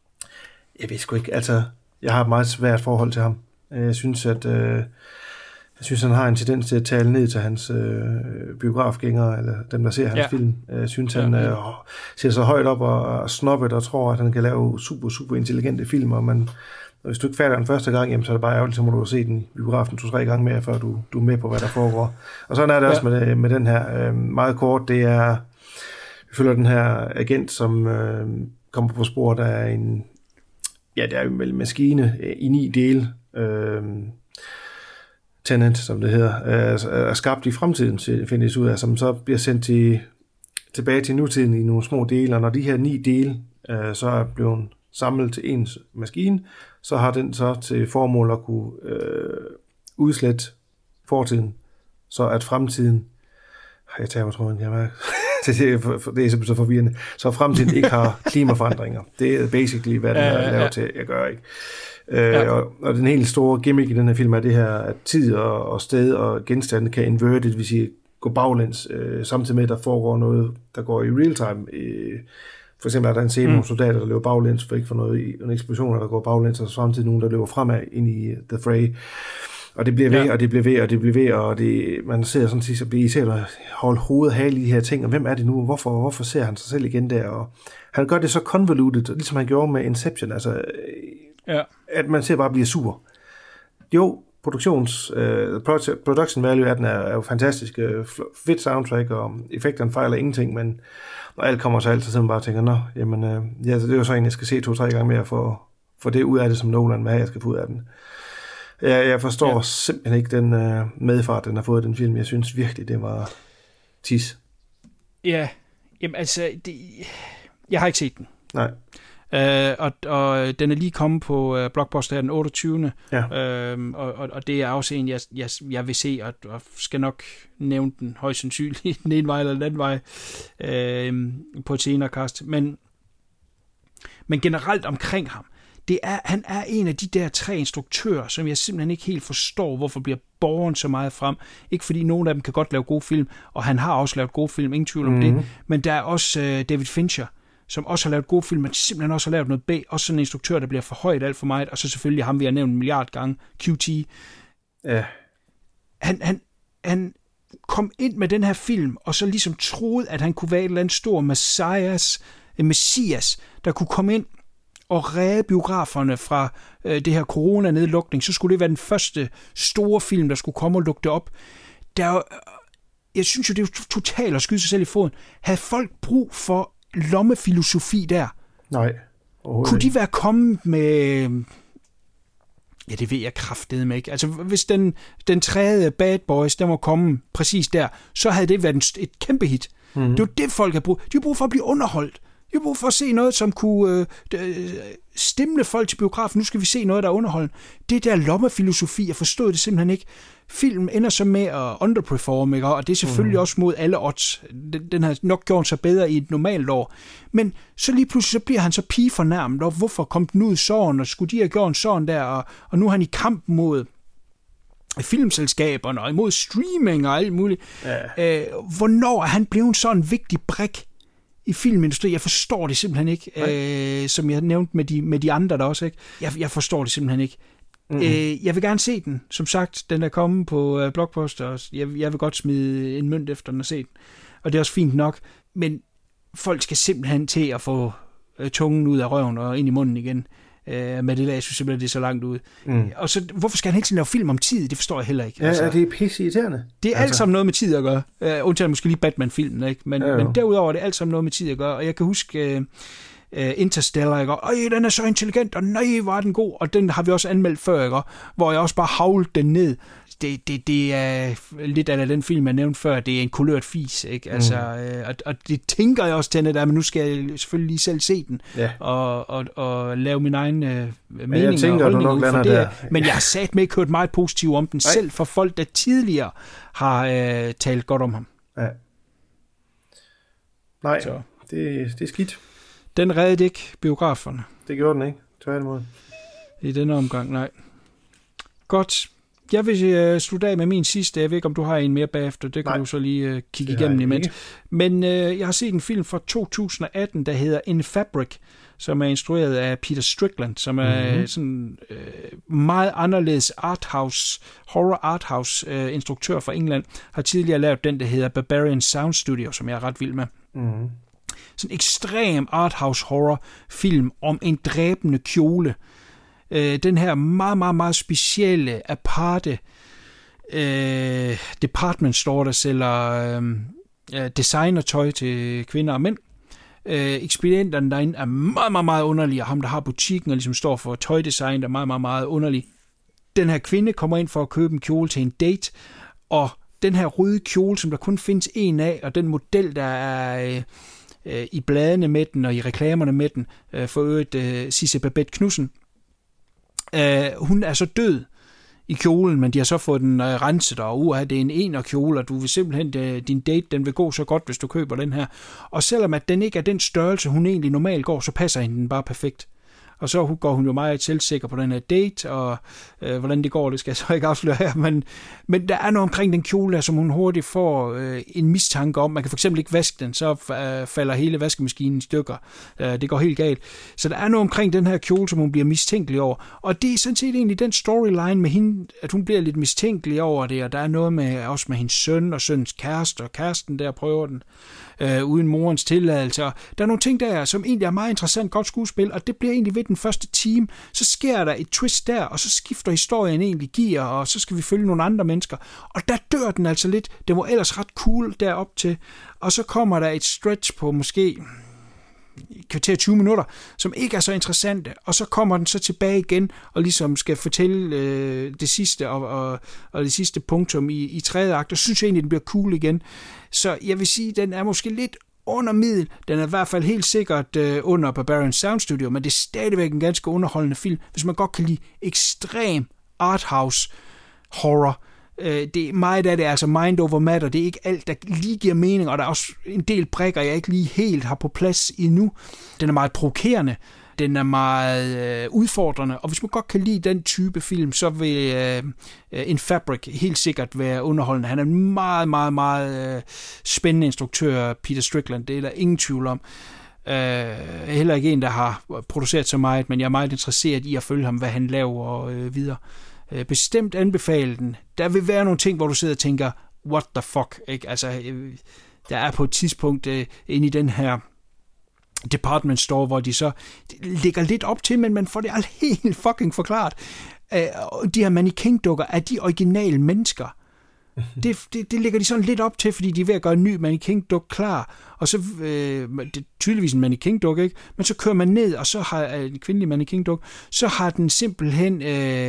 jeg ved sgu ikke, altså, jeg har et meget svært forhold til ham. Jeg synes, at øh, Jeg synes, han har en tendens til at tale ned til hans øh, biografgængere, eller dem, der ser hans ja. film. Jeg synes, han ja, ja. Øh, ser så højt op og, og snobbet og tror, at han kan lave super, super intelligente film, og man, hvis du ikke fatter den første gang, jamen, så er det bare ærgerligt, så må du se den i biografen to-tre gange mere, før du, du er med på, hvad der foregår. Og sådan er det ja. også med, med den her. Øh, meget kort, det er, vi følger den her agent, som øh, kommer på sporet af en, ja, det er jo en maskine i ni dele, øh, Tenet, som det hedder, er, er skabt i fremtiden, findes ud af, som så bliver sendt til, tilbage til nutiden i nogle små dele, og når de her ni dele øh, så er blevet samlet til ens maskine, så har den så til formål at kunne øh, udslette fortiden, så at fremtiden, jeg tager tråden, jeg mærker, det er, for, det er simpelthen så forvirrende, så fremtiden ikke har klimaforandringer. Det er basically, hvad den er lavet ja. til, jeg gør ikke. Ja. Øh, og, og den helt store gimmick i den her film er det her, at tid og, og sted og genstande kan inverte, det vil sige gå baglæns, øh, samtidig med, at der foregår noget, der går i real time. Øh, for eksempel er der en scene, mm. nogle soldater, der løber baglæns, for ikke for noget i en eksplosion, der går baglæns, og samtidig nogen, der løber fremad ind i The Fray. Og det bliver ved, ja. og det bliver ved, og det bliver ved, og det, man ser sådan set, så bliver især at holde hovedet hale i de her ting, og hvem er det nu, hvorfor, hvorfor ser han sig selv igen der? Og han gør det så convoluted, ligesom han gjorde med Inception, altså ja. at man ser bare bliver sur. Jo, produktions, uh, production value af den er, er jo fantastisk, uh, fedt soundtrack, og effekterne fejler ingenting, men når alt kommer så alt, så man bare tænker, nå, jamen, uh, ja, så det er jo så en, jeg skal se to-tre gange mere, for, for det ud af det, som Nolan, hvad jeg skal få ud af den. Jeg, jeg forstår ja. simpelthen ikke den uh, medfart, den har fået den film. Jeg synes virkelig, det var tis. Ja, jamen altså, det, jeg har ikke set den. Nej. Uh, og, og den er lige kommet på uh, Blockbuster den otteogtyvende Ja. Uh, og, og, og det er også en, jeg, jeg, jeg vil se, og, og skal nok nævne den højst sandsynligt den ene vej eller den anden vej uh, på et senere kast. Men, men generelt omkring ham, det er, han er en af de der tre instruktører, som jeg simpelthen ikke helt forstår, hvorfor bliver borgeren så meget frem. Ikke fordi nogen af dem kan godt lave gode film, og han har også lavet gode film, ingen tvivl om mm-hmm. det. Men der er også uh, David Fincher, som også har lavet gode film, men simpelthen også har lavet noget B. Også sådan en instruktør, der bliver forhøjet alt for meget. Og så selvfølgelig ham, vi har nævnt en milliard gange, Q T. Ja. Han, han, han kom ind med den her film, og så ligesom troede, at han kunne være et eller andet stor messias, messias, der kunne komme ind og redde biograferne fra øh, det her corona-nedlukning. Så skulle det være den første store film, der skulle komme og lukke det op. Der, jeg synes jo, det er totalt at skyde sig selv i foden. Havde folk brug for lommefilosofi der? Nej. Kunne de være kommet med... Ja, det ved jeg kraftedeme ikke. Altså, hvis den, den tredje Bad Boys, der må komme præcis der, så havde det været en, et kæmpe hit. Mm-hmm. Det var det, folk har brug. De har brug for at blive underholdt. De har brug for at se noget, som kunne øh, stimle folk til biografen. Nu skal vi se noget, der er underholdende. Det der lommefilosofi, jeg forstod det simpelthen ikke. Filmen ender så med at underperforme, ikke? Og det er selvfølgelig mm. også mod alle odds. Den, den har nok gjort sig bedre i et normalt år. Men så lige pludselig så bliver han så pigefornærmet, og hvorfor kom den ud sådan, og skulle de have gjort sådan der, og, og nu er han i kamp mod filmselskaberne, og imod streaming og alt muligt. Ja. Øh, hvornår er han blevet sådan en vigtig brik i filmindustrien? Jeg forstår det simpelthen ikke, øh, som jeg nævnte med de, med de andre der også, ikke? Jeg, jeg forstår det simpelthen ikke. Mm-hmm. Øh, jeg vil gerne se den. Som sagt, den er kommet på uh, Blockbuster. Jeg, jeg vil godt smide en mønt efter den og se den. Og det er også fint nok. Men folk skal simpelthen til at få uh, tungen ud af røven og ind i munden igen. Uh, med det der, jeg synes simpelthen, det er så langt ud. Mm. Og så, hvorfor skal han hele tiden lave film om tid? Det forstår jeg heller ikke. Ja, altså, det er pisse irriterende. Det er altså alt sammen noget med tid at gøre. Uh, undtagen måske lige Batman-filmen, ikke? Men, ja, men derudover er det alt sammen noget med tid at gøre. Og jeg kan huske... Uh, Uh, Interstellar, ikke? Og den er så intelligent, og nej, var den god, og den har vi også anmeldt før, ikke? Hvor jeg også bare havlede den ned. Det, det, det er lidt af den film, jeg nævnte før, det er en kulørt fis, ikke? Altså, mm. uh, og, og det tænker jeg også til, der, men nu skal jeg selvfølgelig lige selv se den, ja. og, og, og lave min egen uh, mening tænker, og holdning ud for det. Der. Men jeg har sat mig ikke hørt meget positivt om den, nej. Selv for folk, der tidligere har uh, talt godt om ham. Ja. Nej, så. Det, det er skidt. Den reddede ikke biograferne. Det gjorde den ikke, tværtimod. I denne omgang, nej. Godt. Jeg vil uh, slutte af med min sidste. Jeg ved ikke, om du har en mere bagefter. Det kan Nej, du så lige uh, kigge igennem imens. Men uh, jeg har set en film fra to tusind atten, der hedder In Fabric, som er instrueret af Peter Strickland, som er mm-hmm. sådan uh, meget anderledes arthouse, horror arthouse uh, instruktør fra England. Har tidligere lavet den, der hedder Barbarian Sound Studio, som jeg er ret vild med. Mm-hmm. Sådan en ekstrem arthouse horror film om en dræbende kjole. Øh, den her meget, meget, meget specielle, aparte øh, department store, der sælger øh, designertøj til kvinder og mænd. Øh, ekspedienterne derinde er meget, meget, meget underlige, og ham, der har butikken og ligesom står for tøjdesign, er meget, meget, meget underlig. Den her kvinde kommer ind for at købe en kjole til en date, og den her røde kjole, som der kun findes en af, og den model, der er øh, øh, i bladene med den og i reklamerne med den, øh, for øvrigt øh, Sisse Babette Knudsen, Uh, hun er så død i kjolen, men de har så fået den uh, renset, og uh, det er en ener kjole, og du vil simpelthen, uh, din date, den vil gå så godt, hvis du køber den her. Og selvom at den ikke er den størrelse, hun egentlig normalt går, så passer hende den bare perfekt. Og så går hun jo meget selvsikker på den her date, og øh, hvordan det går, det skal jeg så ikke afsløre her, men, men der er noget omkring den kjole, der, som hun hurtigt får øh, en mistanke om. Man kan for eksempel ikke vaske den, så øh, falder hele vaskemaskinen i stykker. Øh, det går helt galt. Så der er noget omkring den her kjole, som hun bliver mistænkelig over. Og det er sådan set egentlig den storyline med hende, at hun bliver lidt mistænkelig over det, og der er noget med, også med hendes søn og søns kæreste, og kæresten der prøver den. Øh, uden morens tilladelse. Og der er nogle ting der, som egentlig er meget interessant, godt skuespil, og det bliver egentlig ved den første time. Så sker der et twist der, og så skifter historien egentlig gear, og så skal vi følge nogle andre mennesker. Og der dør den altså lidt. Det var ellers ret cool derop til. Og så kommer der et stretch på måske kvarter tyve minutter, som ikke er så interessante, og så kommer den så tilbage igen, og ligesom skal fortælle øh, det sidste, og, og, og det sidste punktum i, i tredje akt, og så synes jeg egentlig, den bliver cool igen. Så jeg vil sige, den er måske lidt under middel, den er i hvert fald helt sikkert øh, under Barbarian Sound Studio, men det er stadigvæk en ganske underholdende film, hvis man godt kan lide ekstrem arthouse horror. Det er meget af det er altså mind over matter. Det er ikke alt, der lige giver mening, og der er også en del brikker, jeg ikke lige helt har på plads endnu. Den er meget provokerende. Den er meget øh, udfordrende, og hvis man godt kan lide den type film, så vil øh, In Fabric helt sikkert være underholdende. Han er en meget, meget, meget øh, spændende instruktør, Peter Strickland. Det er der ingen tvivl om. Uh, heller ikke en, der har produceret så meget, men jeg er meget interesseret i at følge ham, hvad han laver og øh, videre. Bestemt anbefale den. Der vil være nogle ting, hvor du sidder og tænker, what the fuck, ikke? Altså, der er på et tidspunkt uh, inde i den her department store, hvor de så ligger lidt op til, men man får det alt helt fucking forklaret. Uh, de her mannequin-dukker er de originale mennesker. Det, det, det ligger de sådan lidt op til, fordi de er ved at gøre en ny mannequin-duk klar, og så, øh, det er tydeligvis en mannequin-duk, ikke? Men så kører man ned, og så har en kvindelig mannequin-duk, så har den simpelthen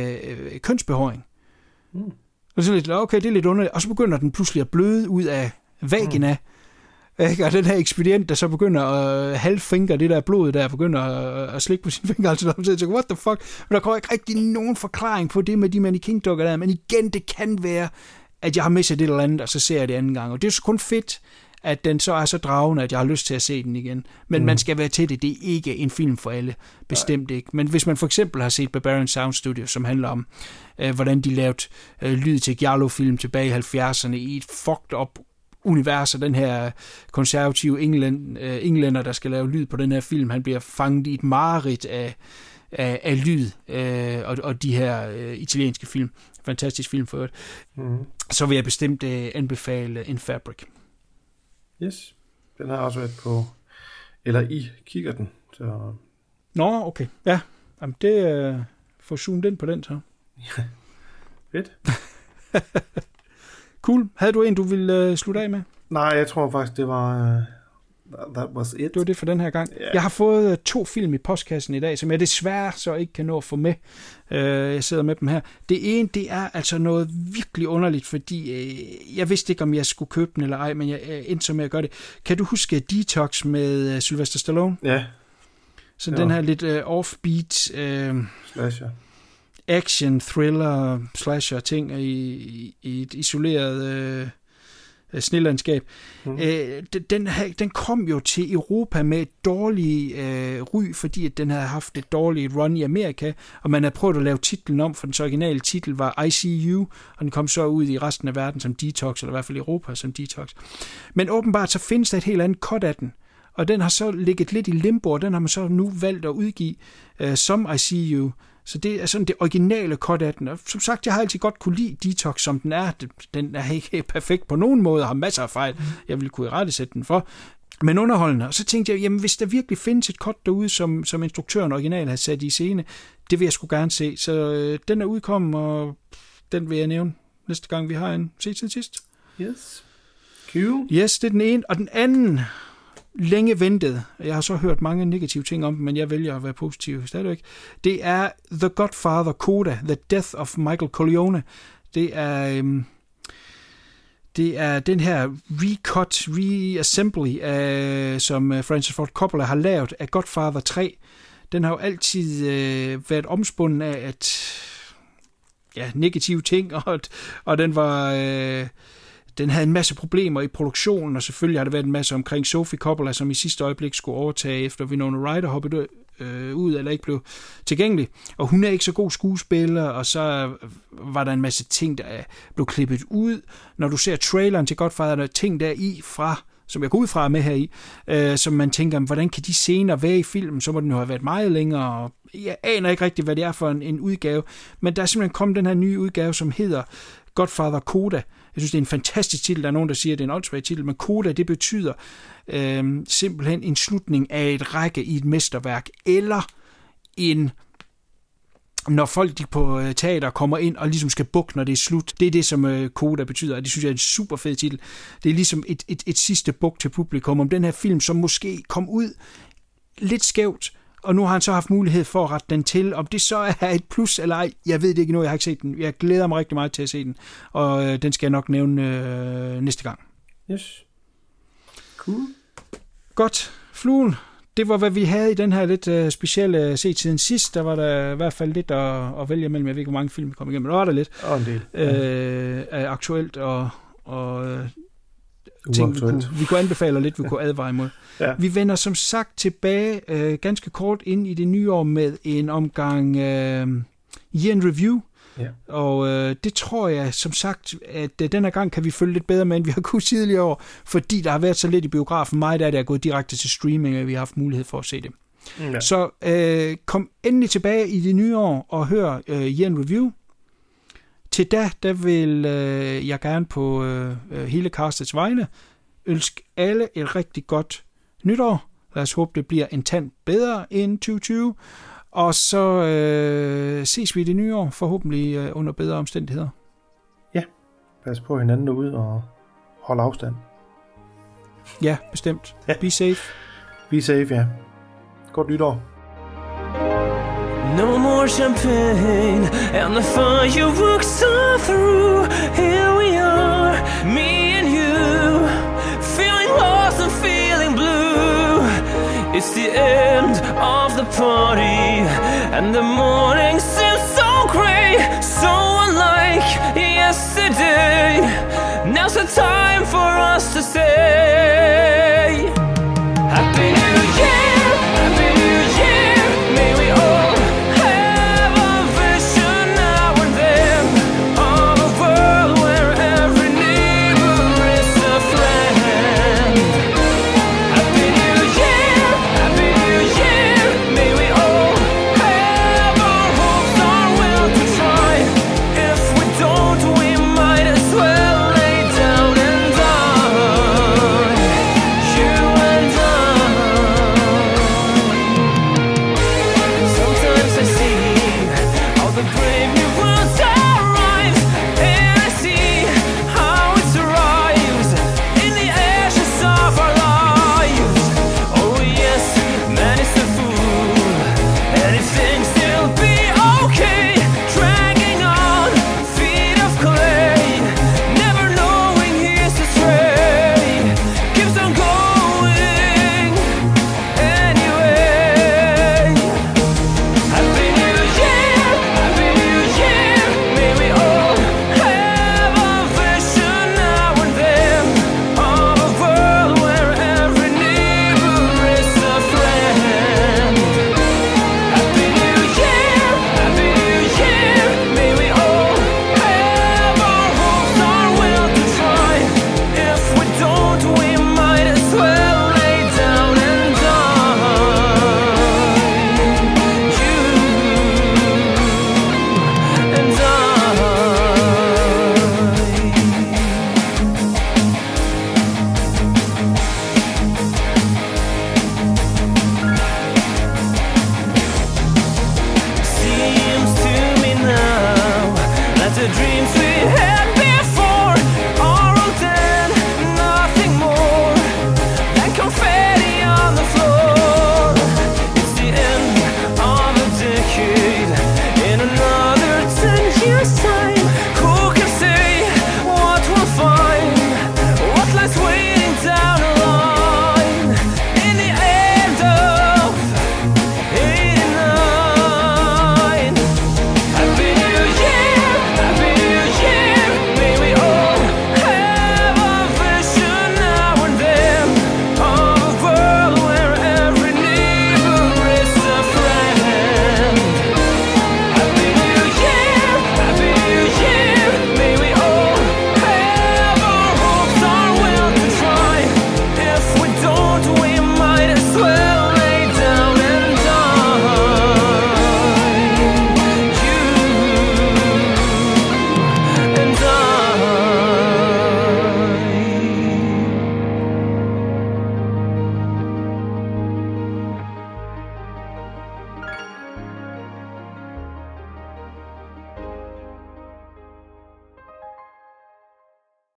øh, kønsbehåring. Mm. Og så er lidt, okay, det er lidt underligt, og så begynder den pludselig at bløde ud af vagina, mm. ikke? Og den her ekspedient, der så begynder at halvfinger det der blod, der begynder at, at slikke på sine fingre, altså, så tænker, what the fuck? Men der kommer ikke rigtig nogen forklaring på det med de mannequin-dukker der, men igen, det kan være, at jeg har misset det eller andet, og så ser jeg det anden gang. Og det er så kun fedt, at den så er så dragende, at jeg har lyst til at se den igen. Men mm. man skal være til det. Det er ikke en film for alle. Bestemt Nej. ikke. Men hvis man for eksempel har set Barbarian Sound Studio, som handler om, øh, hvordan de lavede øh, lyd til Giallo-film tilbage i halvfjerdserne i et fucked up univers, og den her konservative englænd, øh, englænder, der skal lave lyd på den her film, han bliver fanget i et mareridt af, af, af lyd øh, og, og de her øh, italienske film. Fantastisk film for øvrigt. Mm. Så vil jeg bestemt øh, anbefale In Fabric. Yes, den har også været på, eller I kigger den. Så... Nå, okay. Ja, jamen det øh, får zoomet ind på den så. Ja, fedt. Cool. Havde du en, du ville øh, slutte af med? Nej, jeg tror faktisk, det var... Uh... That was it. Det var det for den her gang. Yeah. Jeg har fået uh, to film i postkassen i dag, som jeg desværre så ikke kan nå at få med. Uh, jeg sidder med dem her. Det ene, det er altså noget virkelig underligt, fordi uh, jeg vidste ikke, om jeg skulle købe den eller ej, men jeg uh, endte så med at gøre det. Kan du huske Detox med uh, Sylvester Stallone? Ja. Yeah. Så den her lidt uh, offbeat uh, slasher. Action, thriller, slasher ting i, i et isoleret uh, snelandskab. Mm. Øh, den, den kom jo til Europa med et dårligt øh, ry, fordi at den havde haft et dårligt run i Amerika, og man havde prøvet at lave titlen om, for den originale titel var I C U, og den kom så ud i resten af verden som Detox, eller i hvert fald Europa som Detox. Men åbenbart så findes der et helt andet cut af den, og den har så ligget lidt i limbo, og den har man så nu valgt at udgive øh, som I C U. Så det er sådan det originale cut af den. Og som sagt, jeg har altid godt kunne lide Detox, som den er. Den er ikke perfekt på nogen måde, har masser af fejl. Jeg ville kunne rette sætte den for. Men underholdende. Og så tænkte jeg, jamen hvis der virkelig findes et cut derude, som, som instruktøren original har sat i scene, det vil jeg sgu gerne se. Så øh, den er udkommet, og den vil jeg nævne næste gang, vi har en se til sidst. Yes. Q. Yes, det er den ene. Og den anden... længe ventet. Jeg har så hørt mange negative ting om den, men jeg vælger at være positiv stadigvæk. Det er The Godfather Coda, The Death of Michael Corleone. Det er øhm, det er den her recut, reassembly, øh, som Francis Ford Coppola har lavet af Godfather tre. Den har jo altid øh, været omspundet af at ja, negative ting, og, og den var... Øh, Den havde en masse problemer i produktionen, og selvfølgelig har der været en masse omkring Sophie Coppola, som i sidste øjeblik skulle overtage, efter Winona Ryder hoppede øh, ud, eller ikke blev tilgængelig. Og hun er ikke så god skuespiller, og så var der en masse ting, der blev klippet ud. Når du ser traileren til Godfather, der er ting der i fra, som jeg går ud fra med her i, øh, som man tænker, hvordan kan de scener være i filmen? Så må den jo have været meget længere, og jeg aner ikke rigtigt, hvad det er for en, en udgave. Men der er simpelthen kommet den her nye udgave, som hedder Godfather Coda. Jeg synes, det er en fantastisk titel. Der er nogen, der siger, at det er en åndssvag titel, men Coda, det betyder øh, simpelthen en slutning af et række i et mesterværk, eller en, når folk de på teater kommer ind og ligesom skal bukke, når det er slut. Det er det, som øh, Coda betyder, og det synes jeg er en super fed titel. Det er ligesom et, et, et sidste buk til publikum om den her film, som måske kom ud lidt skævt, og nu har han så haft mulighed for at rette den til. Om det så er et plus eller ej, jeg ved det ikke nu, jeg har ikke set den. Jeg glæder mig rigtig meget til at se den, og øh, den skal jeg nok nævne øh, næste gang. Yes. Cool. Godt. Fluen, det var, hvad vi havde i den her lidt øh, specielle se-tiden sidst. Der var der i hvert fald lidt at, at vælge mellem. Jeg ved ikke, hvor mange film vi kom igennem, men der var der lidt. Og en del. Øh, aktuelt og... og ting, vi, kunne, vi kunne anbefale lidt, vi kunne advare imod. Ja. Vi vender som sagt tilbage øh, ganske kort ind i det nye år med en omgang øh, Year in Review. Ja. Og øh, det tror jeg som sagt, at øh, denne gang kan vi følge lidt bedre med, end vi har kunnet tidligere år, fordi der har været så lidt i biografen. Meget af det er gået direkte til streaming, og vi har haft mulighed for at se det. Ja. Så øh, kom endelig tilbage i det nye år og hør øh, Year in Review. Til da, der vil øh, jeg gerne på øh, hele castets vegne ønske alle et rigtig godt nytår. Lad os håbe, det bliver en tand bedre end tyve tyve. Og så øh, ses vi i det nye år, forhåbentlig øh, under bedre omstændigheder. Ja, pas på hinanden derude og hold afstand. Ja, bestemt. Ja. Be safe. Be safe, ja. Godt nytår. No more champagne and the fireworks are through. Here we are, me and you, feeling lost and feeling blue. It's the end of the party and the morning seems so grey, so unlike yesterday. Now's the time for us to say